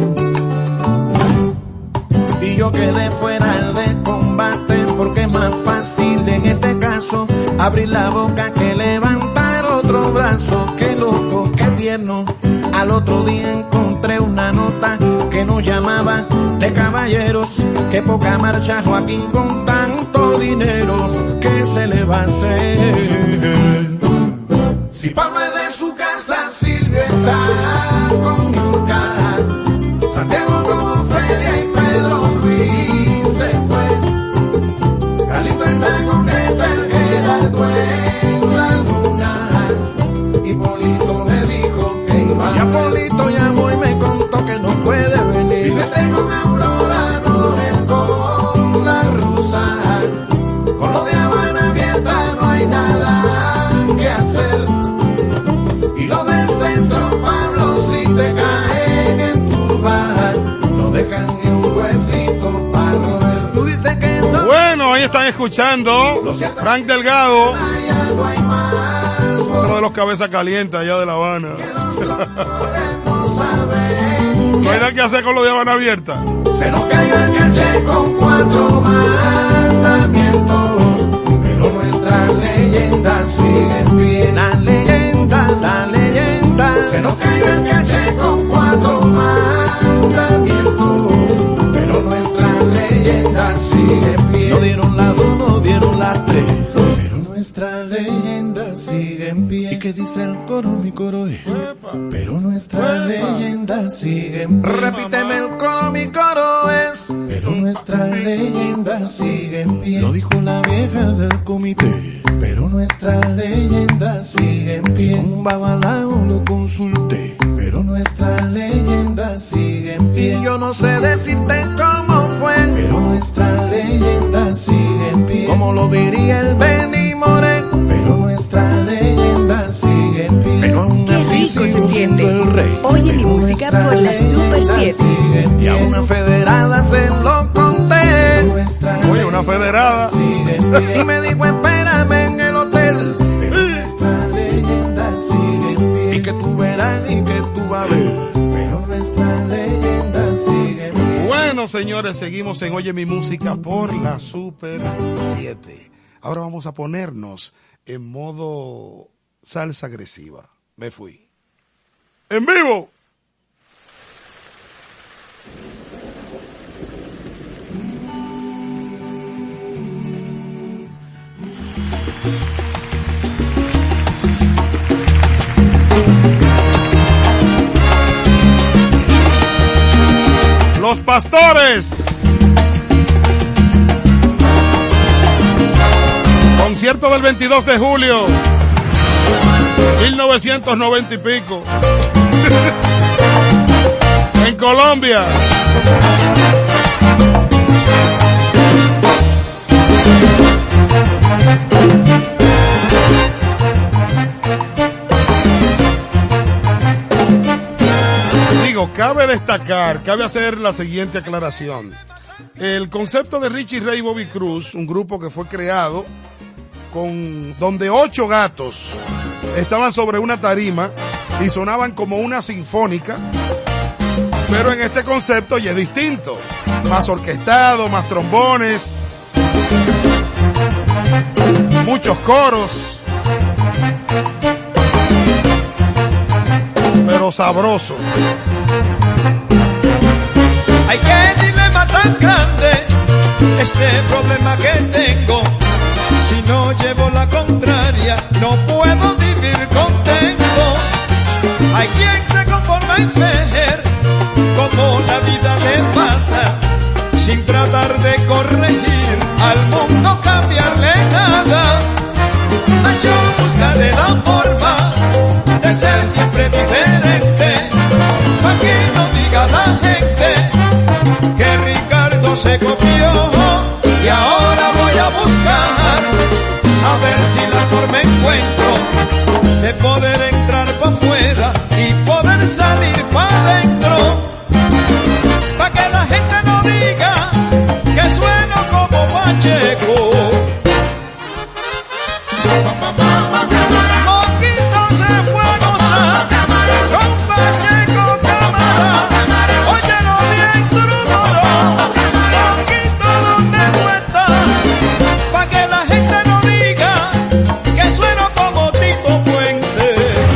Y yo quedé fuera de combate, porque es más fácil en este caso abrir la boca que levantar otro brazo. Qué loco, qué tierno. Al otro día encontré una nota que nos llamaba de caballeros. Qué poca marcha Joaquín con tanto dinero. ¿Qué se le va a hacer? Si Pablo es de su casa, Silvia está con Milka, Santiago con Ofelia y Pedro Luis se fue. Carlito está con Greta, Gerardo en la luna. Pedro, Pablo, si te caen en tu bar, no dejan ni un huesito para roer. Tú dices que no. Bueno, ahí están escuchando Frank Delgado, uno de los cabezas calientes allá de La Habana. No hay nada que hacer con lo de Habana Abierta. Se nos cayó el caché con cuatro mandamientos, pero nuestra leyenda sigue en pie. La leyenda, la leyenda. Se nos cayó el caché con cuatro mandamientos, pero nuestra leyenda sigue en pie. No dieron las dos, no dieron las tres, pero nuestra leyenda sigue en pie. ¿Y qué dice el coro? Mi coro es: pero nuestra leyenda sigue en pie. Repíteme el coro, mi coro es: pero nuestra leyenda sigue en pie. Lo dijo la vieja del comité, pero nuestra leyenda sigue en pie. Con un babalao lo consulté, pero nuestra leyenda sigue en pie. Yo no sé decirte cómo fue, pero nuestra leyenda sigue en pie. Como lo diría el Benny Moré, pero nuestra leyenda sigue en pie. Pero aún Qué así rico se sigo siente. siendo el rey. Oye mi música por la Super siete. Y a una federada se lo conté. Oye, una federada. Y me dijo, espérame en el hotel. Pero nuestra leyenda sigue en pie. Y que tú verás y que tú vas a ver. Pero nuestra leyenda sigue en pie. Bueno, señores, seguimos en Oye mi música por la Super siete. Ahora vamos a ponernos en modo salsa agresiva. Me fui. ¡En vivo! Los Pastores. Concierto del veintidós de julio mil novecientos noventa y pico en Colombia. Digo, cabe destacar, cabe hacer la siguiente aclaración. El concepto de Richie Ray y Bobby Cruz, un grupo que fue creado con donde ocho gatos estaban sobre una tarima y sonaban como una sinfónica, pero en este concepto ya es distinto, más orquestado, más trombones, muchos coros, pero sabroso. Ay, qué dilema tan grande, este problema que tengo. Si no llevo la contraria, no puedo vivir contento. Hay quien se conforma en ver como la vida le pasa, sin tratar de corregir al mundo, cambiarle nada. Ay, yo buscaré la forma de ser siempre diferente, para que no diga la gente que Ricardo se copió. Y ahora voy a buscar, a ver si la forma encuentro, de poder entrar pa' afuera y poder salir pa' adentro, pa' que la gente no diga que sueno como Pacheco. Moquito se fue a gozar con Pacheco Cámara. Óyelo bien, Trumoro. Moquito, ¿dónde tú estás? Pa' que la gente no diga que sueno como Tito Puente.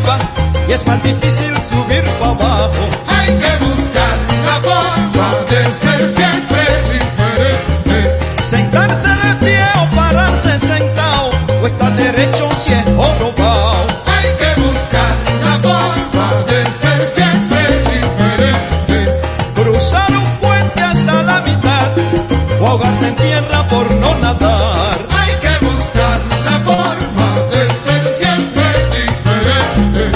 arriba y es más difícil subir para abajo. Hay que buscar la forma de ser siempre diferente. Sentarse de pie o pararse sentado, o estar derecho si es jorobado. Hay que buscar la forma de ser siempre diferente. Cruzar un puente hasta la mitad, o ahogarse en tierra por no nadar. Hay que buscar la forma de ser siempre diferente.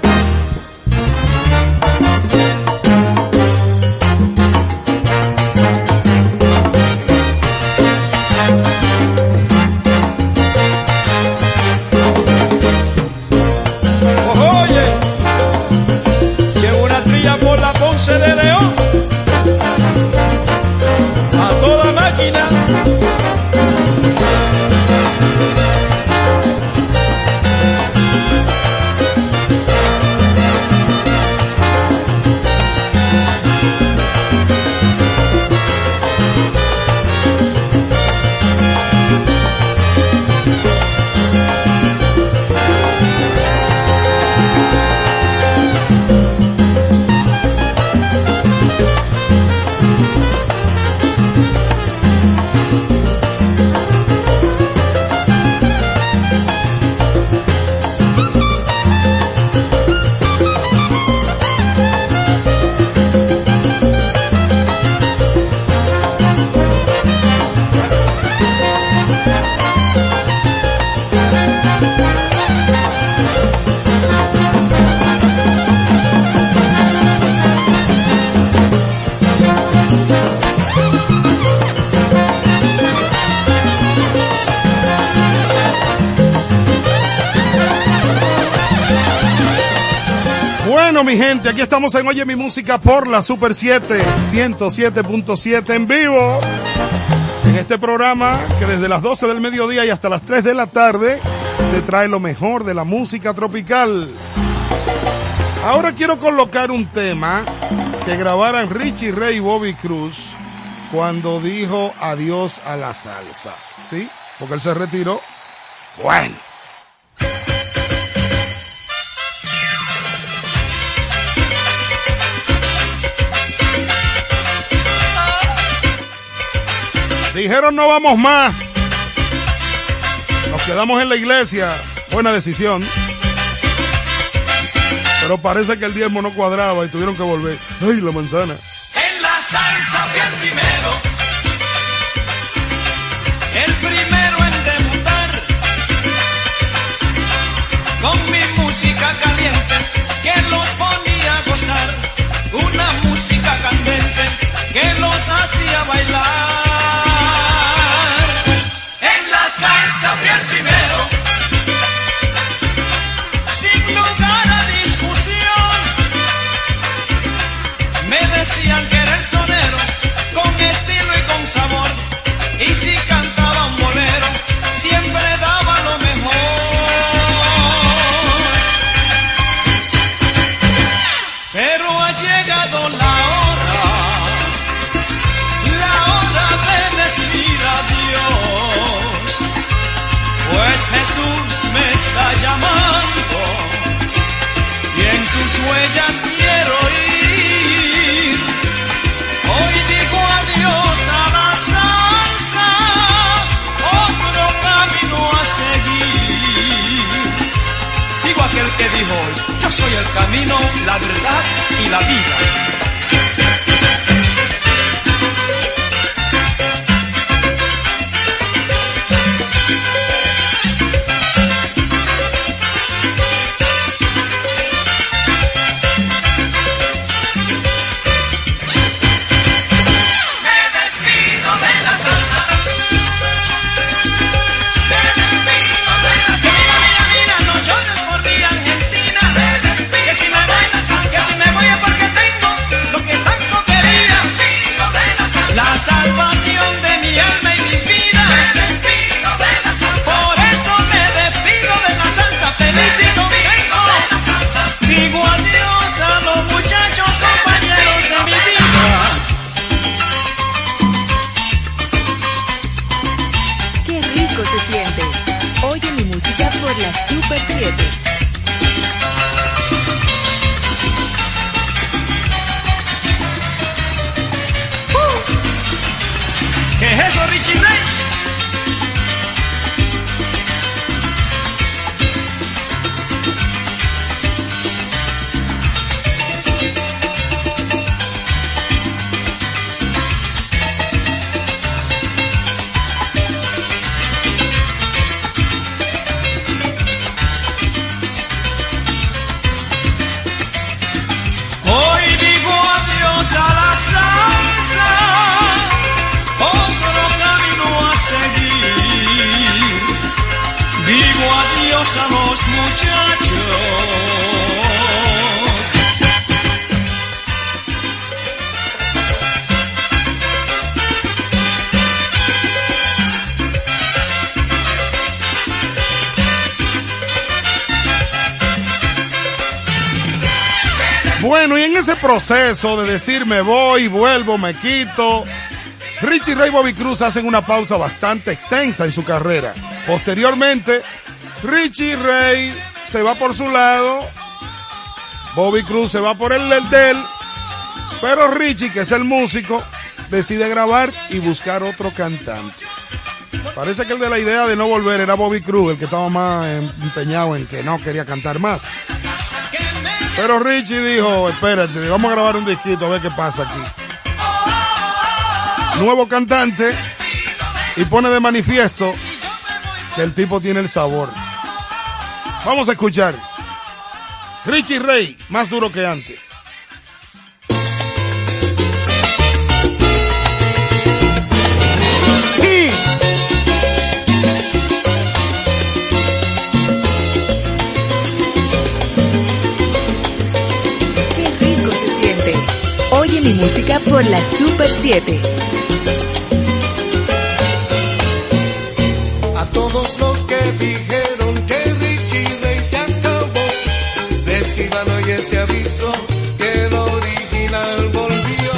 Oye, llevo una trilla por la Ponce de León, a toda máquina. Bueno, mi gente, aquí estamos en Oye Mi Música por la Super siete, ciento siete punto siete en vivo. En este programa que desde las doce del mediodía y hasta las tres de la tarde te trae lo mejor de la música tropical. Ahora quiero colocar un tema que grabaran Richie Ray y Bobby Cruz cuando dijo adiós a la salsa. ¿Sí? Porque él se retiró. Bueno. Dijeron no vamos más. Nos quedamos en la iglesia. Buena decisión. Pero parece que el diezmo no cuadraba y tuvieron que volver. ¡Ay, la manzana! En la salsa fui el primero, el primero en debutar, con mi música caliente que los ponía a gozar, una música candente que los hacía bailar. En la salsa fui el primero, sin lugar a discusión. Me decían que era el sonero, con estilo y con sabor. Y si cantaba un bolero, siempre daba lo mejor. Pero ha llegado la hora, la hora de decir adiós, pues Jesús me está llamando y en sus huellas quiero ir. Hoy digo adiós a la salsa, otro camino a seguir. Sigo aquel que dijo hoy, yo soy el camino, la verdad y la vida. Que si me voy es porque tengo Bueno, y en ese proceso de decir me voy, vuelvo, me quito, Richie Ray y Bobby Cruz hacen una pausa bastante extensa en su carrera. Posteriormente, Richie Ray se va por su lado, Bobby Cruz se va por el de él, pero Richie, que es el músico, decide grabar y buscar otro cantante. Parece que el de la idea de no volver era Bobby Cruz, el que estaba más empeñado en que no quería cantar más. Pero Richie dijo, espérate, vamos a grabar un disquito a ver qué pasa aquí. Nuevo cantante y pone de manifiesto que el tipo tiene el sabor. Vamos a escuchar. Richie Ray, más duro que antes. Oye mi música por la Super siete. A todos los que dijeron que Richie Ray se acabó, reciban hoy este aviso que el original volvió.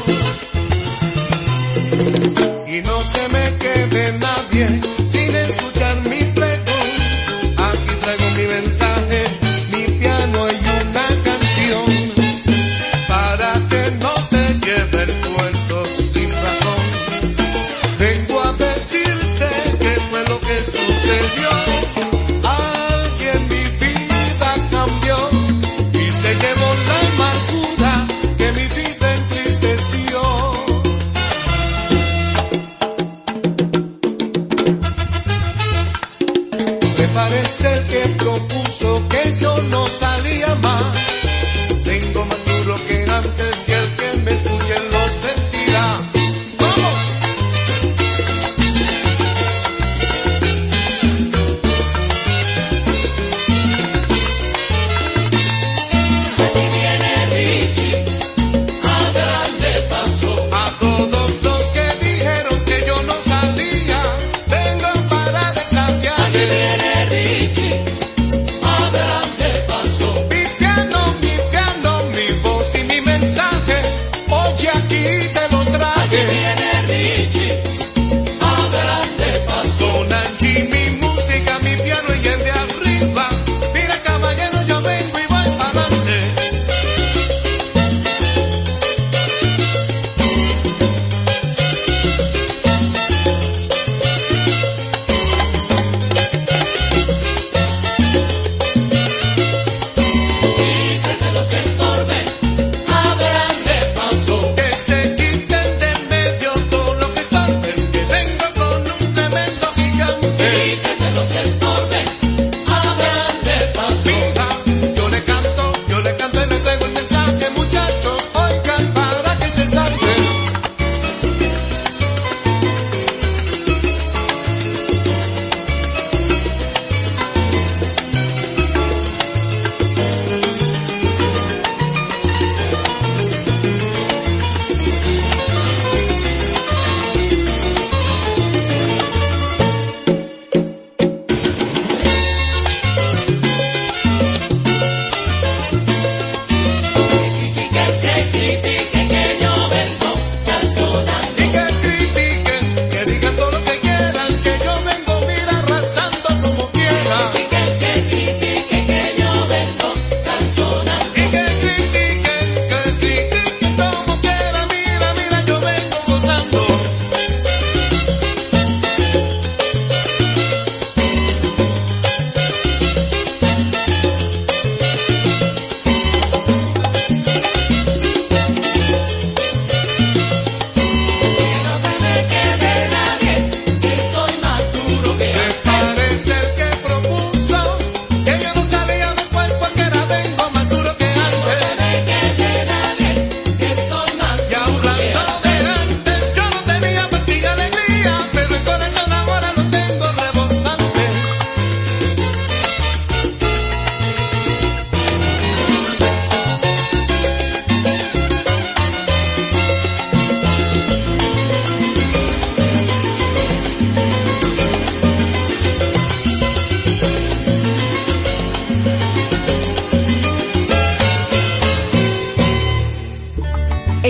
Y no se me quede nadie sin escuchar mi pregón. Aquí traigo mi mensaje, mi piano y una canción. Para que no te lleve el puerto sin razón, vengo a decirte que fue lo que sucedió. Alguien mi vida cambió y se llevó la amargura que mi vida entristeció.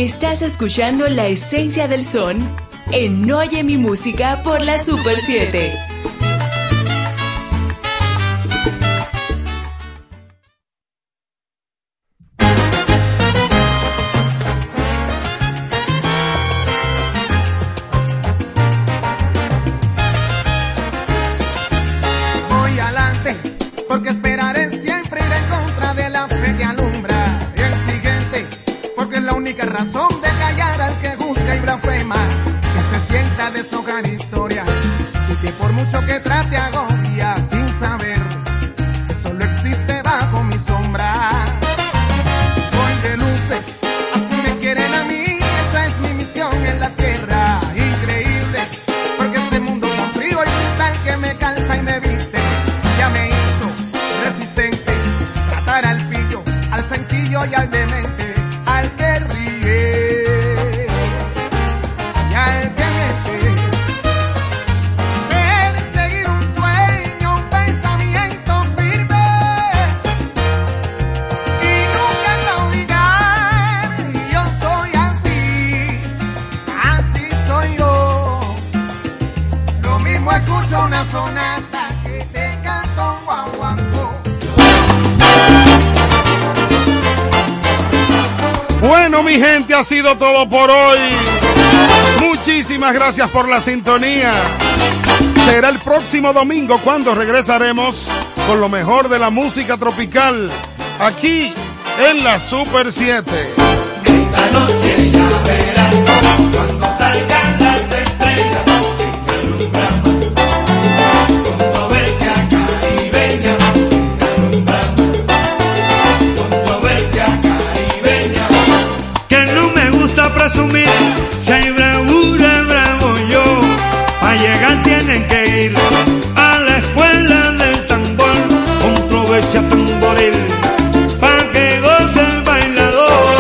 Estás escuchando la esencia del son en Oye mi música por la Super siete. Voy adelante, porque esperaré siempre ir en contra de la fe que alumbra. Y el siguiente, porque es la única razón de callar al que juzga y blasfema, que se sienta deshojar historias y que por mucho que trate agobia sin saber que solo existe bajo mi sombra. Voy de luces, así me quieren a mí, esa es mi misión en la tierra. Increíble, porque este mundo tan frío y brutal que me calza y me viste ya me hizo resistente. Tratar al pillo, al sencillo y al demente, al que ríe y al que miente. Perseguir un sueño, un pensamiento firme y nunca claudicar. Y yo soy así, así soy yo. Lo mismo escucho una sonata que te canto un guaguancó. Bueno, mi gente, ha sido todo por hoy. Muchísimas gracias por la sintonía. Será el próximo domingo cuando regresaremos con lo mejor de la música tropical aquí en la Super siete. Esta noche ya verás cuando salgan las estrellas que alumbran más. Controversia caribeña que alumbra más. Controversia caribeña. Que no me gusta presumir, si hay bravura, bravo yo. Pa' llegar tienen que ir a la escuela del tambor. Controversia tamboril, pa' que goce el bailador.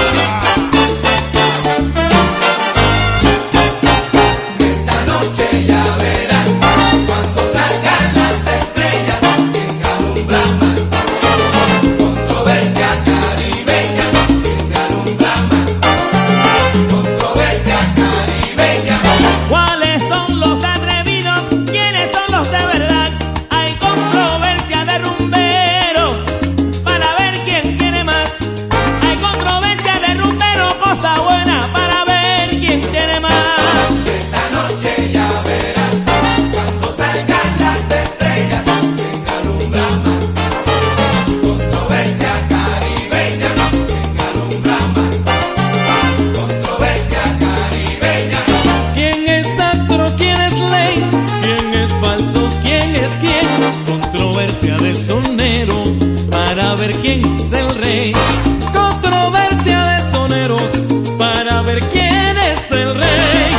Esta noche ya verás cuando salgan las estrellas que alumbran más. Controversia caribeña que alumbra más. Controversia caribeña. ¿Cuáles son los atrevidos? ¿Quiénes son los de verdad? Hay controversia de rumberos para ver quién tiene más. Hay controversia de rumberos, cosa buena para ver quién tiene más. Esta noche ya verás cuando salgan las estrellas que alumbra más. Controversia caribeña que alumbra más. Controversia caribeña. ¿Quién es astro? ¿Quién es ley? ¿Quién es falso? ¿Quién es quién? Controversia de soneros para ver quién es el rey. Controversia de soneros para ver quién es el rey.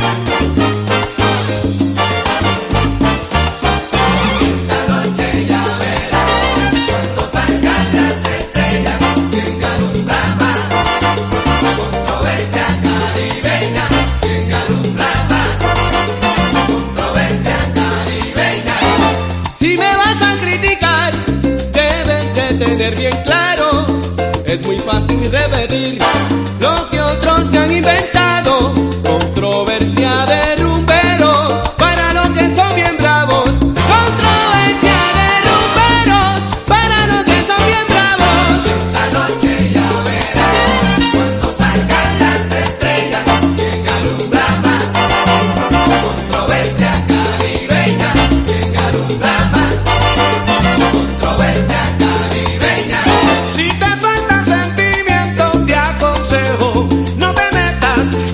Esta noche ya verás cuando salgan las estrellas que alumbra más. Controversia caribeña que alumbra más. Controversia caribeña. Si me vas a criticar, debes de tener bien claro. Es muy fácil repetir lo que otros se han inventado. Controversia de rumberos para los que son bien bravos. Controversia de rumberos para los que son bien bravos. Esta noche ya verás cuando salgan las estrellas que alumbra más. Controversia caribeña que alumbra más. Controversia caribeña. Si te falta sentimiento, te aconsejo, no te metas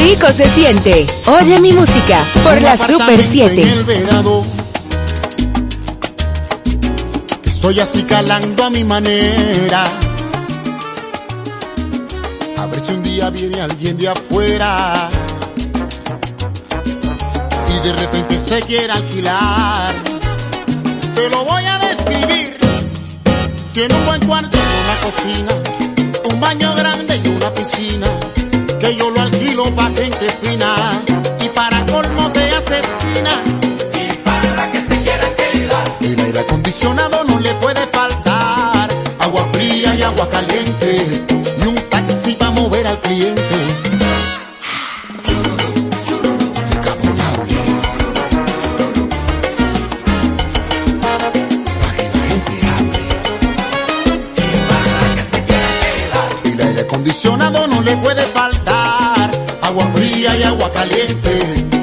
rico se siente. Oye mi música por la Super siete. En el verado, estoy así calando a mi manera. A ver si un día viene alguien de afuera y de repente se quiere alquilar. Te lo voy a describir. Tiene un buen cuarto y una cocina, un baño grande y una piscina, que yo lo alquilo pa' gente fina y para colmo te hace esquina. Y para que se quieran quedar, el aire acondicionado no le puede faltar, agua fría y agua caliente y un taxi pa' mover al cliente. Acondicionado no le puede faltar, agua fría y agua caliente